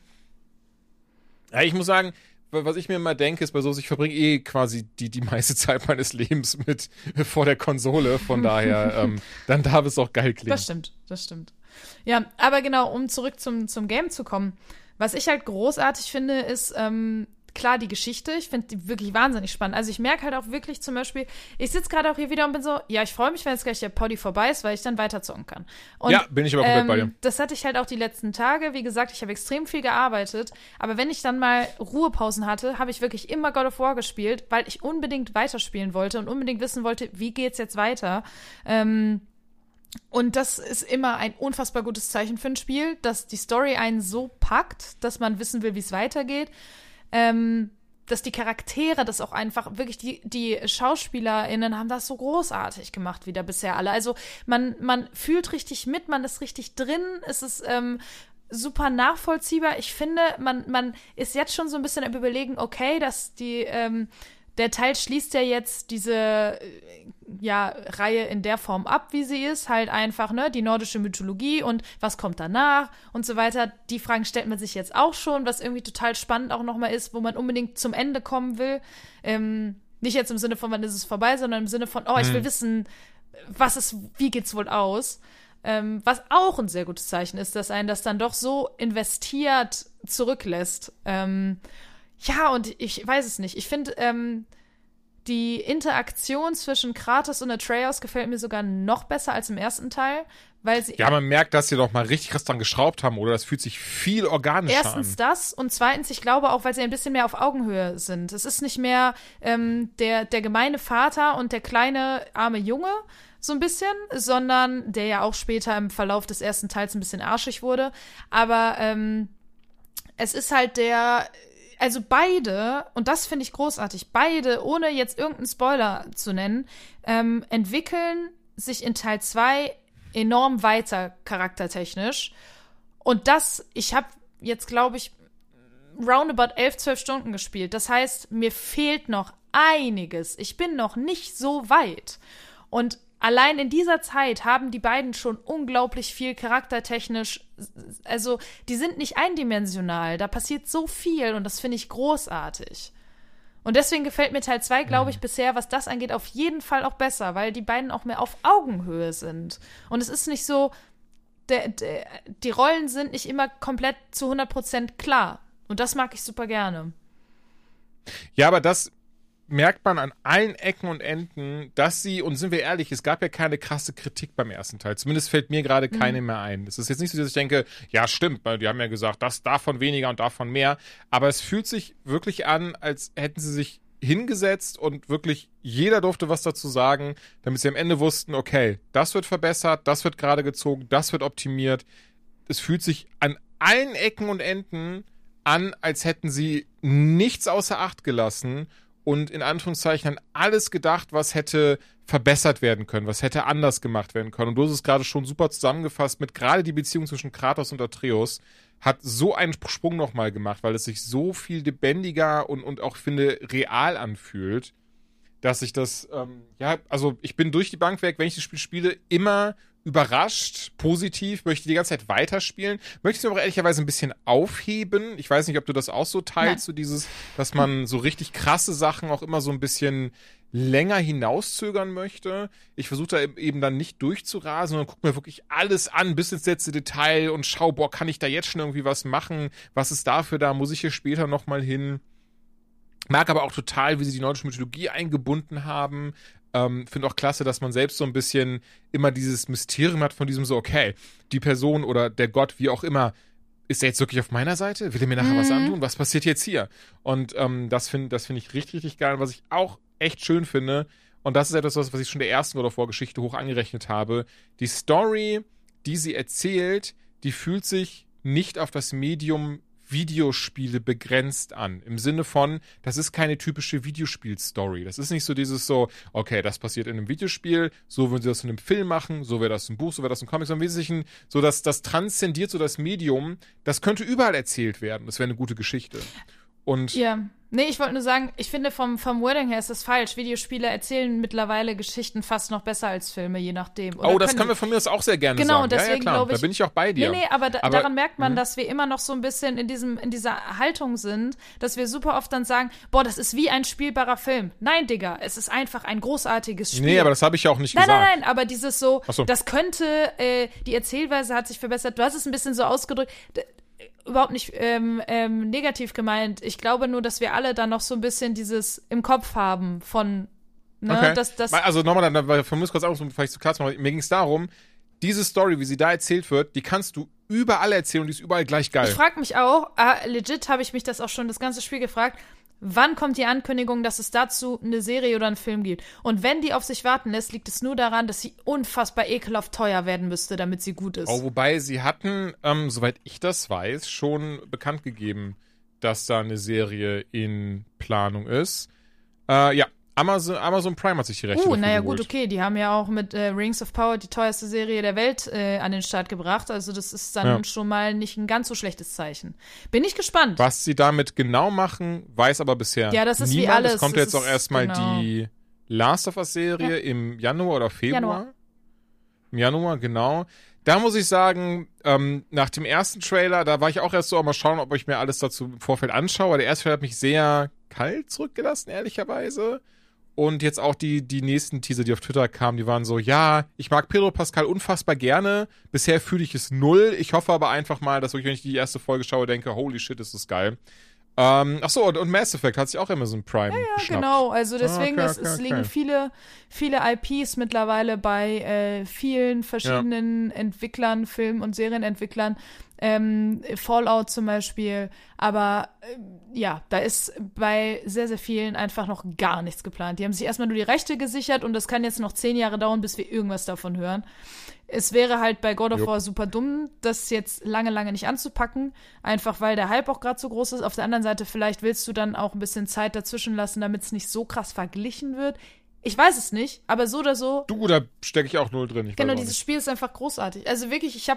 Ja, ich muss sagen, was ich mir immer denke, ist bei so, ich verbringe eh quasi die, die meiste Zeit meines Lebens mit vor der Konsole, von daher, ähm, dann darf es auch geil klingen. Das stimmt, das stimmt. Ja, aber genau, um zurück zum, zum Game zu kommen, was ich halt großartig finde, ist, ähm, klar, die Geschichte, ich finde die wirklich wahnsinnig spannend. Also ich merke halt auch wirklich zum Beispiel, ich sitze gerade auch hier wieder und bin so, ja, ich freue mich, wenn jetzt gleich der Poddy vorbei ist, weil ich dann weiter zocken kann. Und, ja, bin ich aber komplett ähm, bei dir. Das hatte ich halt auch die letzten Tage. Wie gesagt, ich habe extrem viel gearbeitet, aber wenn ich dann mal Ruhepausen hatte, habe ich wirklich immer God of War gespielt, weil ich unbedingt weiterspielen wollte und unbedingt wissen wollte, wie geht's jetzt weiter. Ähm, Und das ist immer ein unfassbar gutes Zeichen für ein Spiel, dass die Story einen so packt, dass man wissen will, wie es weitergeht. Ähm, dass die Charaktere das auch einfach, wirklich die, die SchauspielerInnen haben das so großartig gemacht wieder bisher alle. Also man, man fühlt richtig mit, man ist richtig drin, es ist ähm, super nachvollziehbar. Ich finde, man, man ist jetzt schon so ein bisschen am Überlegen, okay, dass die, ähm, der Teil schließt ja jetzt diese ja, Reihe in der Form ab, wie sie ist, halt einfach, ne, die nordische Mythologie und was kommt danach und so weiter. Die Fragen stellt man sich jetzt auch schon, was irgendwie total spannend auch nochmal ist, wo man unbedingt zum Ende kommen will. Ähm, nicht jetzt im Sinne von, wann ist es vorbei, sondern im Sinne von, oh, ich will wissen, was ist, wie geht's wohl aus? Ähm, was auch ein sehr gutes Zeichen ist, dass einen das dann doch so investiert zurücklässt. Ähm, ja, und ich weiß es nicht. Ich finde, ähm, die Interaktion zwischen Kratos und Atreus gefällt mir sogar noch besser als im ersten Teil, weil sie... Ja, man merkt, dass sie doch mal richtig krass dran geschraubt haben, oder? Das fühlt sich viel organischer an. Erstens das und zweitens, ich glaube auch, weil sie ein bisschen mehr auf Augenhöhe sind. Es ist nicht mehr ähm, der, der gemeine Vater und der kleine arme Junge, so ein bisschen, sondern der ja auch später im Verlauf des ersten Teils ein bisschen arschig wurde. Aber ähm, es ist halt der... Also beide, und das finde ich großartig, beide, ohne jetzt irgendeinen Spoiler zu nennen, ähm, entwickeln sich in Teil zwei enorm weiter charaktertechnisch. Und das, ich habe jetzt, glaube ich, roundabout elf, zwölf Stunden gespielt. Das heißt, mir fehlt noch einiges. Ich bin noch nicht so weit. Und allein in dieser Zeit haben die beiden schon unglaublich viel charaktertechnisch, also die sind nicht eindimensional, da passiert so viel und das finde ich großartig. Und deswegen gefällt mir Teil zwei, glaube ich, bisher, was das angeht, auf jeden Fall auch besser, weil die beiden auch mehr auf Augenhöhe sind. Und es ist nicht so, der, der, die Rollen sind nicht immer komplett zu hundert Prozent klar. Und das mag ich super gerne. Ja, aber das merkt man an allen Ecken und Enden, dass sie, und sind wir ehrlich, es gab ja keine krasse Kritik beim ersten Teil. Zumindest fällt mir gerade keine mhm. mehr ein. Es ist jetzt nicht so, dass ich denke, ja, stimmt, weil die haben ja gesagt, das davon weniger und davon mehr. Aber es fühlt sich wirklich an, als hätten sie sich hingesetzt und wirklich jeder durfte was dazu sagen, damit sie am Ende wussten, okay, das wird verbessert, das wird gerade gezogen, das wird optimiert. Es fühlt sich an allen Ecken und Enden an, als hätten sie nichts außer Acht gelassen und in Anführungszeichen an alles gedacht, was hätte verbessert werden können, was hätte anders gemacht werden können. Und du hast es gerade schon super zusammengefasst mit gerade die Beziehung zwischen Kratos und Atreus hat so einen Sprung nochmal gemacht, weil es sich so viel lebendiger und, und auch, finde, real anfühlt, dass ich das, ähm, ja, also ich bin durch die Bank weg, wenn ich das Spiel spiele, immer überrascht, positiv, möchte die ganze Zeit weiterspielen. Möchte es mir auch ehrlicherweise ein bisschen aufheben. Ich weiß nicht, ob du das auch so teilst, so dieses, dass man so richtig krasse Sachen auch immer so ein bisschen länger hinauszögern möchte. Ich versuche da eben dann nicht durchzurasen, sondern gucke mir wirklich alles an, bis ins letzte Detail und schau, boah, kann ich da jetzt schon irgendwie was machen? Was ist dafür da? Muss ich hier später nochmal hin? Mag aber auch total, wie sie die nordische Mythologie eingebunden haben. Ähm, finde auch klasse, dass man selbst so ein bisschen immer dieses Mysterium hat von diesem so, okay, die Person oder der Gott, wie auch immer, ist er jetzt wirklich auf meiner Seite? Will er mir nachher Mhm. was antun? Was passiert jetzt hier? Und ähm, das finde das find ich richtig, richtig geil. Und was ich auch echt schön finde, und das ist etwas, was ich schon der ersten God of War Geschichte hoch angerechnet habe, die Story, die sie erzählt, die fühlt sich nicht auf das Medium Videospiele begrenzt an. Im Sinne von, das ist keine typische Videospiel-Story. Das ist nicht so dieses so, okay, das passiert in einem Videospiel, so würden sie das in einem Film machen, so wäre das ein Buch, so wäre das ein Comic, sondern wesentlich ein, so dass das transzendiert so das Medium, das könnte überall erzählt werden. Das wäre eine gute Geschichte. Und Ja, nee, ich wollte nur sagen, ich finde vom, vom Wording her ist das falsch. Videospiele erzählen mittlerweile Geschichten fast noch besser als Filme, je nachdem. Oder oh, das können können wir von mir aus auch sehr gerne Genau, sagen. deswegen ja, ja, klar. glaube ich- Da bin ich auch bei dir. Nee, nee, aber, da, Aber- daran merkt man, Mhm. dass wir immer noch so ein bisschen in diesem, in dieser Haltung sind, dass wir super oft dann sagen, boah, das ist wie ein spielbarer Film. Nein, Digga, es ist einfach ein großartiges Spiel. Nee, aber das habe ich ja auch nicht Nein, gesagt. nein, nein, aber dieses so, Ach so. das könnte, äh, die Erzählweise hat sich verbessert. Du hast es ein bisschen so ausgedrückt, d- überhaupt nicht ähm, ähm, negativ gemeint. Ich glaube nur, dass wir alle dann noch so ein bisschen dieses im Kopf haben von, ne, Okay. dass das. Also nochmal, dann, weil von mir ist kurz auch, vielleicht zu klar zu machen, mir ging es darum, diese Story, wie sie da erzählt wird, die kannst du überall erzählen und die ist überall gleich geil. Ich frage mich auch, äh, legit habe ich mich das auch schon das ganze Spiel gefragt, wann kommt die Ankündigung, dass es dazu eine Serie oder einen Film gibt? Und wenn die auf sich warten lässt, liegt es nur daran, dass sie unfassbar ekelhaft teuer werden müsste, damit sie gut ist. Oh, wobei sie hatten, ähm, soweit ich das weiß, schon bekannt gegeben, dass da eine Serie in Planung ist. Äh, ja, Amazon, Amazon Prime hat sich die Rechte Uh, dafür naja, geholt. gut, okay. Die haben ja auch mit äh, Rings of Power die teuerste Serie der Welt äh, an den Start gebracht. Also das ist dann Ja. schon mal nicht ein ganz so schlechtes Zeichen. Bin ich gespannt. Was sie damit genau machen, weiß aber bisher Ja, das ist wie niemand. alles. Es kommt Das jetzt auch ist- erstmal genau. die Last of Us Serie Ja. im Januar oder Februar. Januar. Im Januar, genau. Da muss ich sagen, ähm, nach dem ersten Trailer, da war ich auch erst so, mal schauen, ob ich mir alles dazu im Vorfeld anschaue. Aber der erste Trailer hat mich sehr kalt zurückgelassen, ehrlicherweise. Und jetzt auch die, die nächsten Teaser, die auf Twitter kamen, die waren so, ja, ich mag Pedro Pascal unfassbar gerne. Bisher fühle ich es null. Ich hoffe aber einfach mal, dass wirklich, wenn ich die erste Folge schaue, denke, holy shit, ist das geil. Ähm, ach so, und, und Mass Effect hat sich auch Amazon Prime Ja, geschnappt. genau. Also deswegen, Ah, okay, es, okay, es okay. liegen viele, viele I Ps mittlerweile bei äh, vielen verschiedenen Entwicklern, Film- und Serienentwicklern. Ähm, Fallout zum Beispiel. Aber äh, ja, da ist bei sehr, sehr vielen einfach noch gar nichts geplant. Die haben sich erstmal nur die Rechte gesichert und das kann jetzt noch zehn Jahre dauern, bis wir irgendwas davon hören. Es wäre halt bei God of Jupp. War super dumm, das jetzt lange, lange nicht anzupacken, einfach weil der Hype auch gerade so groß ist. Auf der anderen Seite, vielleicht willst du dann auch ein bisschen Zeit dazwischen lassen, damit es nicht so krass verglichen wird. Ich weiß es nicht, aber so oder so, Du, da stecke ich auch null drin. Ich genau, weiß auch dieses nicht. Spiel ist einfach großartig. Also wirklich, ich habe,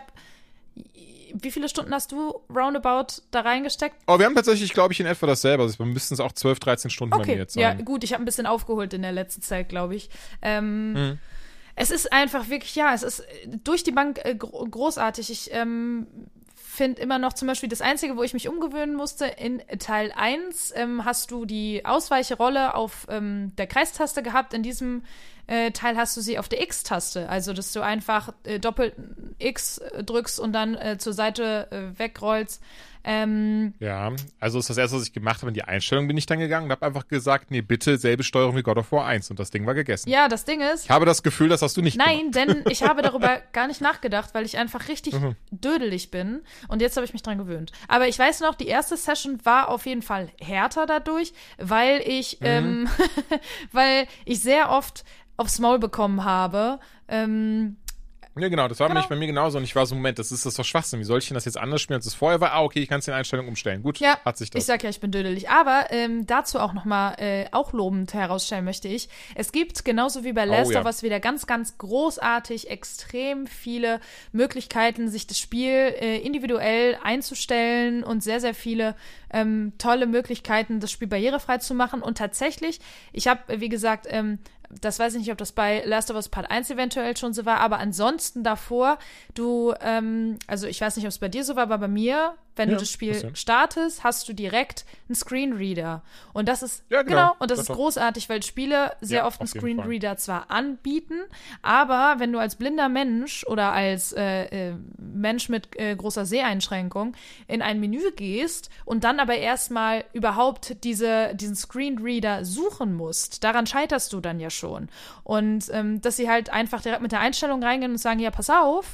wie viele Stunden hast du roundabout da reingesteckt? Oh, wir haben tatsächlich, glaube ich, in etwa dasselbe. Also müssten es auch zwölf, dreizehn Stunden bei mir Okay, jetzt ja, sein. gut, ich habe ein bisschen aufgeholt in der letzten Zeit, glaube ich. Ähm, Mhm. Es ist einfach wirklich, ja, es ist durch die Bank äh, gro großartig. Ich ähm, finde immer noch zum Beispiel das Einzige, wo ich mich umgewöhnen musste, in Teil eins ähm, hast du die Ausweichrolle auf ähm, der Kreistaste gehabt. In diesem äh, Teil hast du sie auf der X-Taste. Also, dass du einfach äh, doppelt X äh, drückst und dann äh, zur Seite äh, wegrollst. Ähm, Ja, also ist das erste, was ich gemacht habe. In die Einstellung bin ich dann gegangen und habe einfach gesagt, nee, bitte selbe Steuerung wie God of War eins. Und das Ding war gegessen. ja, das Ding ist, Ich habe das Gefühl, das hast du nicht nein, denn ich habe darüber gar nicht nachgedacht, weil ich einfach richtig Mhm. dödelig bin. Und jetzt habe ich mich dran gewöhnt. Aber ich weiß noch, die erste Session war auf jeden Fall härter dadurch, weil ich, Mhm. ähm, weil ich sehr oft aufs Maul bekommen habe. Ähm, Ja, genau, das war Genau. nämlich bei mir genauso. Und ich war so, Moment, das ist das doch Schwachsinn. Wie soll ich denn das jetzt anders spielen, als es vorher war? Ah, okay, ich kann es in den Einstellungen umstellen. Gut, Ja, hat sich das. ich sag ja, ich bin dödelig. Aber ähm, dazu auch nochmal äh, auch lobend herausstellen möchte ich. Es gibt genauso wie bei Last Oh, ja. of Us wieder ganz, ganz großartig extrem viele Möglichkeiten, sich das Spiel äh, individuell einzustellen und sehr, sehr viele ähm, tolle Möglichkeiten, das Spiel barrierefrei zu machen. Und tatsächlich, ich habe, wie gesagt, ähm, das weiß ich nicht, ob das bei Last of Us Part eins eventuell schon so war, aber ansonsten davor, du, ähm, also ich weiß nicht, ob es bei dir so war, aber bei mir, wenn Ja, du das Spiel bisschen. startest, hast du direkt einen Screenreader. Und das ist, Ja, genau. und das Doch, ist doch. großartig, weil Spiele sehr Ja, oft einen auf jeden Fall. Screenreader zwar anbieten, aber wenn du als blinder Mensch oder als äh, äh, Mensch mit äh, großer Seheinschränkung in ein Menü gehst und dann aber erstmal überhaupt diese, diesen Screenreader suchen musst, daran scheiterst du dann ja schon. Und ähm, dass sie halt einfach direkt mit der Einstellung reingehen und sagen, ja, pass auf,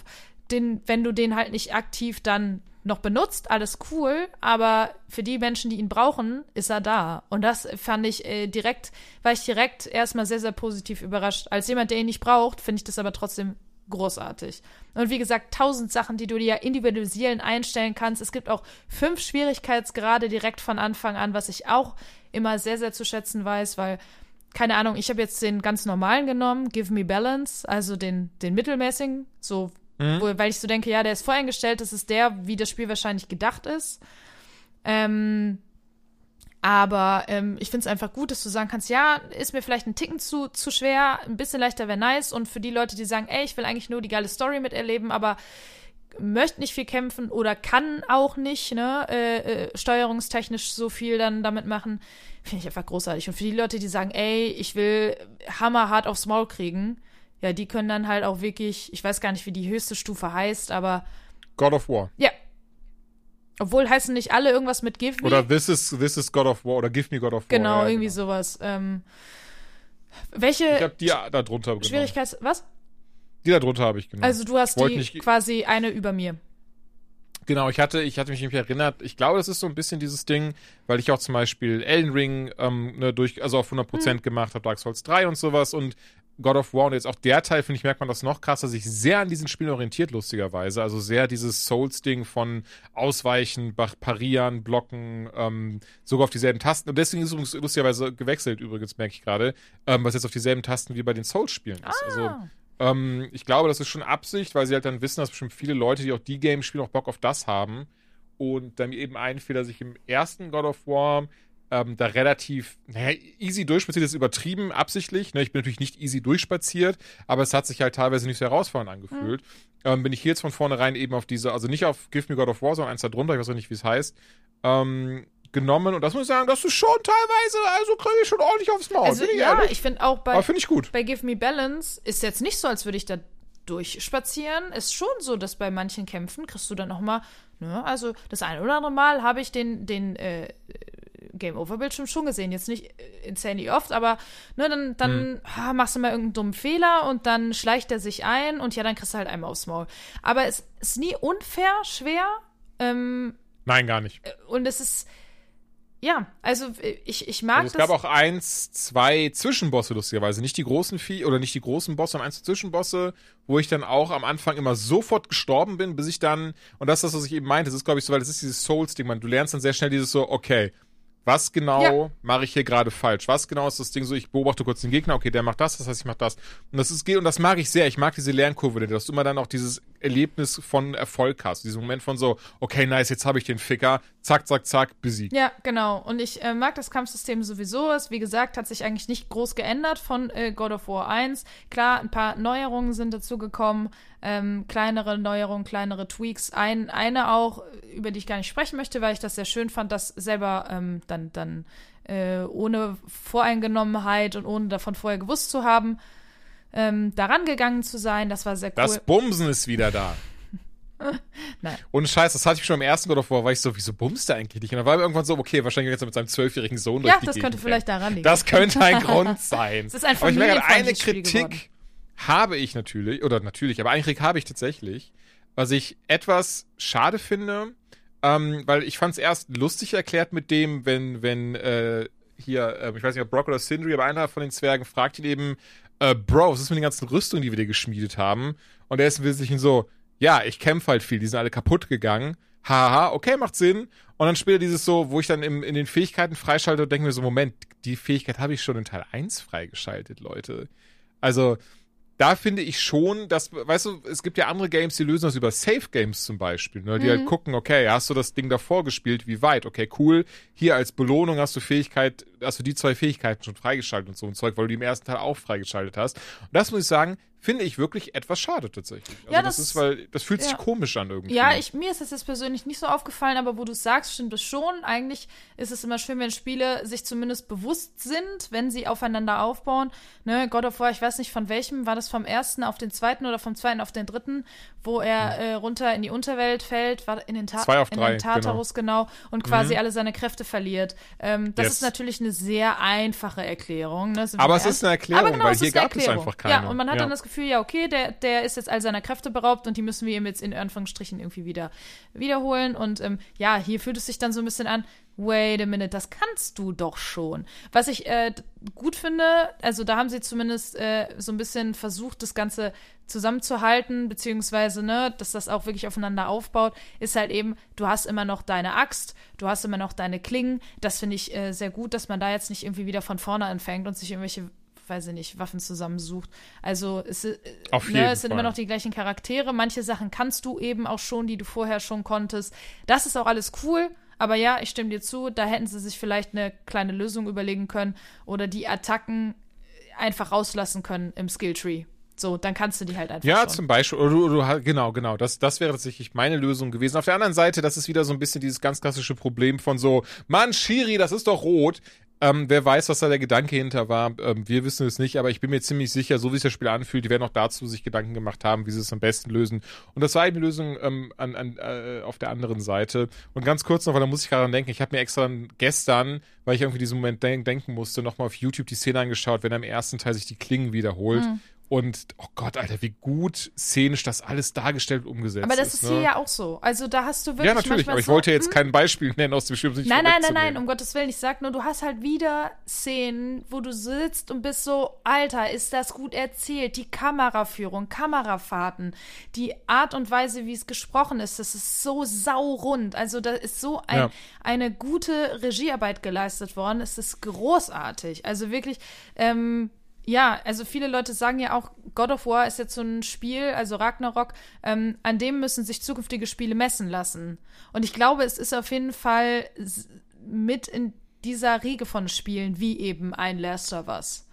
den, wenn du den halt nicht aktiv dann noch benutzt, alles cool, aber für die Menschen, die ihn brauchen, ist er da. Und das fand ich äh, direkt, war ich direkt erstmal sehr, sehr positiv überrascht. Als jemand, der ihn nicht braucht, finde ich das aber trotzdem großartig. Und wie gesagt, tausend Sachen, die du dir individualisieren, einstellen kannst. Es gibt auch fünf Schwierigkeitsgrade direkt von Anfang an, was ich auch immer sehr, sehr zu schätzen weiß, weil, keine Ahnung, ich habe jetzt den ganz normalen genommen, Give Me Balance, also den, den mittelmäßigen, so, mhm. wo, weil ich so denke, ja, der ist voreingestellt, das ist der, wie das Spiel wahrscheinlich gedacht ist. Ähm, aber ähm, ich finde es einfach gut, dass du sagen kannst, ja, ist mir vielleicht ein Ticken zu, zu schwer, ein bisschen leichter wäre nice. Und für die Leute, die sagen, ey, ich will eigentlich nur die geile Story miterleben, aber möchte nicht viel kämpfen oder kann auch nicht, ne, äh, äh, steuerungstechnisch so viel dann damit machen, finde ich einfach großartig. Und für die Leute, die sagen, ey, ich will hammerhart aufs Maul kriegen, ja, die können dann halt auch wirklich, ich weiß gar nicht, wie die höchste Stufe heißt, aber God of War. Ja. Obwohl heißen nicht alle irgendwas mit Give Me. Oder This is, this is God of War oder Give Me God of War. Genau, ja, irgendwie genau. sowas. Ähm, welche Ich habe die da drunter genommen. Schwierigkeits... Was? Die da drunter habe ich genommen. Also du hast die nicht, quasi eine über mir. Genau, ich hatte, ich hatte mich nicht erinnert. Ich glaube, das ist so ein bisschen dieses Ding, weil ich auch zum Beispiel Elden Ring ähm, ne, durch, also auf hundert Prozent hm. gemacht habe, Dark Souls drei und sowas und God of War und jetzt auch der Teil, finde ich, merkt man das noch krasser, sich sehr an diesen Spielen orientiert, lustigerweise. Also sehr dieses Souls-Ding von Ausweichen, Parieren, Blocken, ähm, sogar auf dieselben Tasten. Und deswegen ist es lustigerweise gewechselt, übrigens, merke ich gerade, ähm, was jetzt auf dieselben Tasten wie bei den Souls-Spielen ist. Ah. Also ähm, ich glaube, das ist schon Absicht, weil sie halt dann wissen, dass bestimmt viele Leute, die auch die Games spielen, auch Bock auf das haben. Und dann eben ein Fehler sich im ersten God of War Ähm, da relativ, naja, easy durchspaziert ist übertrieben, absichtlich. Ne? Ich bin natürlich nicht easy durchspaziert, aber es hat sich halt teilweise nicht so herausfordernd angefühlt. Mhm. Ähm, bin ich hier jetzt von vornherein eben auf diese, also nicht auf Give Me God of War, sondern eins da drunter, ich weiß auch nicht, wie es heißt, ähm, genommen. Und das muss ich sagen, das ist schon teilweise, also kriege ich schon ordentlich aufs Maul. Also ich ja, ehrlich. ich finde auch bei, aber finde ich gut. bei Give Me Balance ist jetzt nicht so, als würde ich da durchspazieren. Ist schon so, dass bei manchen Kämpfen kriegst du dann noch mal, ne, also das eine oder andere Mal habe ich den, den, äh, Game-Over-Bildschirm schon gesehen. Jetzt nicht insanely oft, aber ne, dann, dann hm. ha, machst du mal irgendeinen dummen Fehler und dann schleicht er sich ein und ja, dann kriegst du halt einmal aufs Maul. Aber es ist nie unfair schwer. Ähm, Nein, gar nicht. Und es ist, ja, also ich, ich mag also es das. Es gab auch eins, zwei Zwischenbosse, lustigerweise. Nicht die großen Vieh oder nicht die großen Bosse, sondern eins Zwischenbosse, wo ich dann auch am Anfang immer sofort gestorben bin, bis ich dann, und das ist das, was ich eben meinte, das ist, glaube ich, so, weil das ist dieses Souls-Ding, man, du lernst dann sehr schnell dieses so, okay, was genau ja. mache ich hier gerade falsch? Was genau ist das Ding so, ich beobachte kurz den Gegner, okay, der macht das, das heißt, ich mache das. Und das ist, und das mag ich sehr, ich mag diese Lernkurve, dass du immer dann auch dieses Erlebnis von Erfolg hast, diesen Moment von so, okay, nice, jetzt habe ich den Ficker, zack, zack, zack, besiegt. Ja, genau. Und ich äh, mag das Kampfsystem sowieso. Es, wie gesagt, hat sich eigentlich nicht groß geändert von äh, God of War eins. Klar, ein paar Neuerungen sind dazu gekommen, ähm, kleinere Neuerungen, kleinere Tweaks. Ein, eine auch, über die ich gar nicht sprechen möchte, weil ich das sehr schön fand, das selber ähm, dann, dann äh, ohne Voreingenommenheit und ohne davon vorher gewusst zu haben, ähm, daran gegangen zu sein. Das war sehr cool. Das Bumsen ist wieder da. Nein. Und Scheiß, das hatte ich schon im ersten God of War, war ich so, wieso bumst der eigentlich nicht? Und dann war mir irgendwann so, okay, wahrscheinlich jetzt mit seinem zwölfjährigen Sohn durch Ja, die das Gegend könnte vielleicht rennt. daran liegen. Das könnte ein Grund sein. Es ist ein aber ich merke, eine Spiel Kritik geworden. habe ich natürlich, oder natürlich, aber eine Kritik habe ich tatsächlich, was ich etwas schade finde, ähm, weil ich fand es erst lustig erklärt mit dem, wenn, wenn, äh, hier, äh, ich weiß nicht, ob Brock oder Sindri, aber einer von den Zwergen fragt ihn eben, äh, Bro, was ist mit den ganzen Rüstungen, die wir dir geschmiedet haben? Und er ist im Wesentlichen so, ja, ich kämpfe halt viel, die sind alle kaputt gegangen. Haha, okay, macht Sinn. Und dann spielt er dieses so, wo ich dann im, in den Fähigkeiten freischalte und denke mir so, Moment, die Fähigkeit habe ich schon in Teil eins freigeschaltet, Leute. Also, da finde ich schon, dass, weißt du, es gibt ja andere Games, die lösen das über Safe-Games zum Beispiel, ne? Die mhm. halt gucken, okay, hast du das Ding davor gespielt, wie weit? Okay, cool. Hier als Belohnung hast du Fähigkeit, hast du die zwei Fähigkeiten schon freigeschaltet und so ein Zeug, weil du die im ersten Teil auch freigeschaltet hast. Und das muss ich sagen, finde ich wirklich etwas schade tatsächlich. Also ja, das, das ist, weil das fühlt ja. sich komisch an irgendwie. Ja, ich, mir ist das jetzt persönlich nicht so aufgefallen, aber wo du es sagst, stimmt es schon. Eigentlich ist es immer schön, wenn Spiele sich zumindest bewusst sind, wenn sie aufeinander aufbauen. Ne, God of War, ich weiß nicht von welchem, war das vom ersten auf den zweiten oder vom zweiten auf den dritten, wo er äh, runter in die Unterwelt fällt, war in den, Ta- Zwei auf in drei, den Tartarus, genau, genau und quasi mhm. alle seine Kräfte verliert. Ähm, das yes. ist natürlich eine sehr einfache Erklärung. Ne? Aber es ist eine Erklärung, genau, weil hier gab es einfach keine. Ja, und man hat ja. dann das Gefühl, ja, okay, der, der ist jetzt all seiner Kräfte beraubt und die müssen wir ihm jetzt in Anführungsstrichen irgendwie wieder wiederholen. Und ähm, ja, hier fühlt es sich dann so ein bisschen an, wait a minute, das kannst du doch schon. Was ich äh, gut finde, also da haben sie zumindest äh, so ein bisschen versucht, das Ganze zusammenzuhalten, beziehungsweise, ne, dass das auch wirklich aufeinander aufbaut, ist halt eben, du hast immer noch deine Axt, du hast immer noch deine Klingen. Das finde ich äh, sehr gut, dass man da jetzt nicht irgendwie wieder von vorne anfängt und sich irgendwelche, weiß ich nicht, Waffen zusammensucht. Also es, äh, Auf ne, jeden es sind Fall. immer noch die gleichen Charaktere. Manche Sachen kannst du eben auch schon, die du vorher schon konntest. Das ist auch alles cool. Aber ja, ich stimme dir zu, da hätten sie sich vielleicht eine kleine Lösung überlegen können oder die Attacken einfach rauslassen können im Skilltree. So, dann kannst du die halt einfach Ja, schon. zum Beispiel, oder du, du, genau, genau, das, das wäre tatsächlich meine Lösung gewesen. Auf der anderen Seite, das ist wieder so ein bisschen dieses ganz klassische Problem von so, Mann, Shiri, das ist doch rot. Ähm, wer weiß, was da der Gedanke hinter war. Ähm, wir wissen es nicht, aber ich bin mir ziemlich sicher, so wie sich das Spiel anfühlt, die werden auch dazu sich Gedanken gemacht haben, wie sie es am besten lösen. Und das war eine Lösung ähm, an, an, äh, auf der anderen Seite. Und ganz kurz noch, weil da muss ich gerade dran denken, ich habe mir extra dann gestern, weil ich irgendwie diesen Moment denk- denken musste, nochmal auf YouTube die Szene angeschaut, wenn er im ersten Teil sich die Klingen wiederholt. Mhm. Und, oh Gott, Alter, wie gut szenisch das alles dargestellt und umgesetzt ist. Aber das ist ne? hier ja auch so. Also da hast du wirklich Ja, natürlich, manchmal aber ich so, wollte jetzt hm, kein Beispiel nennen aus dem Spiel, um sich Nein, nein, nein, nein, vorwegzunehmen. um Gottes Willen. Ich sag nur, du hast halt wieder Szenen, wo du sitzt und bist so, Alter, ist das gut erzählt? Die Kameraführung, Kamerafahrten, die Art und Weise, wie es gesprochen ist, das ist so saurund. Also da ist so ein, Ja. eine gute Regiearbeit geleistet worden. Es ist großartig. Also wirklich, ähm, ja, also viele Leute sagen ja auch, God of War ist jetzt so ein Spiel, also Ragnarok, ähm, an dem müssen sich zukünftige Spiele messen lassen. Und ich glaube, es ist auf jeden Fall s- mit in dieser Riege von Spielen, wie eben ein Last of Us.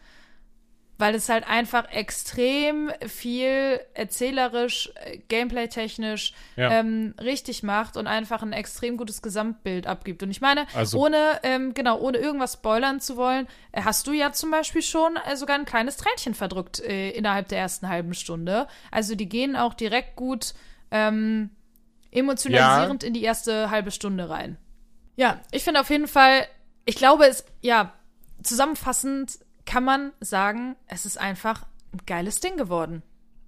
Weil es halt einfach extrem viel erzählerisch, äh, gameplay-technisch Ja. ähm, richtig macht und einfach ein extrem gutes Gesamtbild abgibt. Und ich meine, Also- ohne, ähm, genau, ohne irgendwas spoilern zu wollen, äh, hast du ja zum Beispiel schon äh, sogar ein kleines Tränchen verdrückt äh, innerhalb der ersten halben Stunde. Also die gehen auch direkt gut ähm, emotionalisierend in die erste halbe Stunde rein. Ja, ich finde auf jeden Fall, ich glaube, es, ja, zusammenfassend kann man sagen, es ist einfach ein geiles Ding geworden.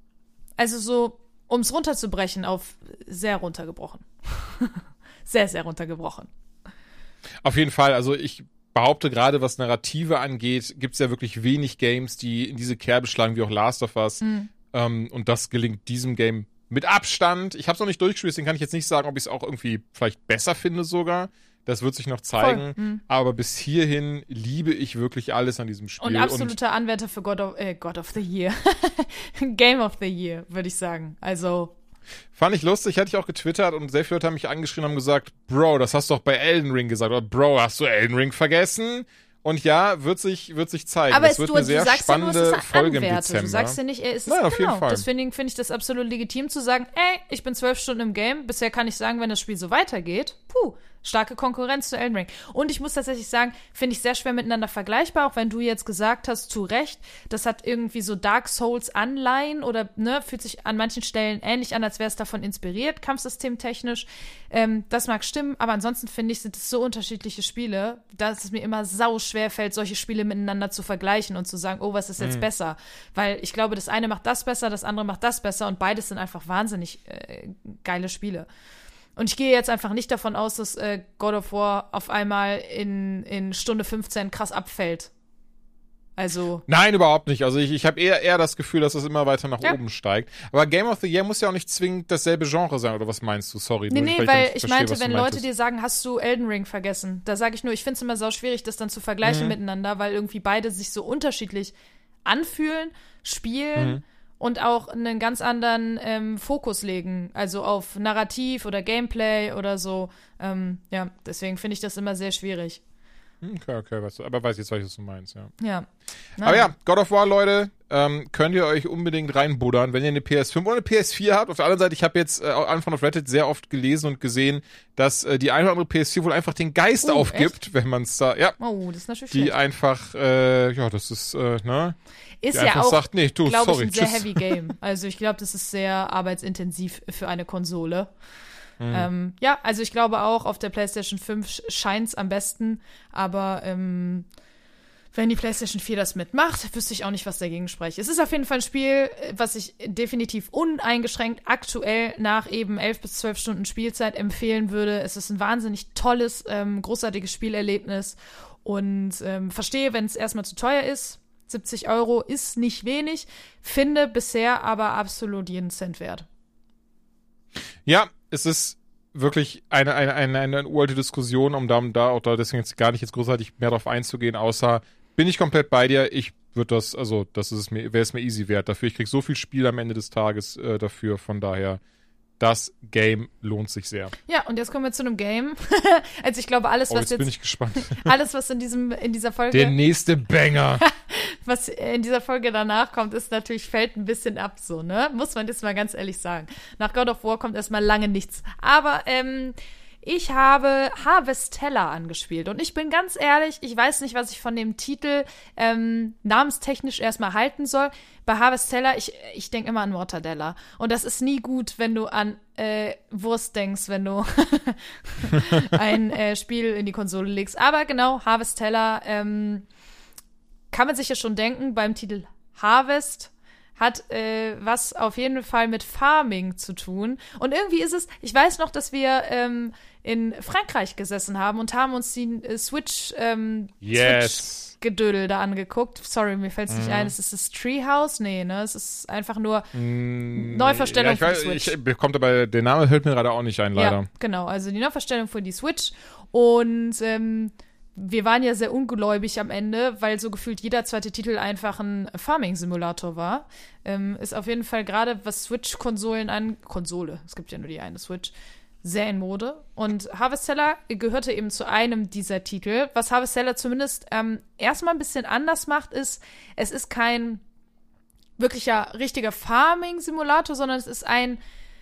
Also so, um es runterzubrechen, auf sehr runtergebrochen. sehr, sehr runtergebrochen. Auf jeden Fall, also ich behaupte gerade, was Narrative angeht, gibt es ja wirklich wenig Games, die in diese Kerbe schlagen, wie auch Last of Us. Mhm. Ähm, und das gelingt diesem Game mit Abstand. Ich habe es noch nicht durchgespielt, deswegen kann ich jetzt nicht sagen, ob ich es auch irgendwie vielleicht besser finde sogar. Das wird sich noch zeigen. Voll. Mhm. Aber bis hierhin liebe ich wirklich alles an diesem Spiel. Und absoluter Anwärter für God of, äh, God of the Year. Game of the Year, würde ich sagen. Also, Fand ich lustig, hatte ich auch getwittert und sehr viele Leute haben mich angeschrien und haben gesagt, Bro, das hast du doch bei Elden Ring gesagt. Oder Bro, hast du Elden Ring vergessen? Und ja, wird sich, wird sich zeigen. aber das es, wird du, eine du sehr sagst ja nur, es spannende ist ein Folge im Anwärter. Dezember. Du sagst ja nicht, er ist es. Nein, auf jeden genau. Fall. Deswegen finde ich das absolut legitim zu sagen, ey, ich bin zwölf Stunden im Game. Bisher kann ich sagen, wenn das Spiel so weitergeht, puh, starke Konkurrenz zu Elden Ring. Und ich muss tatsächlich sagen, finde ich sehr schwer miteinander vergleichbar, auch wenn du jetzt gesagt hast, zu Recht, das hat irgendwie so Dark Souls Anleihen oder, ne, fühlt sich an manchen Stellen ähnlich an, als wäre es davon inspiriert, kampfsystemtechnisch. Ähm, das mag stimmen, aber ansonsten finde ich, sind es so unterschiedliche Spiele, dass es mir immer sau schwer fällt, solche Spiele miteinander zu vergleichen und zu sagen, oh, was ist jetzt Mhm. besser? Weil ich glaube, das eine macht das besser, das andere macht das besser und beides sind einfach wahnsinnig äh, geile Spiele. Und ich gehe jetzt einfach nicht davon aus, dass äh, God of War auf einmal in, in Stunde fünfzehn krass abfällt. Also, Nein, überhaupt nicht. Also ich, ich habe eher, eher das Gefühl, dass es immer weiter nach Ja. oben steigt. Aber Game of the Year muss ja auch nicht zwingend dasselbe Genre sein, oder was meinst du? Sorry. nee, nur, nee, ich weil nicht ich verstehe, meinte, was du wenn Leute meintest. dir sagen, hast du Elden Ring vergessen, da sage ich nur, ich finde es immer sau schwierig, das dann zu vergleichen Mhm. miteinander, weil irgendwie beide sich so unterschiedlich anfühlen, spielen Mhm. und auch einen ganz anderen ähm, Fokus legen, also auf Narrativ oder Gameplay oder so. Ähm, ja, deswegen finde ich das immer sehr schwierig. Okay, okay, weißt du, aber weiß jetzt, was du meinst, ja. Ja. Aber ja, God of War, Leute, ähm, könnt ihr euch unbedingt reinbuddern, wenn ihr eine P S fünf oder eine P S vier habt. Auf der anderen Seite, ich habe jetzt äh, Anfang auf Reddit sehr oft gelesen und gesehen, dass äh, die eine oder andere P S vier wohl einfach den Geist Oh, aufgibt, wenn man es da, ja, Oh, das ist natürlich die schlecht. einfach, äh, ja, das ist, äh, ne, Ist die ja einfach auch, sagt, nee, du, glaube ich, sorry, ein sehr tschüss. heavy Game. Also ich glaube, das ist sehr arbeitsintensiv für eine Konsole. Mhm. Ähm, ja, also ich glaube auch, auf der PlayStation fünf scheint es am besten, aber ähm, wenn die PlayStation vier das mitmacht, wüsste ich auch nicht, was dagegen spricht. Es ist auf jeden Fall ein Spiel, was ich definitiv uneingeschränkt aktuell nach eben elf bis zwölf Stunden Spielzeit empfehlen würde. Es ist ein wahnsinnig tolles, ähm, großartiges Spielerlebnis und ähm, verstehe, wenn es erstmal zu teuer ist. siebzig Euro ist nicht wenig, finde bisher aber absolut jeden Cent wert. Ja, es ist wirklich eine, eine, eine, eine uralte Diskussion, um da, um da auch da deswegen jetzt gar nicht jetzt großartig mehr drauf einzugehen, außer bin ich komplett bei dir. Ich würde das, also das ist mir, wäre es mir easy wert dafür. Ich krieg so viel Spiel am Ende des Tages äh, dafür, von daher, das Game lohnt sich sehr. Ja, und jetzt kommen wir zu einem Game. Also ich glaube, alles, oh, was jetzt jetzt, bin ich gespannt. alles, was in diesem, in dieser Folge, der nächste Banger, was in dieser Folge danach kommt, ist natürlich, fällt ein bisschen ab, so, ne? Muss man jetzt mal ganz ehrlich sagen. Nach God of War kommt erstmal lange nichts. Aber, ähm, ich habe Harvestella angespielt und ich bin ganz ehrlich, ich weiß nicht, was ich von dem Titel ähm, namenstechnisch erstmal halten soll. Bei Harvestella, ich, ich denke immer an Mortadella und das ist nie gut, wenn du an äh, Wurst denkst, wenn du ein äh, Spiel in die Konsole legst. Aber genau, Harvestella ähm, kann man sich ja schon denken, beim Titel Harvest hat äh, was auf jeden Fall mit Farming zu tun. Und irgendwie ist es, ich weiß noch, dass wir ähm, in Frankreich gesessen haben und haben uns die äh, Switch, ähm, yes. Switch-Gedödel da angeguckt. Sorry, mir fällt es nicht Mhm. ein. Ist es das Treehouse? Nee, ne? Es ist einfach nur mm, Neuverstellung ja, ich weiß, für die Switch. Ich bekommt aber, der Name hört mir gerade auch nicht ein, leider. Ja, genau. Also die Neuverstellung für die Switch. Und ähm, wir waren ja sehr ungläubig am Ende, weil so gefühlt jeder zweite Titel einfach ein Farming-Simulator war. Ähm, ist auf jeden Fall gerade, was Switch-Konsolen an... Konsole, es gibt ja nur die eine Switch, sehr in Mode. Und Harvestella gehörte eben zu einem dieser Titel. Was Harvestella zumindest ähm, erstmal ein bisschen anders macht, ist, es ist kein wirklicher, richtiger Farming-Simulator, sondern es ist ein...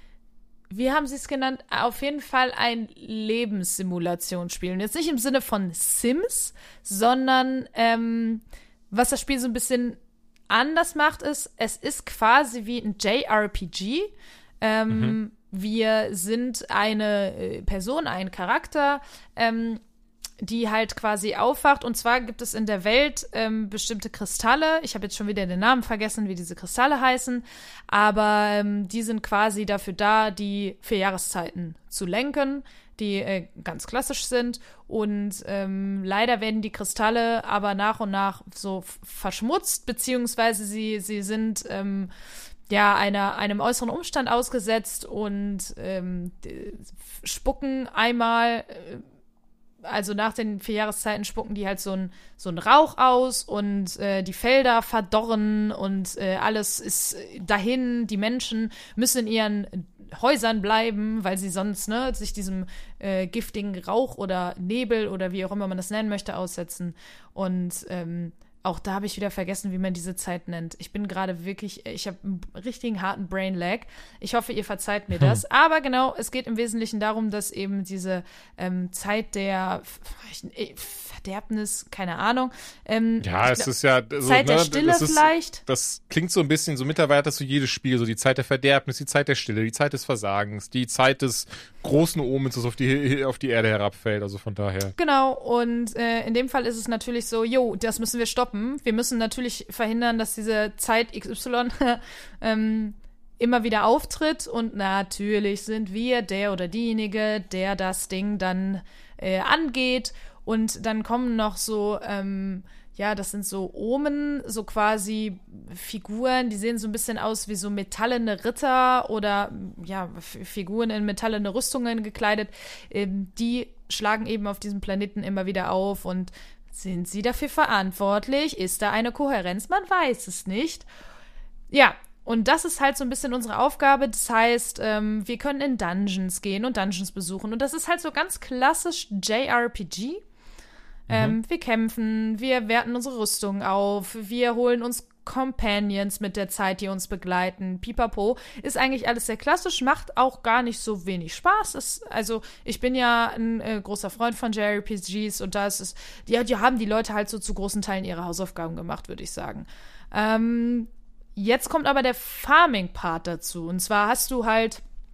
Wie haben sie es genannt? Auf jeden Fall ein Lebenssimulationsspiel. Und jetzt nicht im Sinne von Sims, sondern ähm, was das Spiel so ein bisschen anders macht, ist, es ist quasi wie ein J R P G. Ähm, mhm. Wir sind eine äh, Person, ein Charakter, ähm, die halt quasi aufwacht. Und zwar gibt es in der Welt ähm, bestimmte Kristalle. Ich habe jetzt schon wieder den Namen vergessen, wie diese Kristalle heißen. Aber ähm, die sind quasi dafür da, die vier Jahreszeiten zu lenken, die äh, ganz klassisch sind. Und ähm, leider werden die Kristalle aber nach und nach so f- verschmutzt, beziehungsweise sie, sie sind ähm, ja einer, einem äußeren Umstand ausgesetzt und ähm, d- spucken einmal äh, also nach den vier Jahreszeiten spucken die halt so ein so ein Rauch aus und äh, die Felder verdorren und äh, alles ist dahin. Die Menschen müssen in ihren Häusern bleiben, weil sie sonst ne sich diesem äh, giftigen Rauch oder Nebel oder wie auch immer man das nennen möchte aussetzen. Und ähm, auch da habe ich wieder vergessen, wie man diese Zeit nennt. Ich bin gerade wirklich, ich habe einen richtigen harten Brain Lag. Ich hoffe, ihr verzeiht mir das. Hm. Aber genau, es geht im Wesentlichen darum, dass eben diese ähm, Zeit der Verderbnis, keine Ahnung. Ähm, ja, es glaub, ist ja... Also, Zeit der ne, Stille das ist, vielleicht. Das klingt so ein bisschen, so mittlerweile hast du jedes Spiel, so die Zeit der Verderbnis, die Zeit der Stille, die Zeit des Versagens, die Zeit des großen Omens, das auf die, auf die Erde herabfällt, also von daher. Genau, und äh, in dem Fall ist es natürlich so, jo, das müssen wir stoppen. Wir müssen natürlich verhindern, dass diese Zeit X Y ähm, immer wieder auftritt und natürlich sind wir der oder diejenige, der das Ding dann äh, angeht und dann kommen noch so, ähm, ja, das sind so Omen, so quasi Figuren, die sehen so ein bisschen aus wie so metallene Ritter oder ja, F- Figuren in metallene Rüstungen gekleidet, ähm, die schlagen eben auf diesem Planeten immer wieder auf und sind sie dafür verantwortlich? Ist da eine Kohärenz? Man weiß es nicht. Ja, und das ist halt so ein bisschen unsere Aufgabe. Das heißt, ähm, wir können in Dungeons gehen und Dungeons besuchen. Und das ist halt so ganz klassisch J R P G. Ähm, mhm. Wir kämpfen, wir werten unsere Rüstung auf, wir holen uns Companions mit der Zeit, die uns begleiten. Pipapo ist eigentlich alles sehr klassisch, macht auch gar nicht so wenig Spaß. Ist, also ich bin ja ein äh, großer Freund von J R P Gs und da ist es, die, die haben die Leute halt so zu großen Teilen ihre Hausaufgaben gemacht, würde ich sagen. Ähm, jetzt kommt aber der Farming-Part dazu. Und zwar hast du halt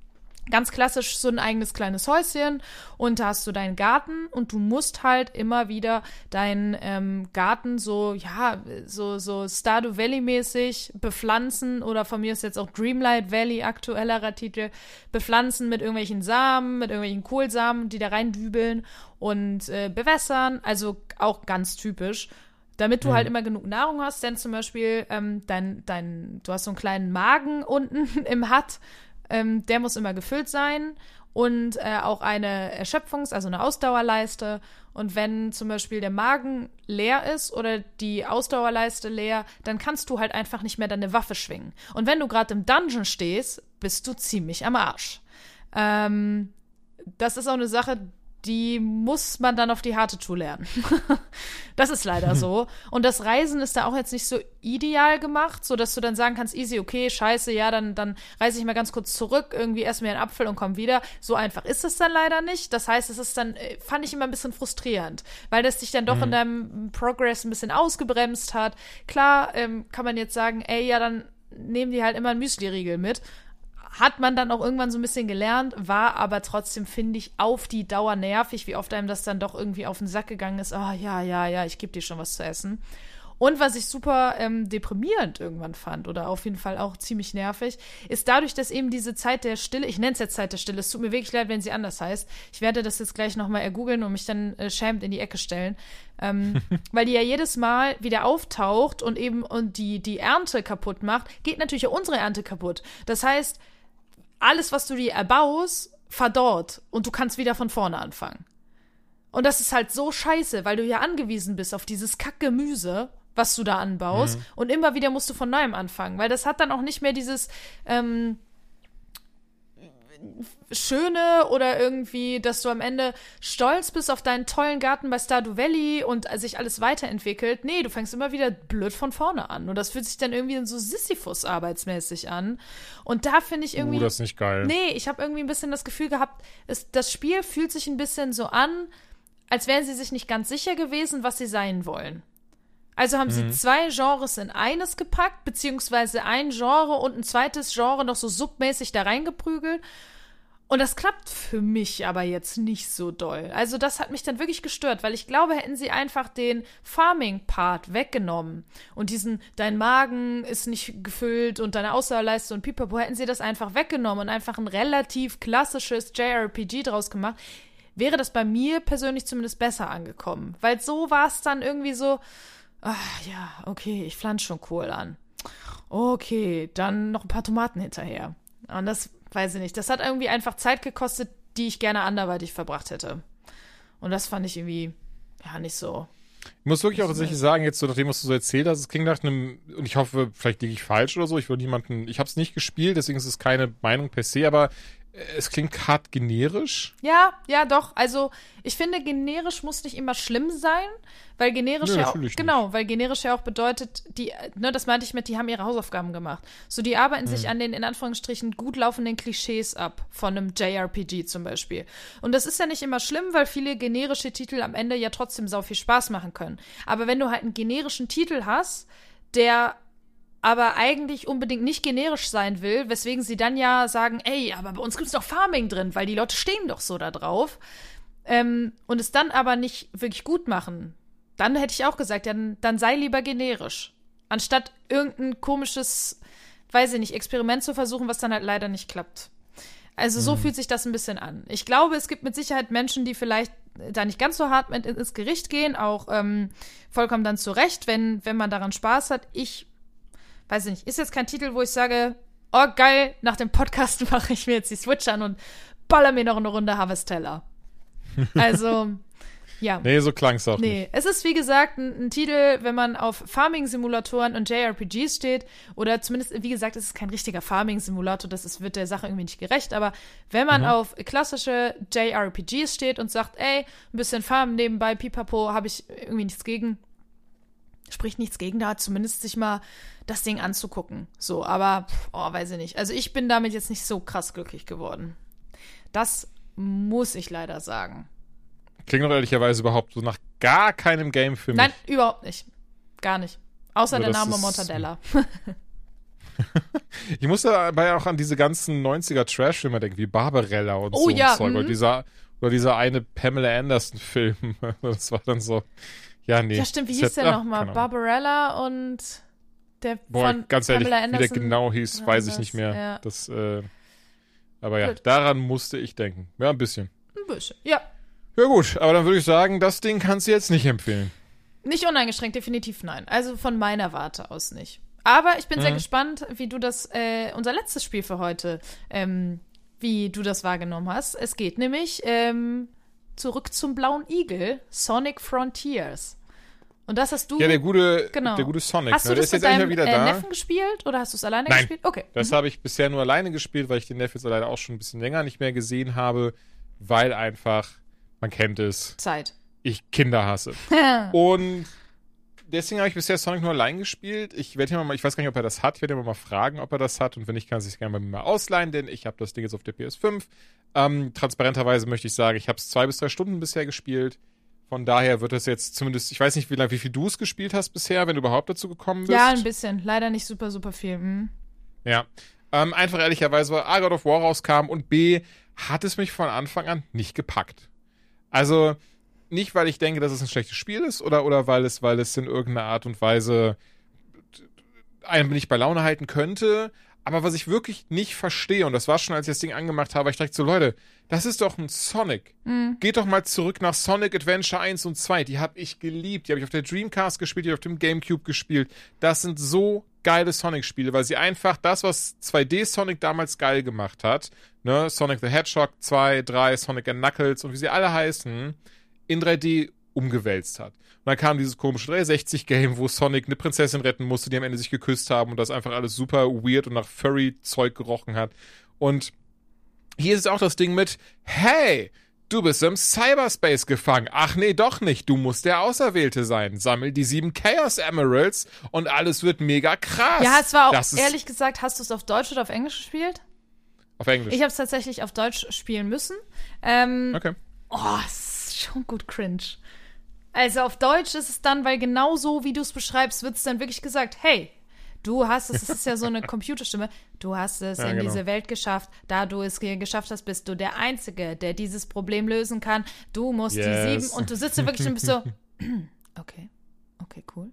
ganz klassisch so ein eigenes kleines Häuschen und da hast du deinen Garten und du musst halt immer wieder deinen ähm, Garten so, ja, so, so Stardew Valley-mäßig bepflanzen oder von mir ist jetzt auch Dreamlight Valley aktuellerer Titel, bepflanzen mit irgendwelchen Samen, mit irgendwelchen Kohlsamen, die da reindübeln und äh, bewässern, also auch ganz typisch. Damit du mhm. halt immer genug Nahrung hast, denn zum Beispiel ähm, dein, dein, du hast so einen kleinen Magen unten im Hut, Ähm, der muss immer gefüllt sein und äh, auch eine Erschöpfungs-, also eine Ausdauerleiste. Und wenn zum Beispiel der Magen leer ist oder die Ausdauerleiste leer, dann kannst du halt einfach nicht mehr deine Waffe schwingen. Und wenn du gerade im Dungeon stehst, bist du ziemlich am Arsch. Ähm, das ist auch eine Sache, die muss man dann auf die harte Tour lernen. Das ist leider so. Und das Reisen ist da auch jetzt nicht so ideal gemacht, so dass du dann sagen kannst, easy, okay, scheiße, ja, dann, dann reise ich mal ganz kurz zurück, irgendwie esse mir einen Apfel und komm wieder. So einfach ist es dann leider nicht. Das heißt, es ist dann, fand ich immer ein bisschen frustrierend, weil das dich dann doch mhm. in deinem Progress ein bisschen ausgebremst hat. Klar, ähm, kann man jetzt sagen, ey, ja, dann nehmen die halt immer einen Müsli-Riegel mit. Hat man dann auch irgendwann so ein bisschen gelernt, war aber trotzdem, finde ich, auf die Dauer nervig, wie oft einem das dann doch irgendwie auf den Sack gegangen ist. Ah, oh, ja, ja, ja, ich gebe dir schon was zu essen. Und was ich super ähm, deprimierend irgendwann fand oder auf jeden Fall auch ziemlich nervig, ist dadurch, dass eben diese Zeit der Stille, ich nenne es jetzt Zeit der Stille, es tut mir wirklich leid, wenn sie anders heißt. Ich werde das jetzt gleich nochmal ergoogeln und mich dann äh, schämend in die Ecke stellen. Ähm, weil die ja jedes Mal wieder auftaucht und eben und die, die Ernte kaputt macht, geht natürlich auch unsere Ernte kaputt. Das heißt, alles, was du dir erbaust, verdorrt und du kannst wieder von vorne anfangen. Und das ist halt so scheiße, weil du ja angewiesen bist auf dieses Kackgemüse, was du da anbaust. Mhm. Und immer wieder musst du von neuem anfangen, weil das hat dann auch nicht mehr dieses ähm, Schöne oder irgendwie, dass du am Ende stolz bist auf deinen tollen Garten bei Stardew Valley und sich alles weiterentwickelt. Nee, du fängst immer wieder blöd von vorne an. Und das fühlt sich dann irgendwie so Sisyphus-arbeitsmäßig an. Und da finde ich irgendwie... Uh, das ist nicht geil. Nee, ich habe irgendwie ein bisschen das Gefühl gehabt, es, das Spiel fühlt sich ein bisschen so an, als wären sie sich nicht ganz sicher gewesen, was sie sein wollen. Also haben mhm. sie zwei Genres in eines gepackt, beziehungsweise ein Genre und ein zweites Genre noch so submäßig da reingeprügelt. Und das klappt für mich aber jetzt nicht so doll. Also das hat mich dann wirklich gestört, weil ich glaube, hätten sie einfach den Farming-Part weggenommen und diesen, dein Magen ist nicht gefüllt und deine Ausdauerleiste und pipapo, hätten sie das einfach weggenommen und einfach ein relativ klassisches J R P G draus gemacht, wäre das bei mir persönlich zumindest besser angekommen. Weil so war es dann irgendwie so, ach ja, okay, ich pflanze schon Kohl an. Okay, dann noch ein paar Tomaten hinterher. Und das, weiß ich nicht, das hat irgendwie einfach Zeit gekostet, die ich gerne anderweitig verbracht hätte. Und das fand ich irgendwie, ja, nicht so. Ich muss wirklich auch tatsächlich sagen, jetzt so nachdem, was du so erzählt hast, es klingt nach einem, und ich hoffe, vielleicht liege ich falsch oder so, ich will niemanden, ich habe es nicht gespielt, deswegen ist es keine Meinung per se, aber es klingt hart generisch. Ja, ja, doch. Also ich finde, generisch muss nicht immer schlimm sein, weil generisch Nö, ja auch, nicht. genau, weil generisch ja auch bedeutet, die, ne, das meinte ich mit, die haben ihre Hausaufgaben gemacht. So, die arbeiten hm. sich an den, in Anführungsstrichen, gut laufenden Klischees ab, von einem J R P G zum Beispiel. Und das ist ja nicht immer schlimm, weil viele generische Titel am Ende ja trotzdem sau viel Spaß machen können. Aber wenn du halt einen generischen Titel hast, der aber eigentlich unbedingt nicht generisch sein will, weswegen sie dann ja sagen, ey, aber bei uns gibt's doch Farming drin, weil die Leute stehen doch so da drauf. Ähm, und es dann aber nicht wirklich gut machen. Dann hätte ich auch gesagt, ja, dann, dann sei lieber generisch. Anstatt irgendein komisches, weiß ich nicht, Experiment zu versuchen, was dann halt leider nicht klappt. Also so mhm. fühlt sich das ein bisschen an. Ich glaube, es gibt mit Sicherheit Menschen, die vielleicht da nicht ganz so hart mit ins Gericht gehen, auch ähm, vollkommen dann zurecht, wenn, wenn man daran Spaß hat. Ich weiß ich nicht, ist jetzt kein Titel, wo ich sage, oh geil, nach dem Podcast mache ich mir jetzt die Switch an und baller mir noch eine Runde Harvestella. Also, ja. Nee, so klang's auch nee. nicht. Es ist, wie gesagt, ein, ein Titel, wenn man auf Farming-Simulatoren und J R P Gs steht, oder zumindest, wie gesagt, es ist kein richtiger Farming-Simulator, das ist, wird der Sache irgendwie nicht gerecht, aber wenn man mhm. auf klassische J R P Gs steht und sagt, ey, ein bisschen Farmen nebenbei, pipapo, habe ich irgendwie nichts gegen, spricht nichts gegen, da zumindest sich mal das Ding anzugucken. So, aber, oh, weiß ich nicht. Also ich bin damit jetzt nicht so krass glücklich geworden. Das muss ich leider sagen. Klingt doch ehrlicherweise überhaupt so nach gar keinem Game für mich. Nein, überhaupt nicht. Gar nicht. Außer also der Name Mortadella. Ich musste dabei auch an diese ganzen neunziger-Trash-Filme denken, wie Barbarella und Oh so ja, ein Zeug. mhm. Oder dieser, oder dieser eine Pamela Anderson-Film. Das war dann so, ja, nee. Ja, stimmt, wie Das hieß hat- der ach, nochmal? keine Ahnung. Barbarella und der Boah, von ganz ehrlich, Pamela wie der Anderson. genau hieß, oder weiß ich anders, nicht mehr. Ja. Das, äh, aber ja, Gut. daran musste ich denken. Ja, ein bisschen. Ein bisschen. Ja, Ja gut, aber dann würde ich sagen, das Ding kannst du jetzt nicht empfehlen. nicht uneingeschränkt, definitiv nein. Also von meiner Warte aus nicht. Aber ich bin sehr Mhm. gespannt, wie du das, äh, unser letztes Spiel für heute, ähm, wie du das wahrgenommen hast. Es geht nämlich ähm, zurück zum Blauen Igel, Sonic Frontiers. Und das hast du, Ja, der gute, genau. der gute Sonic, hast ne? du der das ist mit jetzt endlich deinem mal wieder äh, da. Neffen gespielt oder hast du es alleine Nein. gespielt? Okay. Das habe ich bisher nur alleine gespielt, weil ich den Neff jetzt leider auch schon ein bisschen länger nicht mehr gesehen habe, weil einfach, man kennt es, Zeit. ich Kinder hasse. Und deswegen habe ich bisher Sonic nur allein gespielt. Ich werde mal, ich weiß gar nicht, ob er das hat. Ich werde ihn mal fragen, ob er das hat. Und wenn nicht, kann er sich gerne bei mir mal ausleihen, denn ich habe das Ding jetzt auf der P S fünf. Ähm, transparenterweise möchte ich sagen, ich habe es zwei bis drei Stunden bisher gespielt. Von daher wird es jetzt zumindest, ich weiß nicht, wie lange, wie viel du es gespielt hast bisher, wenn du überhaupt dazu gekommen bist. Ja, ein bisschen. Leider nicht super, super viel. Hm. Ja. Ähm, einfach ehrlicherweise, weil A, God of War rauskam und B, hat es mich von Anfang an nicht gepackt. Also, nicht, weil ich denke, dass es ein schlechtes Spiel ist oder, oder weil es, weil es in irgendeiner Art und Weise einen nicht bei Laune halten könnte, aber was ich wirklich nicht verstehe, und das war schon, als ich das Ding angemacht habe, ich dachte so, Leute, das ist doch ein Sonic. Mhm. Geht doch mal zurück nach Sonic Adventure eins und zwei. Die habe ich geliebt. Die habe ich auf der Dreamcast gespielt, die habe ich auf dem Gamecube gespielt. Das sind so geile Sonic-Spiele, weil sie einfach das, was zwei D-Sonic damals geil gemacht hat, ne, Sonic the Hedgehog zwei, drei, Sonic and Knuckles und wie sie alle heißen, in drei D umgewälzt hat. Und dann kam dieses komische dreihundertsechzig-Game, wo Sonic eine Prinzessin retten musste, die am Ende sich geküsst haben und das einfach alles super weird und nach Furry-Zeug gerochen hat. Und hier ist auch das Ding mit, hey, du bist im Cyberspace gefangen. Ach nee, doch nicht. Du musst der Auserwählte sein. Sammel die sieben Chaos Emeralds und alles wird mega krass. Ja, es war auch, das ist ehrlich gesagt, hast du es auf Deutsch oder auf Englisch gespielt? auf Englisch. Ich habe es tatsächlich auf Deutsch spielen müssen. Ähm, Okay. Oh, es ist schon gut cringe. Also auf Deutsch ist es dann, weil genau so, wie du es beschreibst, wird es dann wirklich gesagt, hey, du hast es, es ist ja so eine Computerstimme, du hast es Ja, in genau. diese Welt geschafft, da du es hier geschafft hast, bist du der Einzige, der dieses Problem lösen kann. Du musst die Yes. sieben, und du sitzt da wirklich und bist so, okay, okay, cool.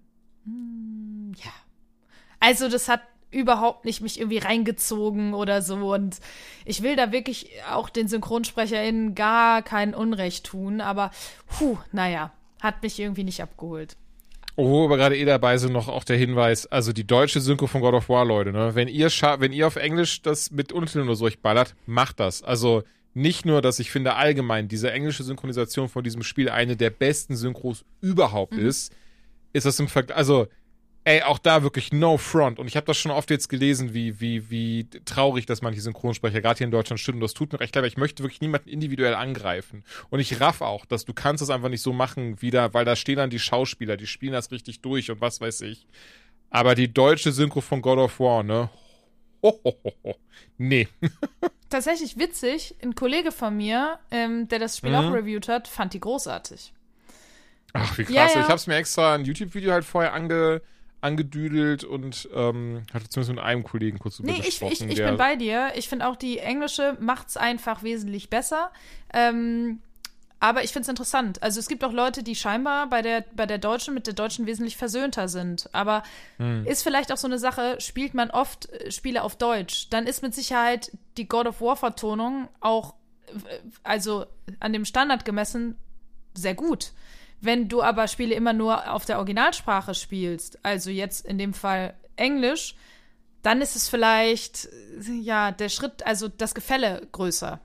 Hm, ja. Also das hat überhaupt nicht mich irgendwie reingezogen oder so, und ich will da wirklich auch den SynchronsprecherInnen gar kein Unrecht tun, aber puh, naja, hat mich irgendwie nicht abgeholt. Oh, wo wir gerade eh dabei sind, noch auch der Hinweis, also die deutsche Synchro von God of War, Leute, ne? Wenn ihr scha- wenn ihr auf Englisch das mit Untertiteln oder so euch ballert, macht das. Also nicht nur, dass ich finde allgemein diese englische Synchronisation von diesem Spiel eine der besten Synchros überhaupt Mhm. ist, ist das im Vergleich, also ey, auch da wirklich no front. Und ich habe das schon oft jetzt gelesen, wie wie wie traurig, dass manche Synchronsprecher gerade hier in Deutschland stimmen. Das tut mir recht leid, aber ich möchte wirklich niemanden individuell angreifen. Und ich raff auch, dass du kannst das einfach nicht so machen, wieder, weil da stehen dann die Schauspieler, die spielen das richtig durch und was weiß ich. Aber die deutsche Synchro von God of War, ne? Ho, ho, ho, ho. Nee. Tatsächlich witzig, ein Kollege von mir, ähm, der das Spiel Mhm. auch reviewt hat, fand die großartig. Ach, wie krass. Ja, ja. Ich hab's mir extra ein YouTube-Video halt vorher ange angedüdelt und ähm, hatte zumindest mit einem Kollegen kurz drüber Nee, ich, gesprochen. ich, ich der, bin bei dir. Ich finde auch, die englische macht's einfach wesentlich besser. Ähm, aber ich finde es interessant. Also es gibt auch Leute, die scheinbar bei der, bei der Deutschen mit der Deutschen wesentlich versöhnter sind. Aber Hm. ist vielleicht auch so eine Sache, spielt man oft äh, Spiele auf Deutsch, dann ist mit Sicherheit die God of War-Vertonung auch, äh, also an dem Standard gemessen, sehr gut. Wenn du aber Spiele immer nur auf der Originalsprache spielst, also jetzt in dem Fall Englisch, dann ist es vielleicht, ja, der Schritt, also das Gefälle größer.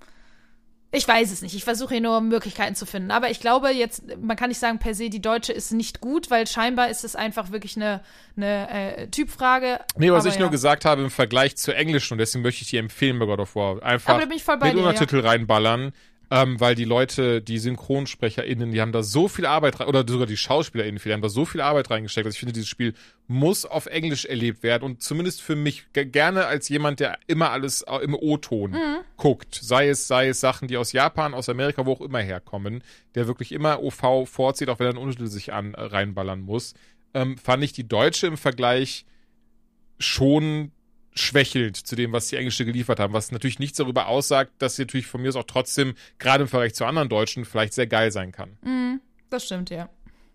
Ich weiß es nicht. Ich versuche hier nur Möglichkeiten zu finden. Aber ich glaube jetzt, man kann nicht sagen per se, die deutsche ist nicht gut, weil scheinbar ist es einfach wirklich eine, eine äh, Typfrage. Nee, was Aber ich ja. nur gesagt habe im Vergleich zur englischen, und deswegen möchte ich die empfehlen bei God of War. Einfach Aber da bin ich voll bei mit dir, Untertitel reinballern, ähm, weil die Leute, die SynchronsprecherInnen, die haben da so viel Arbeit rein, oder sogar die SchauspielerInnen, die haben da so viel Arbeit reingesteckt, dass ich finde, dieses Spiel muss auf Englisch erlebt werden und zumindest für mich g- gerne als jemand, der immer alles äh, im O-Ton Mhm. guckt. Sei es, sei es Sachen, die aus Japan, aus Amerika, wo auch immer herkommen, der wirklich immer O V vorzieht, auch wenn er einen Untertitel sich an, äh, reinballern muss, ähm, fand ich die deutsche im Vergleich schon schwächelt zu dem, was die Englische geliefert haben, was natürlich nichts darüber aussagt, dass sie natürlich von mir aus auch trotzdem, gerade im Vergleich zu anderen Deutschen, vielleicht sehr geil sein kann. Mm, das stimmt, ja.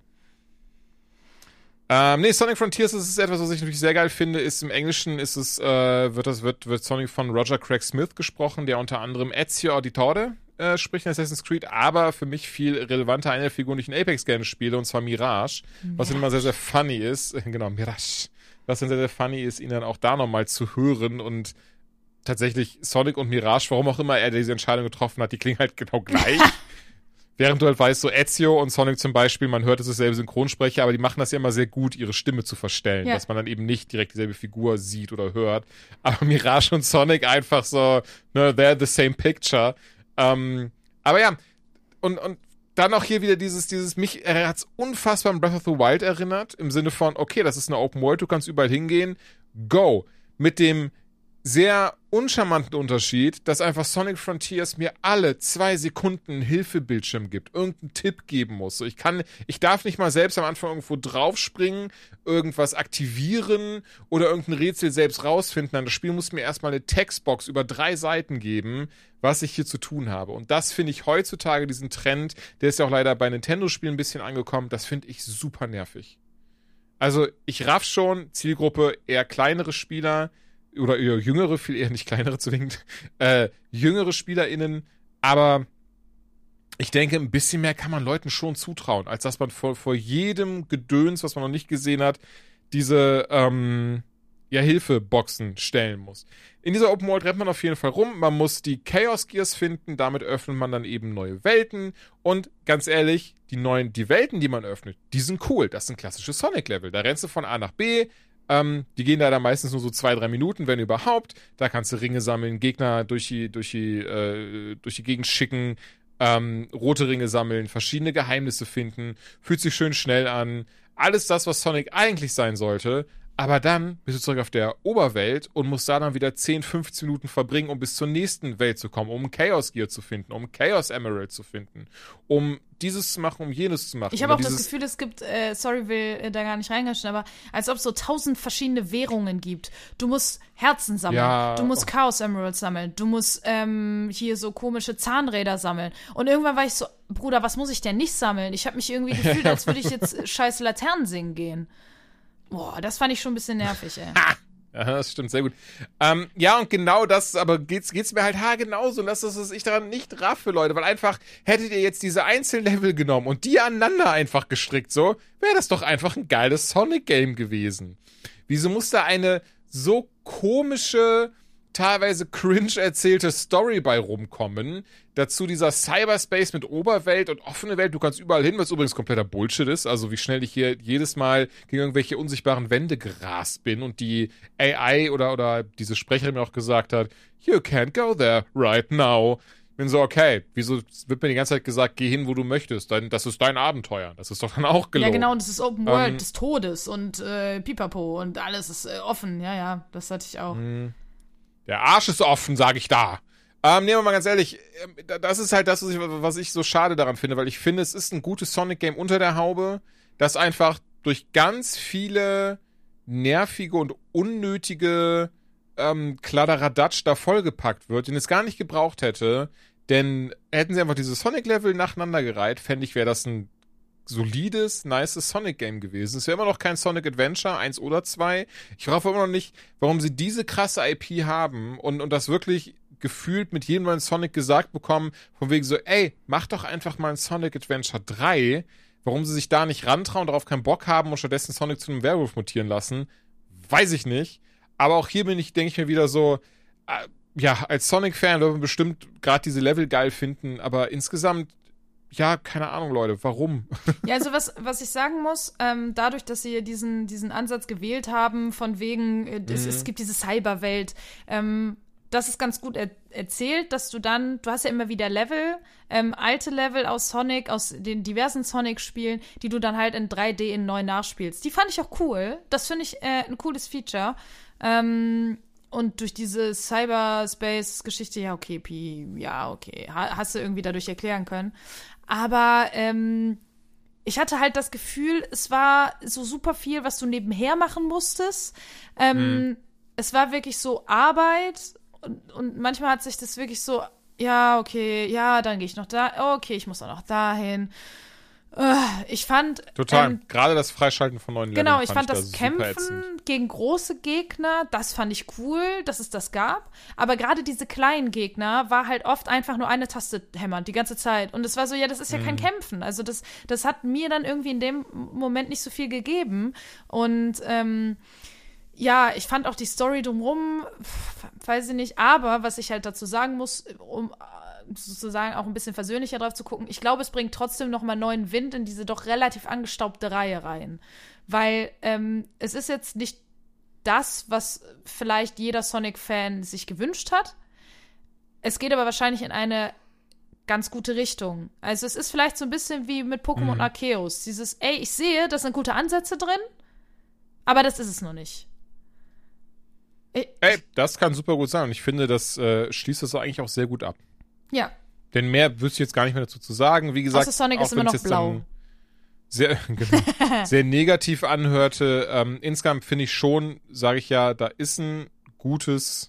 Ähm, nee, Sonic Frontiers ist, ist etwas, was ich natürlich sehr geil finde, ist im Englischen ist es, äh, wird das, wird, wird Sonic von Roger Craig Smith gesprochen, der unter anderem Ezio Auditore äh, spricht in Assassin's Creed, aber für mich viel relevanter eine Figur, die ich in Apex gerne spiele, und zwar Mirage, Mirage. Was immer sehr, sehr funny ist. Genau, Mirage. Was dann sehr, sehr funny ist, ihn dann auch da nochmal zu hören und tatsächlich Sonic und Mirage, warum auch immer er diese Entscheidung getroffen hat, die klingen halt genau gleich. Während du halt weißt, so Ezio und Sonic zum Beispiel, man hört, es ist dasselbe Synchronsprecher, aber die machen das ja immer sehr gut, ihre Stimme zu verstellen, ja. Dass man dann eben nicht direkt dieselbe Figur sieht oder hört. Aber Mirage und Sonic einfach so, ne, they're the same picture. Ähm, aber ja, und, und dann auch hier wieder dieses, dieses, mich, er hat's unfassbar an Breath of the Wild erinnert, im Sinne von, okay, das ist eine Open World, du kannst überall hingehen, go. Mit dem sehr uncharmanten Unterschied, dass einfach Sonic Frontiers mir alle zwei Sekunden einen Hilfebildschirm gibt, irgendeinen Tipp geben muss. So, ich kann, ich darf nicht mal selbst am Anfang irgendwo draufspringen, irgendwas aktivieren oder irgendein Rätsel selbst rausfinden. Nein, das Spiel muss mir erstmal eine Textbox über drei Seiten geben, was ich hier zu tun habe. Und das finde ich heutzutage, diesen Trend, der ist ja auch leider bei Nintendo-Spielen ein bisschen angekommen, das finde ich super nervig. Also, ich raff schon, Zielgruppe eher kleinere Spieler, oder eher jüngere, viel eher nicht kleinere zwingend, äh, jüngere SpielerInnen, aber ich denke, ein bisschen mehr kann man Leuten schon zutrauen, als dass man vor, vor jedem Gedöns, was man noch nicht gesehen hat, diese, ähm, ja, Hilfeboxen stellen muss. In dieser Open World rennt man auf jeden Fall rum, man muss die Chaos Gears finden, damit öffnet man dann eben neue Welten und ganz ehrlich, die neuen, die Welten, die man öffnet, die sind cool, das sind klassische Sonic-Level, da rennst du von A nach B. Ähm, die gehen da dann meistens nur so zwei, drei Minuten, wenn überhaupt. Da kannst du Ringe sammeln, Gegner durch die, durch die, äh, durch die Gegend schicken, ähm, rote Ringe sammeln, verschiedene Geheimnisse finden, fühlt sich schön schnell an. Alles das, was Sonic eigentlich sein sollte. Aber dann bist du zurück auf der Oberwelt und musst da dann wieder zehn, fünfzehn Minuten verbringen, um bis zur nächsten Welt zu kommen, um Chaos Gear zu finden, um Chaos Emerald zu finden, um dieses zu machen, um jenes zu machen. Ich habe auch das Gefühl, es gibt, äh, sorry, will äh, da gar nicht reingehen, aber als ob es so tausend verschiedene Währungen gibt. Du musst Herzen sammeln, ja, du musst Chaos Emerald sammeln, du musst ähm, hier so komische Zahnräder sammeln. Und irgendwann war ich so, Bruder, was muss ich denn nicht sammeln? Ich habe mich irgendwie gefühlt, als würde ich jetzt scheiß Laternen singen gehen. Boah, das fand ich schon ein bisschen nervig, ey. Ha! Ja, das stimmt, sehr gut. Ähm, ja, und genau das, aber geht's, geht's mir halt ha genauso. Und das ist, was ich daran nicht raffe, Leute. Weil einfach, hättet ihr jetzt diese Einzellevel genommen und die aneinander einfach gestrickt, so, wäre das doch einfach ein geiles Sonic-Game gewesen. Wieso muss da eine so komische, teilweise cringe erzählte Story bei rumkommen? Dazu dieser Cyberspace mit Oberwelt und offene Welt. Du kannst überall hin, was übrigens kompletter Bullshit ist. Also wie schnell ich hier jedes Mal gegen irgendwelche unsichtbaren Wände gerast bin und die A I oder, oder diese Sprecherin mir auch gesagt hat, you can't go there right now. Ich bin so, okay, wieso wird mir die ganze Zeit gesagt, geh hin, wo du möchtest? Dann, das ist dein Abenteuer. Das ist doch dann auch gelogen. Ja, genau, und das ist Open World ähm, des Todes und äh, Pipapo und alles ist äh, offen. Ja, ja, das hatte ich auch. Der Arsch ist offen, sag ich da. Ähm, nehmen wir mal ganz ehrlich, das ist halt das, was ich, was ich so schade daran finde, weil ich finde, es ist ein gutes Sonic-Game unter der Haube, das einfach durch ganz viele nervige und unnötige ähm, Kladderadatsch da vollgepackt wird, den es gar nicht gebraucht hätte, denn hätten sie einfach diese Sonic-Level nacheinander gereiht, fände ich, wäre das ein solides, nices Sonic-Game gewesen. Es wäre immer noch kein Sonic Adventure, eins oder zwei. Ich hoffe immer noch nicht, warum sie diese krasse I P haben und, und das wirklich gefühlt mit jedem neuen Sonic gesagt bekommen, von wegen so, ey, mach doch einfach mal ein Sonic Adventure drei. Warum sie sich da nicht rantrauen, darauf keinen Bock haben und stattdessen Sonic zu einem Werwolf mutieren lassen, weiß ich nicht. Aber auch hier bin ich, denke ich mir wieder so, äh, ja, als Sonic-Fan wird man bestimmt gerade diese Level geil finden, aber insgesamt, ja, keine Ahnung, Leute, warum? Ja, also was, was ich sagen muss, ähm, dadurch, dass sie diesen, diesen Ansatz gewählt haben, von wegen, äh, es, Mhm. es gibt diese Cyberwelt, ähm, das ist ganz gut er erzählt, dass du dann, du hast ja immer wieder Level, ähm, alte Level aus Sonic, aus den diversen Sonic-Spielen, die du dann halt in drei D in neu nachspielst. Die fand ich auch cool. Das finde ich äh, ein cooles Feature. Ähm, und durch diese Cyberspace-Geschichte, ja, okay, Pi, ja, okay, ha hast du irgendwie dadurch erklären können. Aber, ähm, ich hatte halt das Gefühl, es war so super viel, was du nebenher machen musstest. Ähm, hm. Es war wirklich so Arbeit und, und manchmal hat sich das wirklich so, ja, okay, ja, dann gehe ich noch da, okay, ich muss auch noch dahin. Ich fand total, ähm, gerade das Freischalten von neuen Leveln. Genau, ich fand, fand das da Kämpfen ätzend. gegen große Gegner, das fand ich cool, dass es das gab. Aber gerade diese kleinen Gegner war halt oft einfach nur eine Taste hämmern, die ganze Zeit. Und es war so, ja, das ist ja mhm. kein Kämpfen. Also das, das hat mir dann irgendwie in dem Moment nicht so viel gegeben. Und ähm, ja, ich fand auch die Story drumherum, weiß ich nicht. Aber was ich halt dazu sagen muss, um sozusagen auch ein bisschen versöhnlicher drauf zu gucken. Ich glaube, es bringt trotzdem noch mal neuen Wind in diese doch relativ angestaubte Reihe rein. Weil ähm, es ist jetzt nicht das, was vielleicht jeder Sonic-Fan sich gewünscht hat. Es geht aber wahrscheinlich in eine ganz gute Richtung. Also es ist vielleicht so ein bisschen wie mit Pokémon mhm. Arceus. Dieses, ey, ich sehe, da sind gute Ansätze drin, aber das ist es noch nicht. Ich, ey, das kann super gut sein. Und ich finde, das äh, schließt das eigentlich auch sehr gut ab. Ja. Denn mehr wüsste ich jetzt gar nicht mehr dazu zu sagen. Wie gesagt, außer Sonic ist immer noch blau. Sehr, genau, sehr negativ anhörte. Ähm, insgesamt finde ich schon, sage ich ja, da ist ein gutes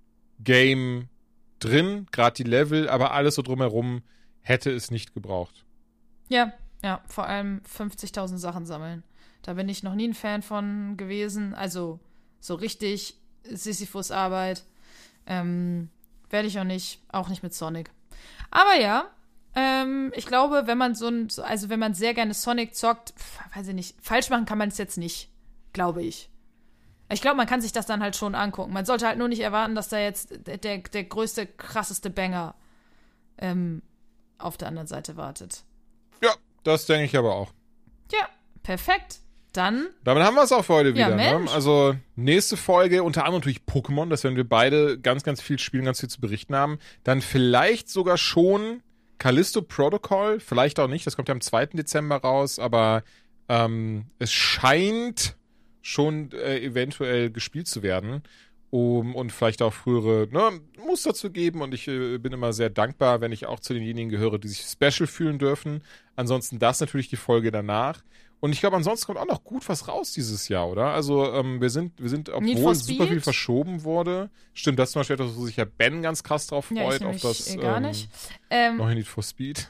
Game drin, gerade die Level, aber alles so drumherum hätte es nicht gebraucht. Ja, ja, vor allem fünfzigtausend Sachen sammeln. Da bin ich noch nie ein Fan von gewesen. Also so richtig Sisyphus-Arbeit. Ähm, werde ich auch nicht, auch nicht mit Sonic. Aber ja, ähm, ich glaube, wenn man so ein, also wenn man sehr gerne Sonic zockt, pf, weiß ich nicht, falsch machen kann man es jetzt nicht, glaube ich. Ich glaube, man kann sich das dann halt schon angucken. Man sollte halt nur nicht erwarten, dass da jetzt der, der, der größte, krasseste Banger ähm, auf der anderen Seite wartet. Ja, das denke ich aber auch. Ja, perfekt. Dann. Damit haben wir es auch für heute wieder. Ja, ne? Also nächste Folge, unter anderem natürlich Pokémon, das werden wir beide ganz, ganz viel spielen, ganz viel zu berichten haben. Dann vielleicht sogar schon Callisto Protocol, vielleicht auch nicht, das kommt ja am zweiten Dezember raus, aber ähm, es scheint schon äh, eventuell gespielt zu werden, um und vielleicht auch frühere ne, Muster zu geben. Und ich äh, bin immer sehr dankbar, wenn ich auch zu denjenigen gehöre, die sich special fühlen dürfen. Ansonsten das natürlich die Folge danach. Und ich glaube, ansonsten kommt auch noch gut was raus dieses Jahr, oder? Also ähm, wir sind, wir sind, obwohl super viel verschoben wurde. Stimmt, das ist zum Beispiel etwas, wo sich ja Ben ganz krass drauf freut, ja, auf das eh gar ähm, nicht. Ähm, neue Need for Speed.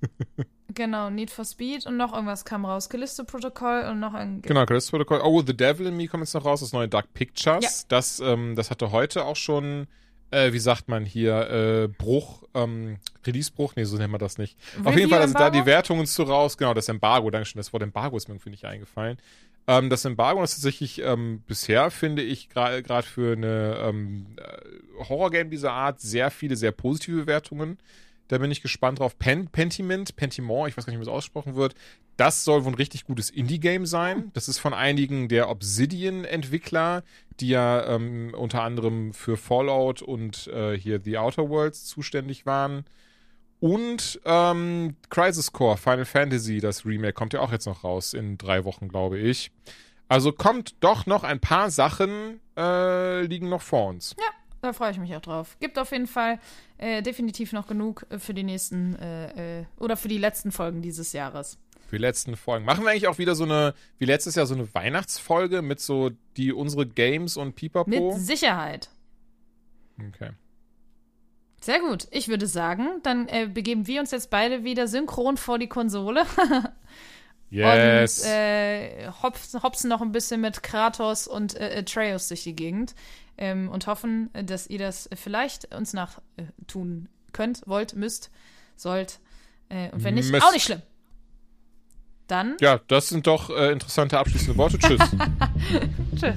Genau, Need for Speed und noch irgendwas kam raus. Callisto Protocol und noch ein... Genau, Callisto Protocol. Oh, The Devil in Me kommt jetzt noch raus, das neue Dark Pictures. Ja. Das, ähm, das hatte heute auch schon, äh, wie sagt man hier, äh, Bruch, ähm, Release-Bruch? Nee, so nennt man das nicht. Auf jeden Fall, also da die Wertungen zu raus. Genau, das Embargo, danke schön, das Wort Embargo ist mir irgendwie nicht eingefallen. Ähm, das Embargo ist tatsächlich ähm, bisher, finde ich, gerade gra- für eine ähm, Horror-Game dieser Art sehr viele, sehr positive Wertungen. Da bin ich gespannt drauf. Pen- Pentiment, Pentiment, ich weiß gar nicht, wie das ausgesprochen wird. Das soll wohl ein richtig gutes Indie-Game sein. Das ist von einigen der Obsidian-Entwickler, die ja ähm, unter anderem für Fallout und äh, hier The Outer Worlds zuständig waren. Und ähm, Crisis Core, Final Fantasy, das Remake, kommt ja auch jetzt noch raus in drei Wochen, glaube ich. Also kommt doch noch ein paar Sachen, äh, liegen noch vor uns. Ja. Da freue ich mich auch drauf. Gibt auf jeden Fall äh, definitiv noch genug für die nächsten äh, äh, oder für die letzten Folgen dieses Jahres. Für die letzten Folgen. Machen wir eigentlich auch wieder so eine, wie letztes Jahr, so eine Weihnachtsfolge mit so die unsere Games und Pipapo? Mit Sicherheit. Okay. Sehr gut. Ich würde sagen, dann äh, begeben wir uns jetzt beide wieder synchron vor die Konsole. Yes. Und äh, hopsen, hopsen noch ein bisschen mit Kratos und äh, Atreus durch die Gegend. Ähm, und hoffen, dass ihr das vielleicht uns nach äh, tun könnt, wollt, müsst, sollt. Äh, und wenn nicht, Müsst. auch nicht schlimm. Dann. Ja, das sind doch äh, interessante abschließende Worte. Tschüss. Tschüss.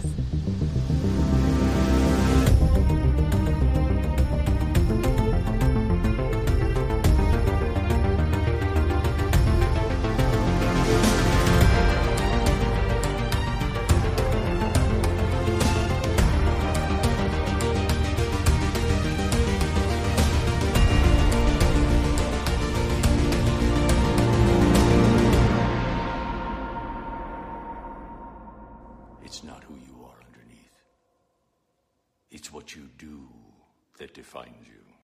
It's not who you are underneath. It's what you do that defines you.